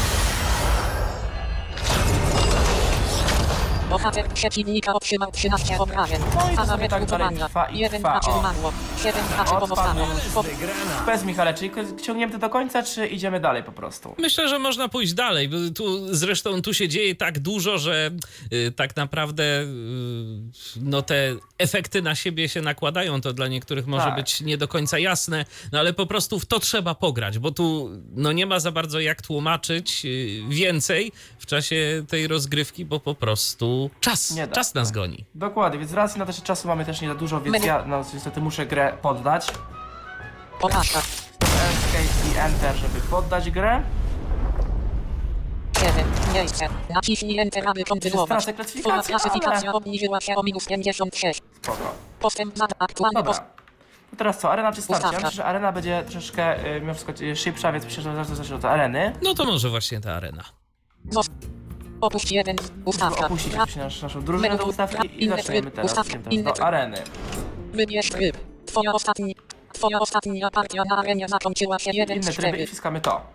Bohater przeciwnika otrzymał trzynaście obrażeń. No i to Faza sobie tak dalej rekrutowania. trwa i jeden trwa, graczy o. umarło. siedem graczy pozostało. Odpadł. Po- Wygrana. Powiedz Michale, czy ciągniemy to do końca, czy idziemy dalej po prostu? Myślę, że można pójść dalej. bo Tu, zresztą tu się dzieje tak dużo, że y, tak naprawdę y, no te efekty na siebie się nakładają. To dla niektórych może Tak. być nie do końca jasne, no ale po prostu w to trzeba pograć, bo tu no nie ma za bardzo jak tłumaczyć y, więcej w czasie tej rozgrywki, bo po prostu czas, Nie da. czas nas goni. Dokładnie, więc z racji na to, że czasu mamy też nie za dużo, więc ja no, niestety muszę grę poddać. Porażka. Escape i Enter, żeby poddać grę. siedem. Miejsce. Naciśnij Enter, aby kontynuować. stracę klasyfikację, Twoja klasyfikacja ale- obniżyła się o minus pięćdziesiąt sześć. Spoko. Postęp nad aktualny Dobra. post... To teraz co, arena czy starcie? Ja Ustawka. myślę, że arena będzie troszeczkę y, mimo wszystko y, szybsza, więc myślę, że zacznę zacznę od areny. No to może właśnie ta arena. Zos... Opuść jeden. Ustawka. Opuścić Tra- oczywiście nasz, naszą drużynę do ustawki i Inny zaczniemy tryb. teraz, Ustawka. teraz Inny do tryb. areny. Wybierz tryb. Twoja ostatnia... Twoja ostatnia partia na arenie zakończyła się jeden Inne z tryby i czterech. wciskamy to.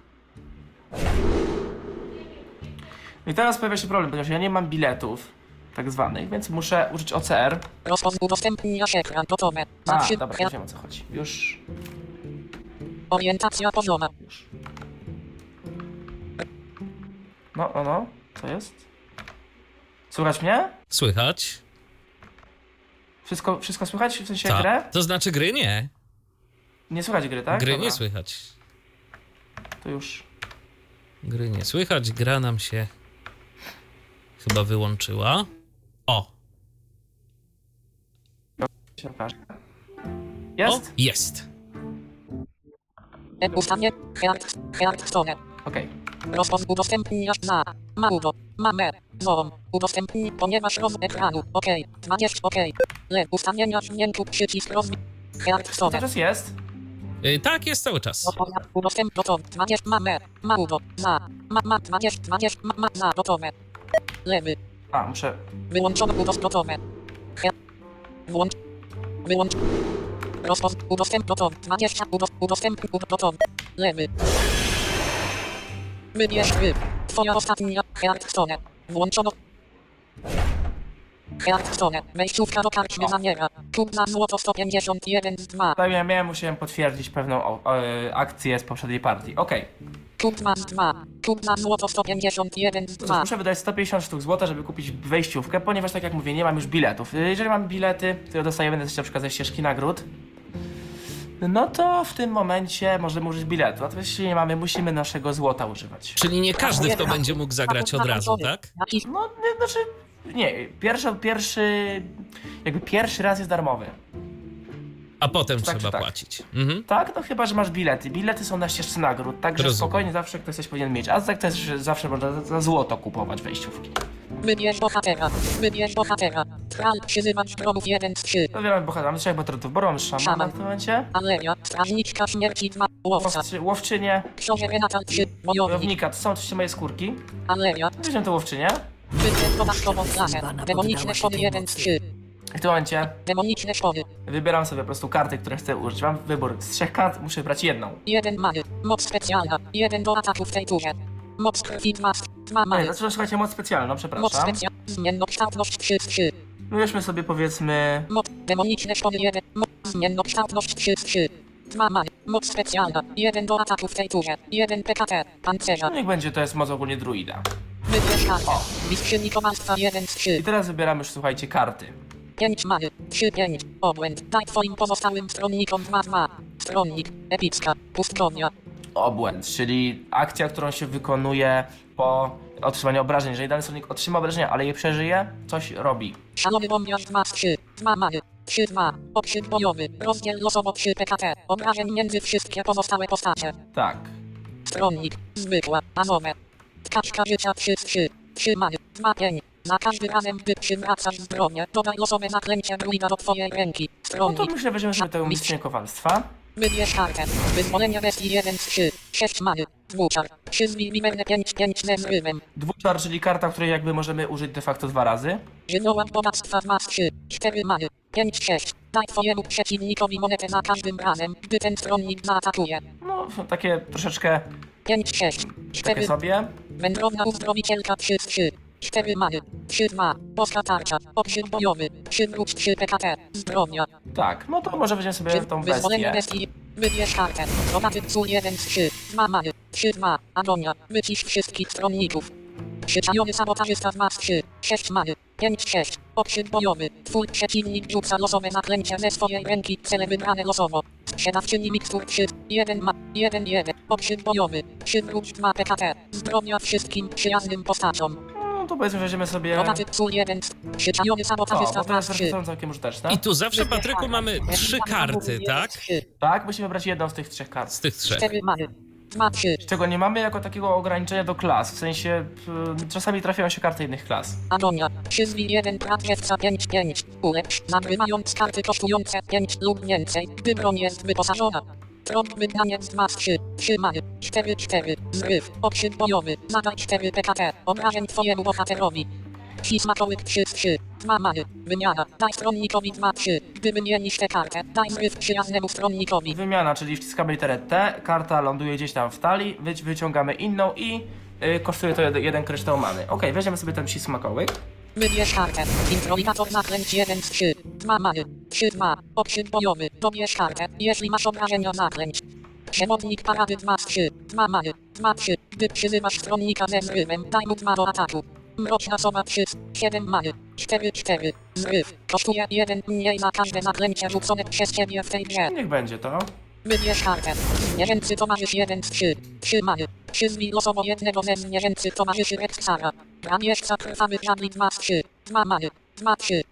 I teraz pojawia się problem, ponieważ ja nie mam biletów tak zwanych, więc muszę użyć O C R. Rozpoznaj udostępniasz ekran. Gotowe. A, Zawsze... dobra, już wiem o co chodzi. Już, Orientacja pozioma. już. No, no, no, co jest? Słychać mnie? Słychać? Wszystko, wszystko słychać? W sensie Tak. grę? To znaczy gry nie. Nie słychać gry, tak? Gry Dobra, nie słychać. To już. Gry nie słychać, gra nam się chyba wyłączyła. O, się okaże. o, Jest? jest. E, Ustawienie. Heart. Hearthstone. Okej. Rozpoz udostępniać za. Małdo. Mamy. Zoom. Udostępnij, ponieważ roz ekranu. OK. dwadzieścia OK. Le. Ustawienia dźwięku. Przycisk rozwi... Heart To sobie. też jest? Y, tak, jest cały czas. Udostępnij gotowe. dwadzieścia mamy. Małdo. Za. Ma, ma, dwadzieścia, dwadzieścia, ma, ma, za. Gotowe. Lewy. A, muszę... Wyłączono udostęp gotowe. He. Włącz. Wyłącz. Rozpoz. Udostęp gotowy. dwadzieścia. Udos, udostęp ud, gotowy. Lewy. Wybierz wy. Twoja ostatnia. Hearthstone. Włączono. Hearthstone. Wejściówka do karczmy zawiera. Kup za złoto sto pięćdziesiąt jeden z dwa. Tak, ja miałem, musiałem potwierdzić pewną o, o, akcję z poprzedniej partii. Okej. Kup dwa z dwa. Kup za złoto sto pięćdziesiąt jeden z Okay. dwa. Muszę wydać sto pięćdziesiąt sztuk złota, żeby kupić wejściówkę, ponieważ tak jak mówię, nie mam już biletów. Jeżeli mam bilety, to dostajemy też na przykład ze ścieżki nagród. No to w tym momencie możemy użyć biletu. Natomiast jeśli nie mamy, musimy naszego złota używać. Czyli nie każdy w to będzie mógł zagrać od razu, tak? Jakiś No, nie, znaczy... Nie, pierwszy, pierwszy... Jakby pierwszy raz jest darmowy. A potem Tak, trzeba tak. płacić. Mhm. Tak, no chyba, że masz bilety. Bilety są na ścieżce nagród, także Rozumiem. spokojnie zawsze ktoś coś powinien mieć. A tak też zawsze można za, za złoto kupować wejściówki. Wybierz bohatera. Wybierz bohatera. Tral. Przyzywać wrogów jeden z trzy. Wybieramy bohatera, mamy trzech bohaterów. Borą szamana Szaman. w tym momencie. Aleria. Strażniczka śmierci dwa. Łowca. Łowczy, łowczynię, Książę Renata trzy. Wojownik. wojownika, to są oczywiście moje skórki. Aleria. Weźmiemy tę łowczynię. Wybierz dodatkową klasę. Demoniczne szkody jeden z trzy. I w tym momencie Demoniczne szkody. wybieram sobie po prostu karty, które chcę użyć. Mam wybór z trzech kart, muszę wybrać jedną. Jeden many. Moc specjalna. Jeden do ataku w tej turze. Moc krwi dwa. Dwa Nie, many. zaczyna słuchajcie moc specjalną, Moc przepraszam. specjalna. Zmiennokształtność trzy z trzy. Weźmy sobie powiedzmy... Moc. Demoniczne szkody jeden. Moc. Zmiennokształtność trzy z trzy. Dwa many. Moc specjalna. Jeden do ataku w tej turze. Jeden P K T. Pancerza. No niech będzie, to jest moc ogólnie druida. Wybierz kartę. O. Mistrzyni komarstwa jeden z trzy. I teraz wybieramy już, słuchajcie, karty. pięć many. trzy pięć. Obłęd. Daj twoim pozostałym stronnikom dwa dwa. Stronnik. Epicka. Pustkownia. Obłęd, czyli akcja, którą się wykonuje po otrzymaniu obrażeń. Jeżeli dany stronnik otrzyma obrażenia, ale je przeżyje, coś robi. Szalony bombiarz dwa z trzy. dwa many. trzy dwa. Okrzyk bojowy. Rozdziel losowo trzy P K T. Obrażeń między wszystkie pozostałe postacie. Tak. Stronnik. Zwykła. Azowe. Tkaczka życia trzy z trzy. trzy many. dwa pięć. Za każdym razem, gdy przywracasz zdrowie, dodaj losowe zaklęcie druida do twojej ręki. No to Stronnik. myślę, weźmiemy sobie tę mistrzynię kowalstwa. Wybierz kartę. Wyzwolenia bestii jeden z trzy. sześć many. Dwuczar. Przyzwij wiberne pięć pięć ze zrywem. Dwuczar, czyli karta, której jakby możemy użyć de facto dwa razy. Żywiołam bogactwa dwa z trzy. cztery many. pięć sześć. Daj twojemu przeciwnikowi monetę za każdym razem, gdy ten stronnik zaatakuje. No, takie troszeczkę pięć sześć. takie cztery. sobie. Wędrowna uzdrowicielka trzy z trzy. cztery many. trzy dwa. Boska tarcza. Okrzyk bojowy. Przywróć trzy P K T. Zdrowia. Tak, no to może weźmiemy sobie tą Wyzwolenie bestię. bestii. Wybierz kartę. Rogaty psu jeden z trzy. dwa many. trzy dwa. Agonia. Wycisz wszystkich stronników. Przyczajony sabotażysta dwa z trzy. sześć many. pięć sześć. Okrzyk bojowy. Twój przeciwnik rzuca losowe zaklęcie ze swojej ręki. Cele wybrane losowo. Sprzedawczyni mikstur trzy. jeden ma. jeden jeden. Okrzyk bojowy. Przywróć dwa P K T. Zdrowia wszystkim przyjaznym postaciom. No to powiedzmy, weźmiemy sobie... Rogaty psu jeden. Przyczajony O, sabotażysta bo to dwa jest z trzy. są całkiem użyteczne. I tu zawsze, Patryku, mamy trzy karty, tak? Tak, musimy wybrać jedną z tych trzech kart. Z tych trzech. cztery many. dwa trzy. Czego nie mamy jako takiego ograniczenia do klas, w sensie y, czasami trafiają się karty innych klas. Agonia. Przyzwij jeden pratwiewca pięć pięć. Ulepsz, nagrywając karty kosztujące pięć lub więcej, gdy broń jest wyposażona. Trąb wygnaniec dwa z trzy. trzy many. cztery cztery. Zryw. Okrzyk bojowy. Nadaj cztery P K T. Obrażeń twojemu bohaterowi. Cismakołyk trzy z trzy. dwa many. Wymiana. Daj stronnikowi dwa trzy. Gdy wymienisz tę kartę, daj zryw przyjaznemu stronnikowi. Wymiana, czyli wciskamy literę T, karta ląduje gdzieś tam w talii, wy, wyciągamy inną i y, kosztuje to jeden, jeden kryształ many. Ok, weźmiemy sobie ten psi smakołyk. Wybierz kartę. Introligator zaklęć jeden z trzy. dwa many. trzy dwa. Okrzyk bojowy. Dobierz kartę, jeśli masz obrażenia zaklęć. Przewodnik parady dwa z trzy. dwa many. dwa trzy. Gdy przyzywasz stronnika ze zrywem, daj mu dwa do ataku. Mroczna sowa trzy. siedem many. cztery cztery. Zryw. Kosztuje jeden mniej za każde zaklęcie rzucone przez ciebie w tej grze. Niech będzie to. Wybierz kartę. Zwierzęcy towarzysz jeden z trzy. trzy many. Przyzwij losowo jednego ze zwierzęcych towarzyszy Rexara. Ramieżca krwawych żagli dwa z trzy. dwa many. dwa trzy.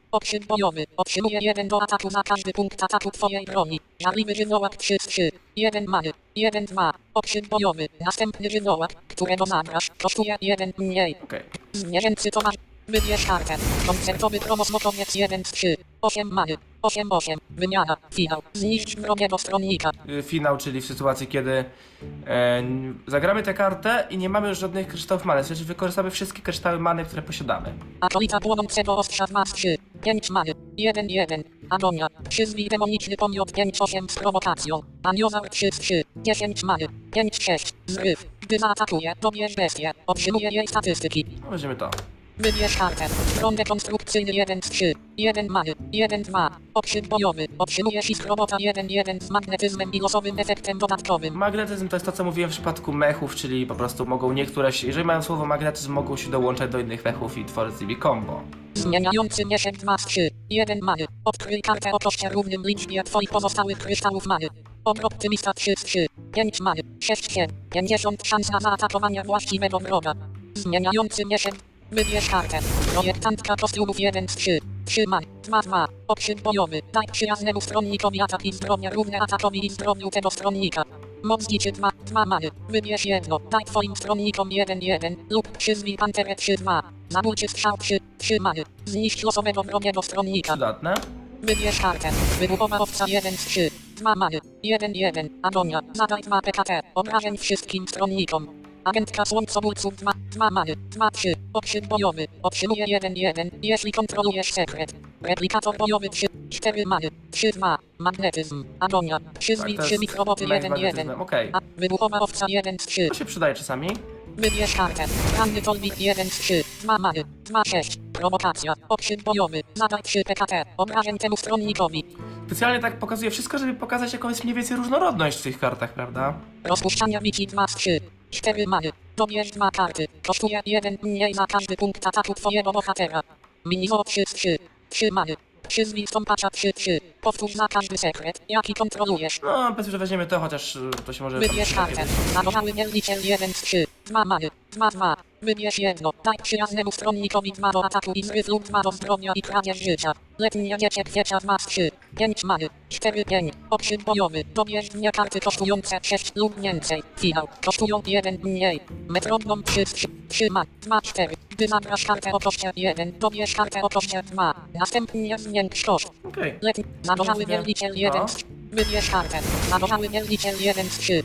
Okrzyk bojowy. Otrzymuje jeden do ataku za każdy punkt ataku twojej broni. Żarliwy żywiołak trzy trzy. jeden many. jeden dwa. Okrzyk bojowy. Następny żywiołak, którego zagrasz, kosztuje jeden mniej. Okej. Zwierzęcy towar. Wybierz kartę. Koncertowy promosmokowiec jeden trzy. osiem many. osiem osiem. Wymiana. Finał. Zniszcz wrogiego stronnika. Y, Finał, czyli w sytuacji, kiedy e, n- zagramy tę kartę i nie mamy już żadnych kryształów many, czyli wykorzystamy wszystkie kryształy many, które posiadamy. Akolica płonącego ostrza dwa trzy. pięć many. jeden jeden. Agonia. Przyzwij demoniczny pomiot pięć osiem z prowokacją. Aniozaur trzy trzy. dziesięć many. pięć sześć. Zryw. Gdy zaatakuje, dobierz bestię. Otrzymuje jej statystyki. No, weźmiemy to. Wybierz kartę. Front dekonstrukcyjny jeden trzy. jeden many. jeden dwa. Okrzyk bojowy. Otrzymujesz isk robota jeden jeden z magnetyzmem i losowym efektem dodatkowym. Magnetyzm to jest to, co mówiłem w przypadku mechów, czyli po prostu mogą niektóre, się- jeżeli mają słowo magnetyzm, mogą się dołączać do innych mechów i tworzyć z nimi combo. Zmieniający mieszek dwa trzy. jeden many. Odkryj kartę o koszcie równym liczbie twoich pozostałych kryształów many. Optymista trzy trzy. pięć many. sześć siedem. pięćdziesiąt szans na zaatakowanie właściwego wroga. Zmieniający mieszek. Wybierz kartę. Projektantka kostiumów jeden trzy. trzy many. dwa dwa. Okrzyk bojowy. Daj przyjaznemu stronnikowi atak i zdrowie równe atakowi i zdrowiu tego stronnika. Moc dziczy dwa. dwa many. Wybierz jedno. Daj twoim stronnikom jeden jeden. Lub przyzwij panterę trzy dwa. Zabójczy strzał trzy. trzy many. Zniszcz losowego wrogiego stronnika. Przydatne. Wybierz kartę. Wybuchowa owca jeden trzy. dwa many. jeden jeden. Agonia. Zadaj dwa P K T. Obrażeń wszystkim stronnikom. Agentka słońcobójców dwa. dwa many. dwa trzy. Okrzyk bojowy. Otrzymuje jeden jeden. Jeśli kontrolujesz sekret. Replikator bojowy trzy. cztery many. trzy dwa. Magnetyzm. Agonia. Przyzwij Tak, to trzy jest mikroboty mech z jeden jeden. magnetyzmem, okej. A wybuchowa owca jeden trzy. To się przydaje czasami. Wybierz kartę. Ranny Tolwik jeden trzy. dwa many. dwa sześć. Prowokacja. Okrzyk bojowy. Zadaj trzy P K T. Obrażeń temu stronnikowi. Specjalnie tak pokazuję wszystko, żeby pokazać jakąś mniej więcej różnorodność w tych kartach, prawda? Rozpuszczania bici dwa trzy. cztery many. Dobierz dwa karty. Kosztuje jeden mniej za każdy punkt ataku twojego bohatera. Minizo trzy trzy. trzy many. Przyzwij stąpacza trzy trzy. Powtórz za każdy sekret, jaki kontrolujesz. No, powiedzmy, że weźmiemy to, chociaż y, to się może... Wybierz kartę. Zagowały mierliciel jeden trzy. dwa many. dwa dwa. Wybierz jedno. Daj przyjaznemu stronnikowi dwa do ataku i zryw lub dwa do zdrowia i kradzież życia. Letnie dziecię kwiecia dwa trzy. pięć many. cztery pięć. Okrzyk bojowy. Dobierz dwie karty kosztujące sześć lub więcej. Finał. Kosztują jeden mniej. Metrodnom trzy trzy. trzy many. dwa cztery. Gdy zagrasz kartę o koszcie jeden, dobierz kartę o koszcie dwa. Następnie zwiększ koszt. Okej. Letni. Zagowały mierliciel jeden. No. Wybierz kartę. Zagowały mierliciel jeden trzy.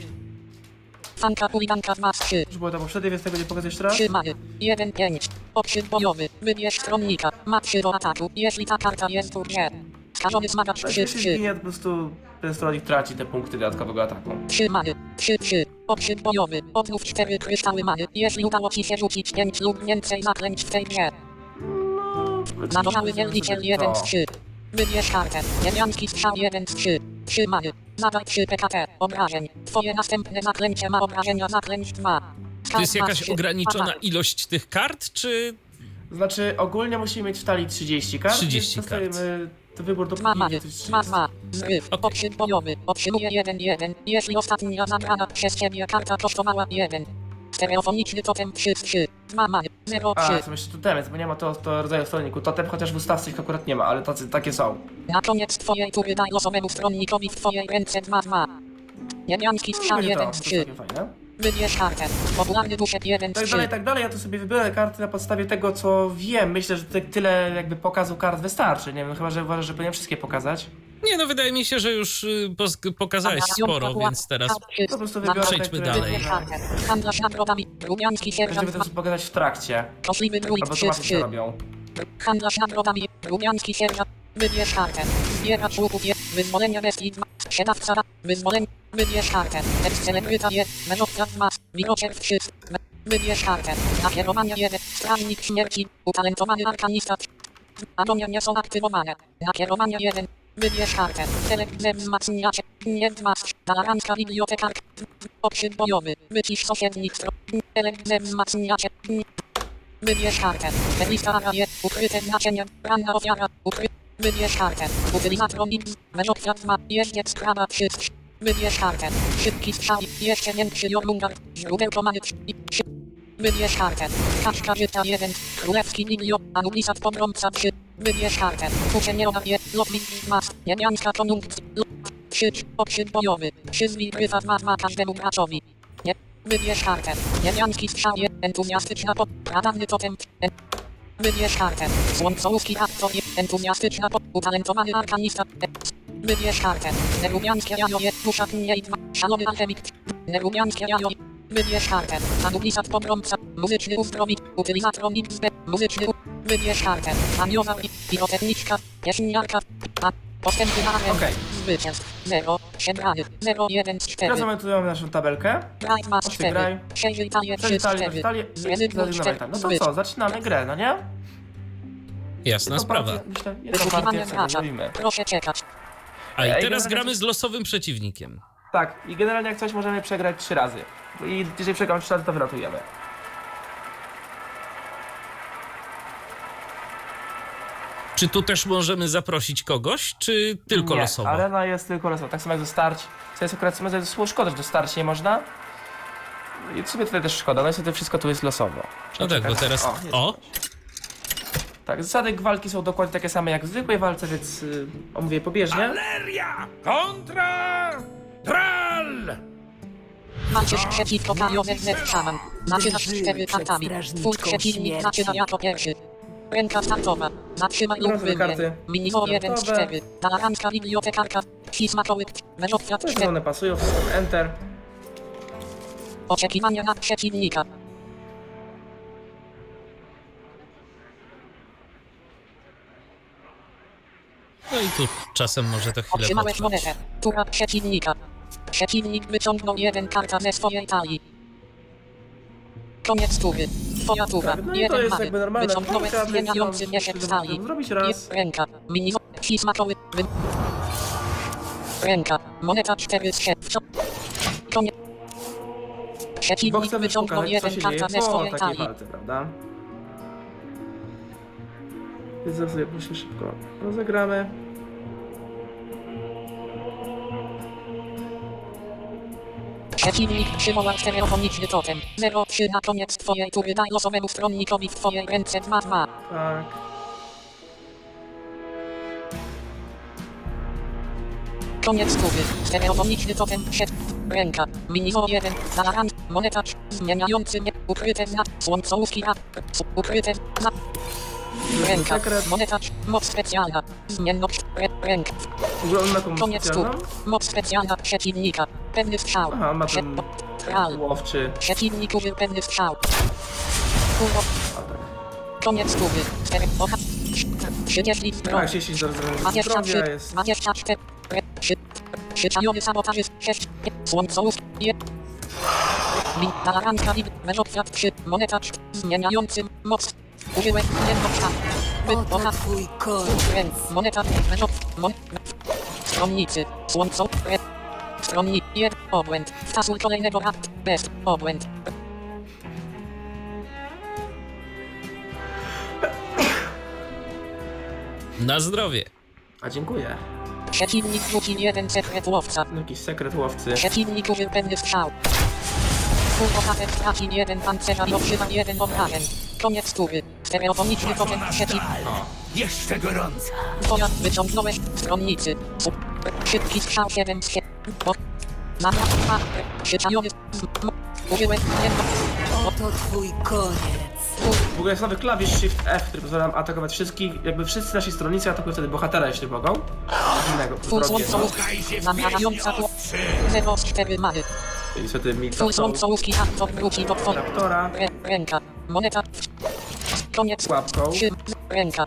Fanka chuliganka dwa trzy. Już było to poprzednie, więc tego nie pokażę jeszcze raz. trzy many. jeden pięć. Okrzyk bojowy. Wybierz stronnika. Ma trzy do ataku, jeśli ta karta jest w grze. Skażony smagacz Tak, trzy jeśli trzy. zginie, po prostu ten stronnik traci te punkty dodatkowego ataku. trzy many. trzy trzy. Okrzyk bojowy. Odnów cztery kryształy many, jeśli udało ci się rzucić pięć lub więcej zaklęć w tej grze. Zagowały wielbiciel jeden trzy. Wybierz kartę. Niebiański strzał jeden trzy. trzy many. Zadaj trzy P K T. Obrażeń. Twoje następne zaklęcie ma obrażenia zaklęć dwa. To jest jakaś ograniczona ilość tych kart, czy... Znaczy, ogólnie musimy mieć w talii trzydzieści kart. trzydzieści więc kart. dostajemy to wybór do dwa many. to jest dwa trzydzieści. dwa. Zryw. Okrzyk bojowy. Otrzymuje jeden jeden. Jeśli ostatnia zabrana przez ciebie karta kosztowała jeden. Stereofoniczny totem trzy trzy. dwa many. zero A, trzy. są jeszcze totemy, bo nie ma to, to rodzaju stronniku. Totem, chociaż w ustawce ich akurat nie ma, ale tacy, takie są. Na koniec twojej tury daj losowemu stronnikowi w twojej ręce dwa dwa. Niebiański strzał Będzie to, jeden to jest trzy. całkiem fajne. Wybierz kartę. Popularny duszek jeden Tak trzy. dalej, tak dalej, ja tu sobie wybiorę karty na podstawie tego, co wiem. Myślę, że te, tyle jakby pokazu kart wystarczy. Nie wiem, chyba, że uważasz, że powinienem wszystkie pokazać. Nie no, wydaje mi się, że już y, pos- pokazałeś sporo, więc teraz... Po prostu wybiorę te, Przejdźmy które... dalej. Wybierz kartę. Handlarz nagrodami. Rumiański sierżant Będziemy to dwa. sobie pogadać w trakcie. Koszliwy druid Albo trzy zobaczyć, co trzy. robią. Handlarz nagrodami. Rumiański sierżant. Wybierz kartę. Zbieracz łupów jest. Wyzwolenie bestii dwa. Sprzedawca. Wyzwolenie. Wybierz kartę. Ekscelebryta jest. Menowca dwa. Wiroczek trzy. Wybierz kartę. Nakierowanie jeden. Strażnik śmierci. Utalentowany arkanista. Agonie nie są aktywowane. Nakierowanie jeden. Wybierz kartę. Selekcje wzmacniacze. Nie dwa. Dalaranska biblioteka. Okrzyk bojowy. Wycisz sąsiednich stron. Selekcje wzmacniacze. Wybierz kartę. Lista araje. Ukryte znaczenie. Ranna ofiara. Ukry... Wybierz kartę. Utylizator X. Menokwiat dwa. Jeździec kraba trzy. Wybierz kartę. Szybki strzał. Jeszcze większy Jormungard. Źródełko many trzy. Wybierz kartę. Kaczka życia jeden. Królewski Biblio. Anubisat pogromca trzy. Wybierz kartę. Uczenie oddaje. Lotnik mas. Niebiańska konjunkcja. Krzyż. Okrzyk bojowy. Przyzwij gryfa dwa dwa każdemu graczowi. Nie. Wybierz kartę. Niebiański strzał. Entuzjastyczna po. Pradawny totem. En... Wybierz kartę. Słońcołówki aktor. Entuzjastyczna po. Utalentowany arkanista. En... Wybierz kartę. Nerubiańskie jajo. Dusza mniej dwa. Szalony alchemik. Nerubiańskie jajo. Wybierz kartę. Anubisat pogromca. Muzyczny uzdrowić. Utylizator X B. Muzyczny u... Wybierz kartę. Anioza i pirotechniczka. Pieśniarka. A. Postępy na arenie. Okej. Zwycięstw. zero. Przegrany. zero jeden cztery. Teraz mamy tu mamy naszą tabelkę. Graj dwa Oczywiście graj. cztery. Przejrzyj talię trzy Przeczytali, cztery. przeczytali. Zrezygnuj Zrezygnować cztery. tam. No to co, zaczynamy grę, no nie? Jasna Jedną sprawa. partię, myślę, jedną partię Wysłuchiwanie sobie gracza. zrobimy. Proszę czekać. A i Ej, teraz generalnie- gramy z losowym przeciwnikiem. Tak, i generalnie jak coś możemy przegrać trzy razy. I jeżeli przegramy trzy razy, to wyratujemy. Czy tu też możemy zaprosić kogoś, czy tylko nie, losowo? arena jest tylko losowa. Tak samo jak do starć. Co jest akurat to jest szkoda, że do starcia nie można. I w sumie tutaj też szkoda, no niestety wszystko tu jest losowo. No tak, bo teraz... O, jest. O, Tak, zasady walki są dokładnie takie same jak w zwykłej walce, więc yy, omówię pobieżnie. Galeria kontra Tral! Walczysz przeciwko Kajowe Z szaman. Zaczynasz z cztery kartami. Twój przeciwnik zaczyna jako pierwszy. Ręka startowa. Zatrzymaj lub Dobra, wymień. karty. Minizo jeden z Startowe. cztery. Talaranska bibliotekarka. Sismakołyk. Weżowca Też cztery. one pasują, wszystko enter. Oczekiwania na przeciwnika. no i tu czasem może to chwilę Otrzymałeś potrwać. monetę. Tura przeciwnika. Przeciwnik wyciągnął jeden karta ze swojej talii. Koniec tury. Twoja tura. Tak, no i to jeden jest mamy. jakby normalna Wyciągnąłeś walka, więc zmieniający mam mieszek z talii. zrobić raz. I ręka. Minizo. Sismakoły. Wy... Ręka. Moneta cztery z siedmiu. Koniec. Bo Przeciwnik chcemy wyciągnął pokazać, co jeden się dzieje karta ze po swojej takiej talii. walce, prawda? Więc zaraz sobie proszę szybko rozegramy. Przeciwnik przywołał stereofoniczny totem. zero trzy na koniec twojej tury. Daj losowemu stronnikowi w twojej ręce dwa dwa. Tak. Koniec tury. Stereofoniczny totem przed. Ręka. Minizo jeden. Zalaran. Moneta. Zmieniający mnie. Ukryte znak. Słońcołówki a. Ukryte znak. Ręka. Sekret. Moneta. Moc specjalna. Zmienność. Rę- Ręka. W ogóle on ma jakąś Koniec tury. specjalną? Moc specjalna przeciwnika. Pewny strzał. Aha, ma Przed- ten Tral. łowczy. Przeciwnik użył pewny strzał. Kurwa. A tak. Koniec tury. cztery. Ocha. trzydzieści. Tak, trzydzieści do dwadzieścia zdrowia trzy. jest. dwadzieścia cztery. Przy- Przyczajony sabotażyst. sześć. Słońcołów. Je. Talaranka i Weżowca trzy. Moneta cz- zmieniający moc. Użyłem jedno strzał. Wy- Ocha. twój koń. Ręk. Moneta. Weżow. Mon. Stronnicy. Słońco. Re. Stronni. Jed. Obłęd. Wtasuj kolejnego akt. Bez. Obłęd. Na zdrowie. A dziękuję. Przeciwnik rzucił jeden sekret łowca. Jakiś sekret łowcy. Przeciwnik użył pewny strzał. Półbohater traci jeden pancerza i otrzyma jeden obrażeń. Koniec tury. Stereofoniczny totem przeciw. Jeszcze gorąca. Twoja wyciągnąłeś stronnicy. Su- Szybki strzał siedem z siedmiu. Bo... Zamiast dwa. Przyczajony. Użyłem jedno. Oto twój koniec. W ogóle jest nowy klawisz Shift F, który pozwala nam atakować wszystkich, jakby wszyscy nasi stronnicy atakują wtedy bohatera, jeśli mogą. Innego, Full wrogie. słońcołówki. Zamrażająca tu. zero cztery many. I niestety mi Full to słońcołówki. Aktor wróci do twojej. Raptora Rę, ręka. Moneta. Koniec. z łapką. Trzy. Ręka.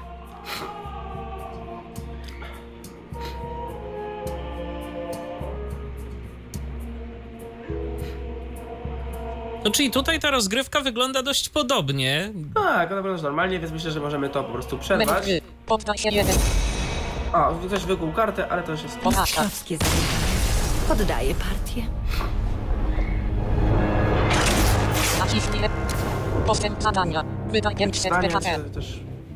No czyli tutaj ta rozgrywka wygląda dość podobnie. Tak, to naprawdę normalnie, więc myślę, że możemy to po prostu Menu przerwać. gry. Poddaj się jeden. O, ktoś wykuł kartę, ale to już jest... Porażka. Mistrzowskie zagranie. Poddaję partię. Naciśnij. Postęp zadania. Wydaj pięćset Zdanie P K P. jest też...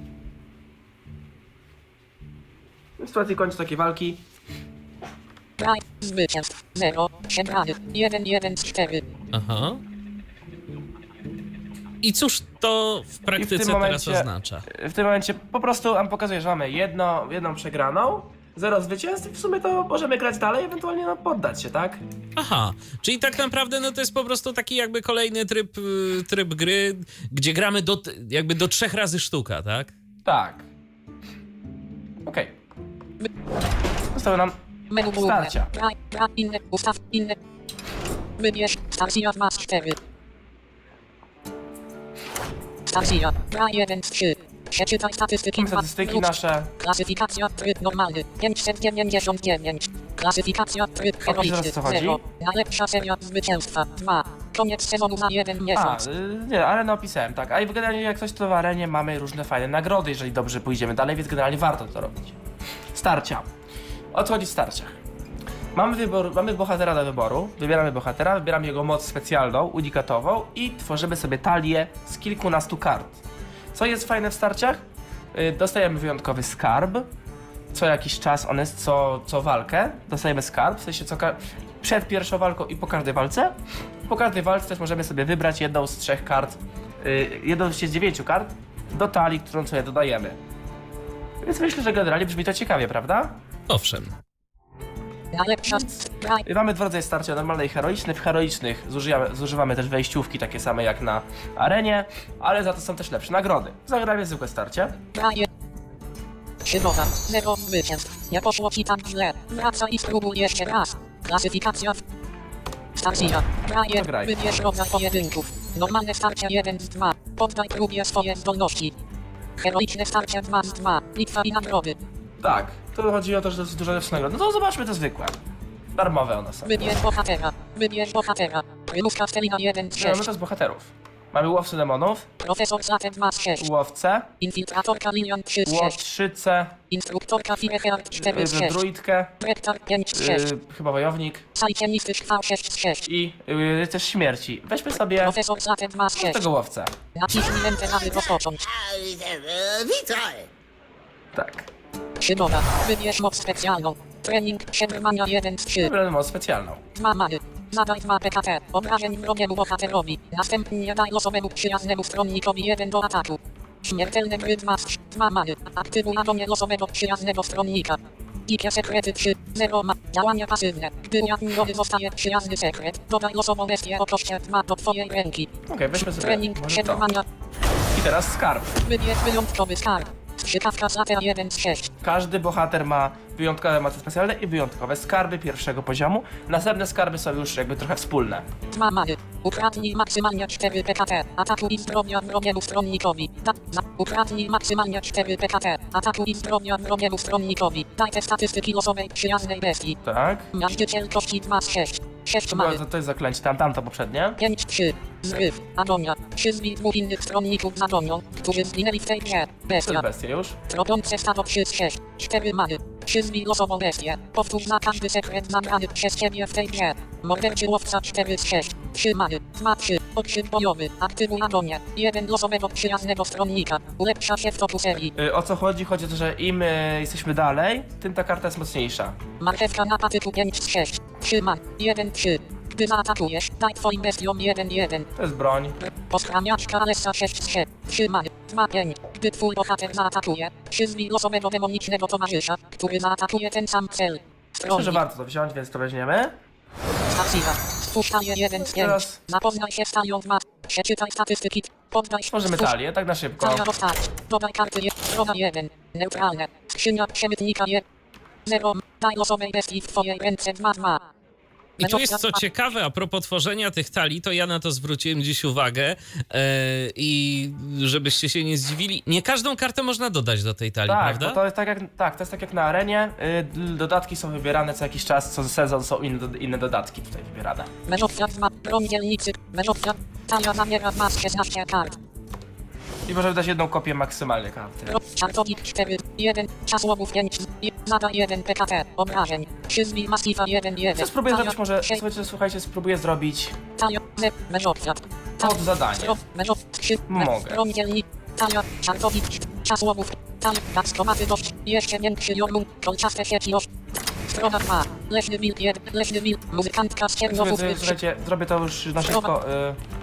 W sytuacji końca takiej walki. Graj. Zwycięstw. zero. Przegrany. jeden jeden z cztery. Aha. I cóż to w praktyce w tym momencie, teraz oznacza? W tym momencie po prostu nam pokazuje, że mamy jedno, jedną przegraną, zero zwycięstw i w sumie to możemy grać dalej, ewentualnie no, poddać się, tak? Aha, czyli tak naprawdę no to jest po prostu taki jakby kolejny tryb, y, tryb gry, gdzie gramy do, jakby do trzech razy sztuka, tak? Tak. Okej. Okay. Zostały nam Menu główne. starcia. Bra, bra, inne, ustaw, inne. Wybierz, stacja dwa z cztery. Stacja, bra jeden z trzy. Przeczytaj statystyki. Mamy statystyki nasze. Klasyfikacja, tryb normalny, pięćset dziewięćdziesiąt dziewięć. Klasyfikacja, tryb heroiczny, zaraz co chodzi? zero. Najlepsza seria zwycięstwa, dwa. Koniec sezonu za jeden A, miesiąc. y, nie, ale napisałem, tak. A i generalnie jak coś to w arenie mamy różne fajne nagrody, jeżeli dobrze pójdziemy dalej, więc generalnie warto to robić. Starcia. O co chodzi w starciach? Mamy, wybór, mamy bohatera do wyboru, wybieramy bohatera, wybieramy jego moc specjalną, unikatową i tworzymy sobie talię z kilkunastu kart. Co jest fajne w starciach? Yy, dostajemy wyjątkowy skarb, co jakiś czas, on jest co, co walkę, dostajemy skarb, w sensie co ka- przed pierwszą walką i po każdej walce. Po każdej walce też możemy sobie wybrać jedną z trzech kart, yy, jedną z dziewięciu kart do talii, którą sobie dodajemy. Więc myślę, że generalnie brzmi to ciekawie, prawda? Owszem. Najlepsza, bra, Mamy dwa rodzaje starcia, normalne i heroiczne. W heroicznych zużywamy, zużywamy też wejściówki takie same jak na arenie, ale za to są też lepsze nagrody. Zagramy zwykłe starcie. bra, je. Szybowa, zero zwycięstw. Nie poszło ci tak źle. Wracaj i spróbuj jeszcze raz. Klasyfikacja. Stacja, bra, je. Graj. Wybierz rodzaj pojedynków. Normalne starcie jeden z dwa. Poddaj próbie swoje zdolności. Heroiczne starcie dwa z dwa. Bitwa i nagrody. Tak, tu chodzi o to, że to jest dużo lepsze nagrody. No to zobaczmy te zwykłe. Darmowe one są. Wybierz bohatera. Wybierz bohatera. Królówka Stelina jeden z Mamy sześć. to z bohaterów. Mamy łowcę demonów, Profesor Zate dwa z sześć. łowcę, Infiltratorka Lilian trzy z sześć. łotrzycę, Instruktorka Fireheart cztery z yy, sześć. druidkę, Rektar pięć z sześć. yy, chyba wojownik Sajcienisty szwał sześć z sześć. i yy, rycerz śmierci. Weźmy sobie Profesor Zate dwa z sześć. tego łowcę. Naciśnij Enter, aby rozpocząć. Witaj! Tak. Szybowa. Wybierz moc specjalną. Trening przetrwania jeden z trzy. Wybieramy moc specjalną. dwa many. Zadaj dwa P K T. Obrażeń wrogiemu bohaterowi. Następnie daj losowemu przyjaznemu stronnikowi jeden do ataku. Śmiertelne gry dwa z trzy. dwa many. Aktywuj agonie losowego przyjaznego stronnika. Dzikie sekrety trzy. zero ma. Działania pasywne. Gdy ujawniony zostaje przyjazny sekret, dodaj losową bestię o koszcie dwa do twojej ręki. Okej, okay, weźmy sobie Trening może to. przetrwania. I teraz skarb. Wybierz wyjątkowy skarb. Strzykawka Zate jeden z sześć. Każdy bohater ma wyjątkowe moce specjalne i wyjątkowe skarby pierwszego poziomu. Następne skarby są już jakby trochę wspólne. dwa many. Ukradnij maksymalnie cztery P K T. Ataku i zdrowia wrogiemu stronnikowi. Da, za, ukradnij maksymalnie cztery P K T. Ataku i zdrowia wrogiemu stronnikowi. Daj te statystyki losowej przyjaznej bestii. Tak. Miażdżyciel kości dwa z sześć. sześć To, many. to, to jest zaklęcie, tam, tamto poprzednie. pięć trzy. Zryw. Agonia. Przyzwij dwóch innych stronników z agonią, którzy zginęli w tej grze. To Bestia. jest bestia już. Tropące stado trzy z sześć. cztery many. Przyzwij losową bestię. Powtórz na każdy sekret zabrany przez ciebie w tej grze. Morderczy łowca cztery z sześć. trzy many. dwa trzy. Okrzyk bojowy. Aktywuj agonię. jeden losowego przyjaznego stronnika. Ulepsza się w toku serii. Y, o co chodzi? Chodzi o to, że im y, jesteśmy dalej, tym ta karta jest mocniejsza. Marchewka na patyku pięć z sześć. trzy man. jeden trzy. Gdy zaatakujesz, daj twoim bestiom jeden jeden. To jest broń. Poskramiaczka Alessa sześć z sześć. trzy many. dwa pięć. Gdy twój bohater zaatakuje, przyzwij losowego demonicznego towarzysza, który zaatakuje ten sam cel. Myślę, że Stronnik. warto to wziąć, więc to weźmiemy. Stacja. Stwórz talię jeden z pięć. Teraz- Zapoznaj się z talią dwa. Przeczytaj statystyki. Poddaj się. Tworzymy Stwórz- talię, tak na szybko. Talia dostać. Dodaj karty je. Strona jeden. Neutralne. Skrzynia przemytnika jeden. zero. Daj losowej bestii w twojej ręce dwa dwa. I tu jest co ciekawe, a propos tworzenia tych talii, to ja na to zwróciłem dziś uwagę e, i żebyście się nie zdziwili, nie każdą kartę można dodać do tej talii, Tak, prawda? bo to jest tak jak, tak, to jest tak jak na arenie. Y, dodatki są wybierane co jakiś czas, co sezon są inne, inne dodatki tutaj wybierane. Meżowca dwa. Broń dzielnicy. Meżowca. Talia zawiera dwa z szesnastu kart. I możemy dać jedną kopię maksymalnie karty. Czartownik cztery. jeden. Czasłowów pięć. Zada jeden P K T. Obrażeń. Przyzwij masifa jeden jeden. Co spróbuję zrobić może, sześć. słuchajcie, słuchajcie, spróbuję zrobić Talia. Ne. Meżowca. pod zadanie. Meżow. Trzy. Mogę. Broń dzielnicy. Talia. Czartownik. Czasłowów. Talia. Takskomaty dość. Jeszcze większy jormun. Kolczaste sieci oś. Strona dwa. Leśny wilk jeden. Leśny wilk. Muzykantka z Czerwowów. Słuchajcie, słuchajcie, zrobię to już na szybko. Y,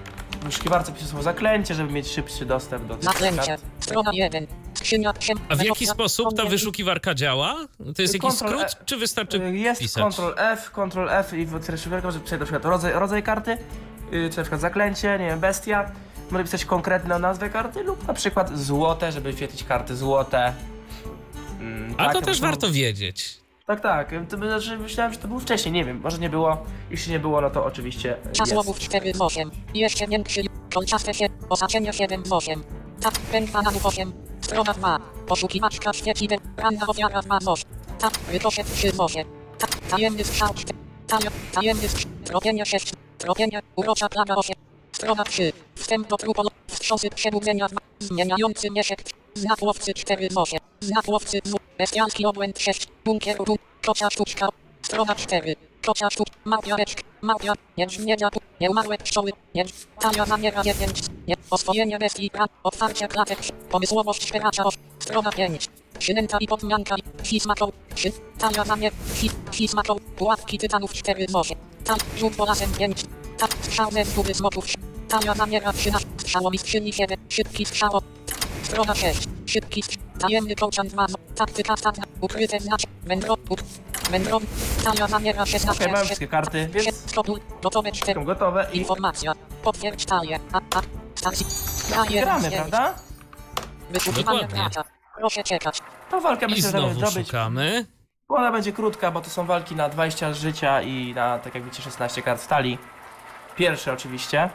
w wyszukiwarce piszę słowo zaklęcie, żeby mieć szybszy dostęp do tych Zaklęcie. kart. Strona jeden. Skrzynia ksiem. A w jaki sposób ta wyszukiwarka działa? To jest jakiś Control skrót, E- czy wystarczy Jest pisać? Ctrl F, Ctrl F i w wyszukiwarce może pisać na przykład rodzaj, rodzaj karty, yy, czy na przykład zaklęcie, nie wiem, bestia. Może pisać konkretną nazwę karty lub na przykład złote, żeby wyświetlić karty złote. Mm, A tak, to ja też myślę- warto wiedzieć. Tak, tak. To, by- znaczy, myślałem, że to było wcześniej, nie wiem, może nie było. Jeśli nie było, no to oczywiście Czas jest. łowów cztery z osiem. Jeszcze większy. Kolczaste się. Osaczenie siedem z osiem. Tak, pęk bananów osiem. Strona dwa. Poszukiwaczka świecideł. Ranna ofiara dwa z osiem. Tak, rykoszet trzy z osiem. Tak, tajemny strzał cztery. Taja, tajemny strzał. Tropienie sześć. Tropienie. Urocza plaga osiem. Strona trzy. Wstęp do trupolo. Wstrząsy przebudzenia dwa. Zmieniający miesiek. Znak łowcy cztery z osiem. Znak łowcy z bestialski obłęd sześć. Bunkier rum. Kocia sztuczka. Strona cztery. Kocia sztuczka. Małpiareczka. Małpia. Niedźwiedzia. Nieumarłe pszczoły. Niedź. Talia zamiera dziewięć. Nie. Oswojenie bestii. Pra. Otwarcie klatek. Pomysłowość szperacza. Strona pięć. Przynęta i podmianka. Fismaką. Przy. Talia zamier. Fis. Fismaką. Pułapki tytanów cztery z osiem. Tak. Rzut polasem pięć. Tak. Strzał ze zguby smoków. Talia zamiera trzynaście. Strzałomistrzyni siedem. Szybki strzał. Strona sześć. Szybki strzał. Tajemny kołczan dwa. Taktyka statna. Ukryte znaczy. Wędrowód. Wędrowód. Talia zamiera szesnaście. Okej, mamy wszystkie karty, więc Stopuj. Gotowe cztery. są gotowe i Informacja. Potwierdź talię. A, a. Stacji. Gra jeden gramy, z dziewięć. prawda? Wyszukiwanie Dokładnie. gracza. Proszę czekać. Tą walkę I myślę, że znowu zdobyć. szukamy. Bo ona będzie krótka, bo to są walki na dwadzieścia życia i na, tak jak widzicie, szesnaście kart stali. Pierwszy oczywiście.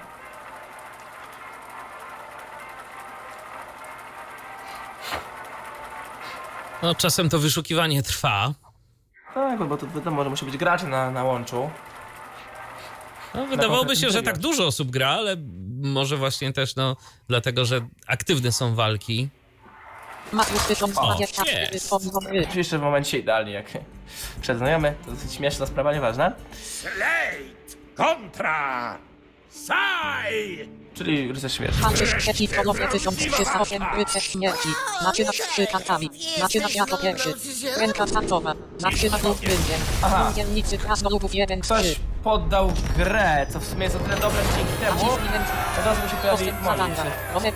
No czasem to wyszukiwanie trwa. Tak, bo to wiadomo, że musi być gracz na, na łączu. No, wydawałoby się, konkretnym że trybie. tak dużo osób gra, ale może właśnie też no dlatego, że aktywne są walki. Mariusz tysiąc dwadzieścia cztery jest. wspomniał gry. Oczywiście w momencie idealnie, jak przedznajomy. To dosyć śmieszna sprawa, nieważne. Slate kontra Saj! Czyli rycerz śmierci. Walczysz przeciwko lowie tysiąc trzysta osiem rycerz śmierci. Zaczynasz z trzy kartami. Zaczynasz jako pierwszy. Ręka startowa. Zaczynasz lub rynkiem. Aha. Dzielnicy krasnoludów jeden z trzy. Ktoś poddał grę, co w sumie jest o tyle dobre, że dzięki temu od razu mu się pojawi Postęp model. zadania. Rozep-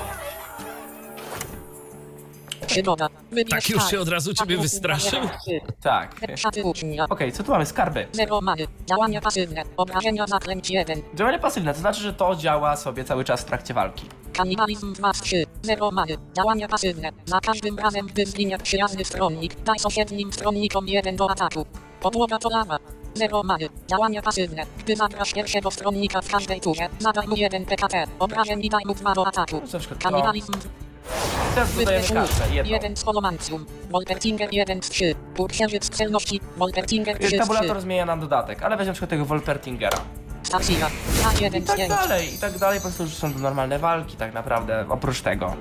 Przygoda. Wybierz Tak już się kartę. od razu ciebie Atlas wystraszył? numer trzy. Tak. Szaty ucznia. Okej, co tu mamy? Skarby. Zero many. Działanie pasywne. Obrażenia zaklęć jeden. Działanie pasywne, to znaczy, że to działa sobie cały czas w trakcie walki. Kanibalizm dwa z trzy. Zero many. Działanie pasywne. Za każdym razem, gdy zginie przyjazny stronnik, daj sąsiednim stronnikom jeden do ataku. Podłoga to lawa. Zero many. Działanie pasywne. Gdy zagrasz pierwszego stronnika w każdej turze, zadaj mu jeden P K T. Obrażeń i daj mu dwa do ataku. No, na przykład to. Kanibalizm Teraz dodajemy Wybierz kartę, jedną. jeden z Holomancjum. Wolpertinger jeden z trzy. Półksiężyc celności. Wolpertinger trzy z trzy. Tabulator zmienia nam dodatek, ale weźmiemy na przykład tego Wolpertingera. Stacja. A I jeden z tak pięć. dalej, i tak dalej, po prostu już są to normalne walki tak naprawdę, oprócz tego.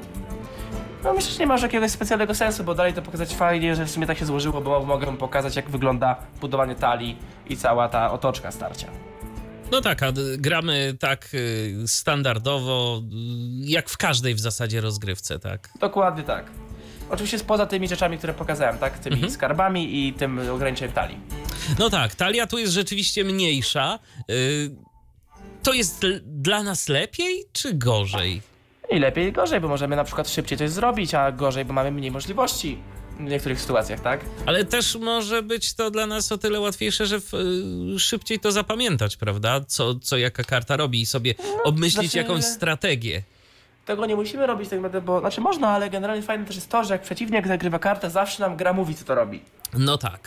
No myślę, że nie ma już jakiegoś specjalnego sensu, bo dalej to pokazać fajnie, że w sumie tak się złożyło, bo mogę pokazać, jak wygląda budowanie talii i cała ta otoczka starcia. No tak, a d- gramy tak y, standardowo, y, jak w każdej w zasadzie rozgrywce, tak? Dokładnie tak. Oczywiście poza tymi rzeczami, które pokazałem, tak? Tymi Mhm. skarbami i tym ograniczeniem talii. No tak, talia tu jest rzeczywiście mniejsza. Y, to jest l- dla nas lepiej czy gorzej? I lepiej i gorzej, bo możemy na przykład szybciej coś zrobić, a gorzej, bo mamy mniej możliwości w niektórych sytuacjach, tak? Ale też może być to dla nas o tyle łatwiejsze, że w, y, szybciej to zapamiętać, prawda? Co, co jaka karta robi i sobie obmyślić znaczy- jakąś strategię. Tego nie musimy robić tak naprawdę, bo... Znaczy można, ale generalnie fajne też jest to, że jak przeciwnik zagrywa kartę, zawsze nam gra mówi, co to robi. No tak.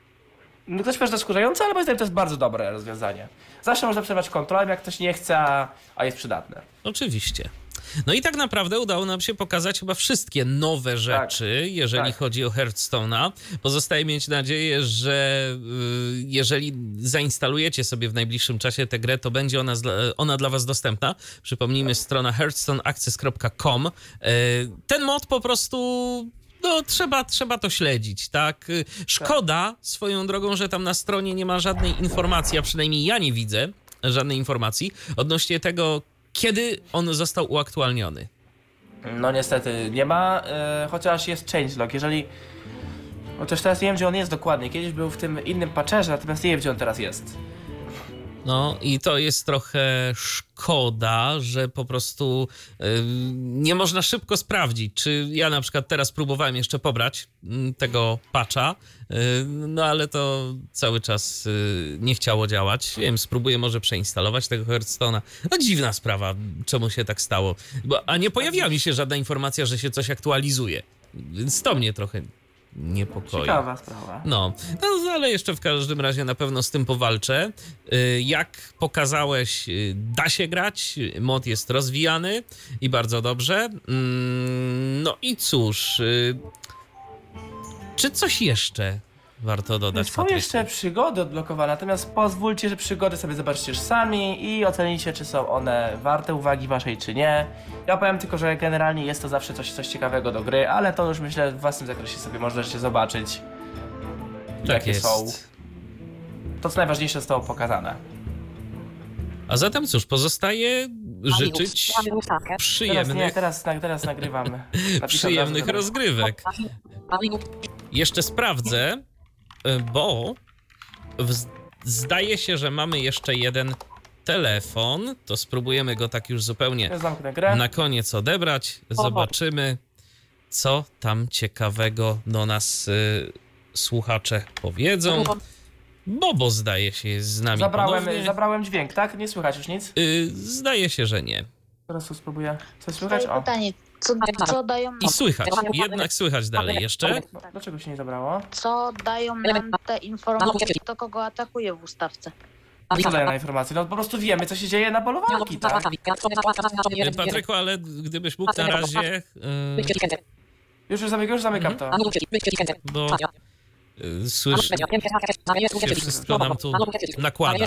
No ktoś może to skurzające, ale moim zdaniem to jest bardzo dobre rozwiązanie. Zawsze można przerwać kontrolę, jak ktoś nie chce, a- a jest przydatne. Oczywiście. No i tak naprawdę udało nam się pokazać chyba wszystkie nowe rzeczy, jeżeli tak. chodzi o Hearthstone'a. Pozostaje mieć nadzieję, że y, jeżeli zainstalujecie sobie w najbliższym czasie tę grę, to będzie ona, zla- ona dla was dostępna. Przypomnijmy, strona hearthstone access kropka com. Y, ten mod po prostu... No, trzeba, trzeba to śledzić, tak? Y, Szkoda swoją drogą, że tam na stronie nie ma żadnej informacji, a przynajmniej ja nie widzę żadnej informacji odnośnie tego, kiedy on został uaktualniony. No niestety nie ma, e, chociaż jest changelog. Jeżeli... Chociaż teraz nie wiem, gdzie on jest dokładnie. Kiedyś był w tym innym patcherze, natomiast nie wiem, gdzie on teraz jest. No i to jest trochę szkoda, że po prostu y, nie można szybko sprawdzić, czy ja na przykład teraz próbowałem jeszcze pobrać y, tego patcha, y, no ale to cały czas y, nie chciało działać. Nie wiem, spróbuję może przeinstalować tego Hearthstone'a. No dziwna sprawa, czemu się tak stało. Bo, a nie pojawiła mi się żadna informacja, że się coś aktualizuje, więc to mnie trochę niepokoi. Ciekawa sprawa. No, no, ale jeszcze w każdym razie na pewno z tym powalczę. Y, Jak pokazałeś, y, da się grać, mod jest rozwijany i bardzo dobrze. Mm, No i cóż, y, czy coś jeszcze warto dodać, Są Patryku? jeszcze przygody odblokowane, natomiast pozwólcie, że przygody sobie zobaczycie już sami i ocenicie, czy są one warte uwagi waszej, czy nie. Ja powiem tylko, że generalnie jest to zawsze coś, coś ciekawego do gry, ale to już myślę w własnym zakresie sobie możecie zobaczyć, Tak jakie jest. są. To co najważniejsze zostało pokazane. A zatem cóż, pozostaje życzyć Teraz nie, przyjemnych, teraz, teraz nagrywam. Napisał przyjemnych zaraz- rozgrywek. Jeszcze sprawdzę, y, bo w, zdaje się, że mamy jeszcze jeden telefon. To spróbujemy go tak już zupełnie Ja zamknę grę. na koniec odebrać. Zobaczymy, co tam ciekawego do nas y, słuchacze powiedzą. Bobo zdaje się jest z nami Zabrałem, ponownie. zabrałem dźwięk, tak? Nie słychać już nic? Y, zdaje się, że nie. Teraz tu spróbuję. Coś słychać? Tutaj O. pytanie, co, co dają nam, I słychać, jednak słychać dalej jeszcze. Dlaczego się nie zabrało? co dają nam te informacje, kto kogo atakuje w ustawce? Co daje na informacje? No po prostu wiemy, co się dzieje na polu walki, tak? Y, Patryku, ale gdybyś mógł na razie, y, Już, już zamykam, już zamykam to. bo y, słysz, się wszystko nam tu nakłada.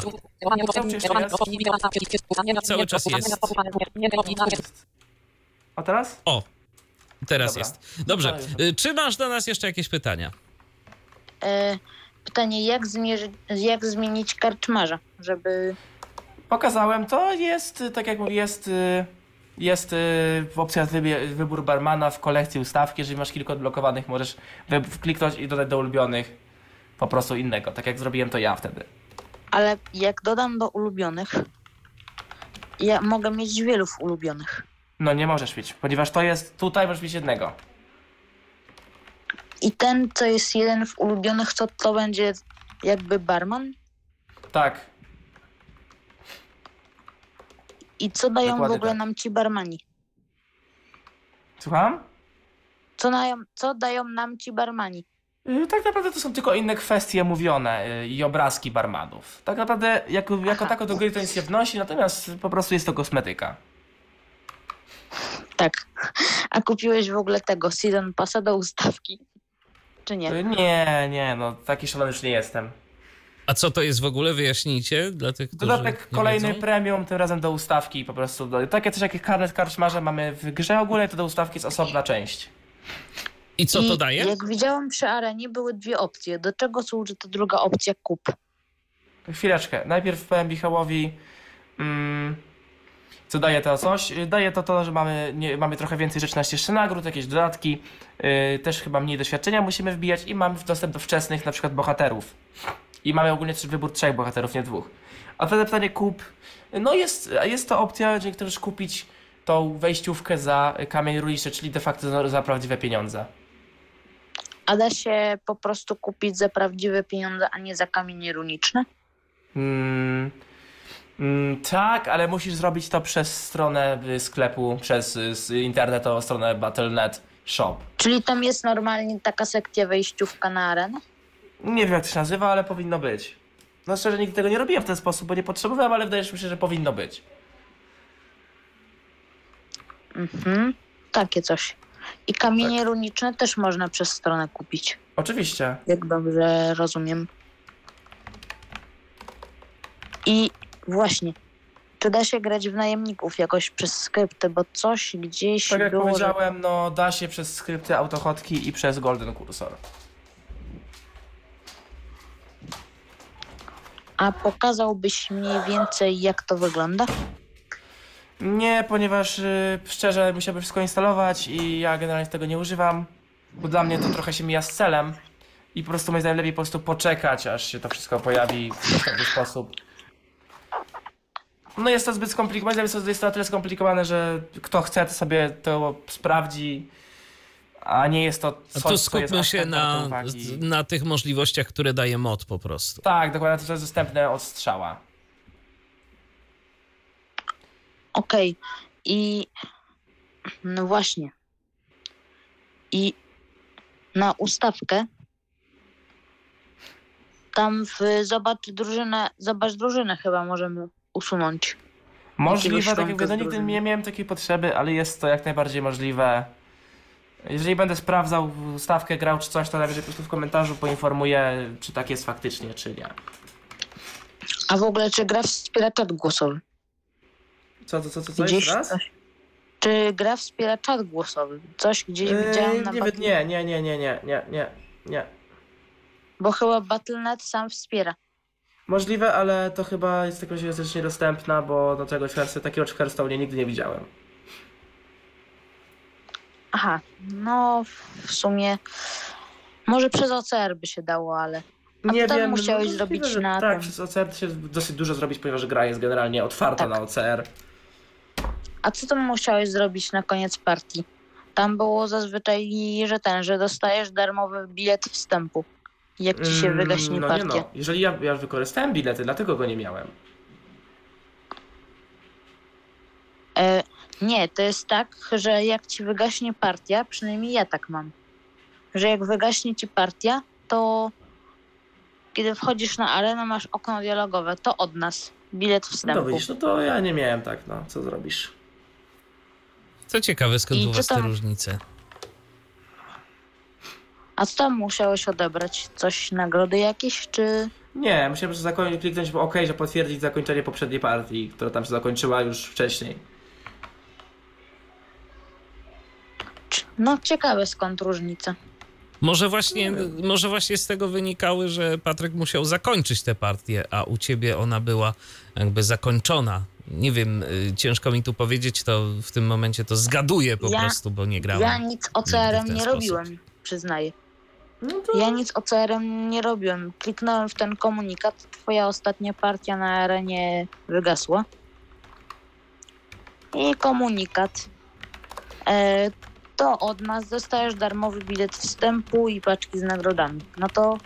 Cały czas jest. A teraz? O, teraz Dobra. jest. Dobrze, y, czy masz do nas jeszcze jakieś pytania? E, pytanie, jak, zmierzy, jak zmienić karczmarza, żeby... Pokazałem to, jest, y, tak jak mówię, jest, y, jest y, w opcjach wybie- wybór barmana w kolekcji ustawki. Jeżeli masz kilka odblokowanych, możesz wy- kliknąć i dodać do ulubionych po prostu innego, tak jak zrobiłem to ja wtedy. Ale jak dodam do ulubionych, ja mogę mieć wielu w ulubionych. No nie możesz mieć, ponieważ to jest, tutaj możesz mieć jednego. I ten, co jest jeden w ulubionych, to to będzie jakby barman? Tak, I co dają Dokładnie w ogóle tak. nam ci barmani? słucham? Co dają, co dają nam ci barmani? Y, Tak naprawdę to są tylko inne kwestie mówione y, i obrazki barmanów. Tak naprawdę jako, jako Aha. tako do gry to nic nie wnosi, natomiast po prostu jest to kosmetyka. Tak. A kupiłeś w ogóle tego Season Passa do ustawki? Czy nie? Y, Nie, nie, no taki szalony już nie jestem. A co to jest w ogóle? Wyjaśnijcie dla tych, którzy Dodatek nie kolejny wiedzą. premium, tym razem do ustawki po prostu. Do, takie też jak karnet karczmarza mamy w grze ogólnej, to do ustawki jest osobna część. I co I to daje? Jak widziałam przy arenie, były dwie opcje. Do czego służy ta druga opcja kup? Chwileczkę, najpierw powiem Michałowi, mm, co daje to coś. Y, Daje to to, że mamy, nie, mamy trochę więcej rzeczy na ścieżce nagród, jakieś dodatki, yy, też chyba mniej doświadczenia musimy wbijać i mamy dostęp do wczesnych na przykład bohaterów. I mamy ogólnie też wybór trzech bohaterów, nie dwóch. A wtedy pytanie kup, no jest, jest to opcja, dzięki której możesz kupić tą wejściówkę za kamień runiczny, czyli de facto za, za prawdziwe pieniądze. A da się po prostu kupić za prawdziwe pieniądze, a nie za kamienie runiczne? Mm, mm, tak, ale musisz zrobić to przez stronę y, sklepu, przez y, s- internetową stronę Battle kropka net Shop. Czyli tam jest normalnie taka sekcja wejściówka na arenę? Nie wiem jak to się nazywa, ale powinno być. No szczerze, nigdy tego nie robiłem w ten sposób, bo nie potrzebowałem, ale wydaje mi się, że powinno być. Mhm. Takie coś. I kamienie Tak. runiczne też można przez stronę kupić, Oczywiście. jak dobrze rozumiem. I właśnie, czy da się grać w najemników jakoś przez skrypty, bo coś gdzieś Tak jak było, że... powiedziałem, no da się przez skrypty autochotki i przez Golden Cursor. A pokazałbyś mniej więcej, jak to wygląda? Nie, ponieważ y, szczerze musiałbym wszystko instalować i ja generalnie tego nie używam, bo dla mnie to trochę się mija z celem i po prostu moim zdaniem lepiej po prostu poczekać, aż się to wszystko pojawi w taki sposób. No jest to zbyt skomplikowane, jest to, jest to na tyle skomplikowane, że kto chce, to sobie to sprawdzi, a nie jest to coś, A to co jest skupmy aż się tak na, warte uwagi. na tych możliwościach, które daje mod po prostu. Tak, dokładnie, to jest dostępne od strzała. Okej. I no właśnie. I na ustawkę tam w zobacz drużynę, zobacz drużynę chyba możemy usunąć. Możliwe, Jakiegoś tak jak mówię, no członka z nigdy drużyny. nie miałem takiej potrzeby, ale jest to jak najbardziej możliwe. Jeżeli będę sprawdzał stawkę, grał czy coś, to najwyżej po prostu w komentarzu poinformuję, czy tak jest faktycznie, czy nie. A w ogóle czy gra wspiera czat głosowy? Co, co, co, co, co Gdzieś jeszcze raz? coś. Czy gra wspiera czat głosowy? Coś gdzieś widziałem na nie, Battle... nie, nie, nie, nie, nie, nie, nie, nie. Bo chyba Battle punkt net sam wspiera. Możliwe, ale to chyba jest jakoś jest niedostępna, bo do czegoś takiego w Hearthstone nigdy nie widziałem. Aha, no w sumie może przez O C R by się dało, ale A Nie potem wiem, musiałeś no, zrobić możliwe, że na Tak, tym. przez O C R się dosyć dużo zrobić, ponieważ gra jest generalnie otwarta Tak. na O C R. A co tam musiałeś zrobić na koniec partii? Tam było zazwyczaj, że ten, że dostajesz darmowy bilet wstępu. Jak ci się Mm, wygaśnie no partia. nie no, jeżeli ja, ja wykorzystałem bilety, dlatego go nie miałem. E, nie, to jest tak, że jak ci wygaśnie partia, przynajmniej ja tak mam, że jak wygaśnie ci partia, to kiedy wchodzisz na arenę, masz okno dialogowe, to od nas bilet No wstępu. to widzisz, no to ja nie miałem tak, no, co zrobisz? Co ciekawe, skąd I u co was te tam- różnice? A co tam musiałeś odebrać? Coś, nagrody jakieś, czy... Nie, musiałem że zakoń- kliknąć OK, że potwierdzić zakończenie poprzedniej partii, która tam się zakończyła już wcześniej. czy... No ciekawe skąd różnica. Może właśnie, może właśnie z tego wynikały, że Patryk musiał zakończyć tę partię, a u ciebie ona była jakby zakończona. Nie wiem, y, ciężko mi tu powiedzieć, to w tym momencie to zgaduję po Ja- prostu, bo nie grałem. Ja nic O C R-em w ten nie sposób. robiłem, przyznaję. No to... Ja nic O C R-em nie robiłem. Kliknąłem w ten komunikat, twoja ostatnia partia na arenie wygasła. I komunikat. E, to od nas dostajesz darmowy bilet wstępu i paczki z nagrodami. No to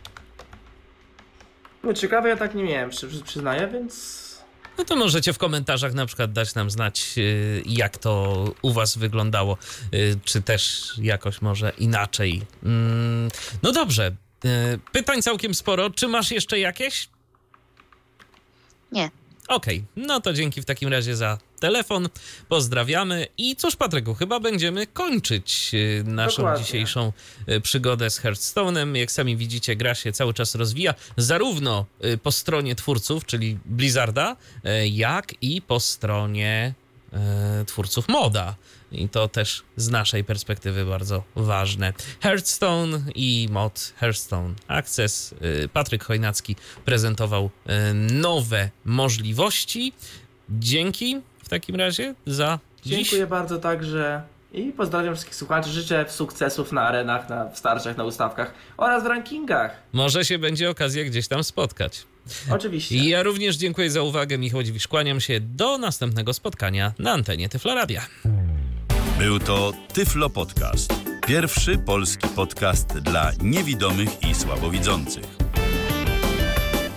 No ciekawe, ja tak nie miałem, przy, przy, przyznaję, więc... No to możecie w komentarzach na przykład dać nam znać, y, jak to u was wyglądało, y, czy też jakoś może inaczej. Mm, no dobrze, y, pytań całkiem sporo. Czy masz jeszcze jakieś? nie. Okej, no to dzięki w takim razie za telefon. Pozdrawiamy. I cóż, Patryku, chyba będziemy kończyć y, naszą Dokładnie. dzisiejszą y, przygodę z Hearthstone'em. Jak sami widzicie, gra się cały czas rozwija, zarówno y, po stronie twórców, czyli Blizzarda, y, jak i po stronie y, twórców moda. I to też z naszej perspektywy bardzo ważne. Hearthstone i mod Hearthstone Access. Y, Patryk Chojnacki prezentował y, nowe możliwości. Dzięki w takim razie za dziś. Dziękuję bardzo także i pozdrawiam wszystkich słuchaczy. Życzę sukcesów na arenach, na w starciach, na ustawkach oraz w rankingach. Może się będzie okazja gdzieś tam spotkać. Oczywiście. I ja również dziękuję za uwagę. Michał Dziwisz, kłaniam się. Do następnego spotkania na antenie Tyflo Radia. Był to Tyflo Podcast. Pierwszy polski podcast dla niewidomych i słabowidzących.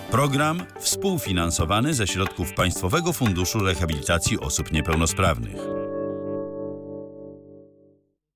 Program współfinansowany ze środków Państwowego Funduszu Rehabilitacji Osób Niepełnosprawnych.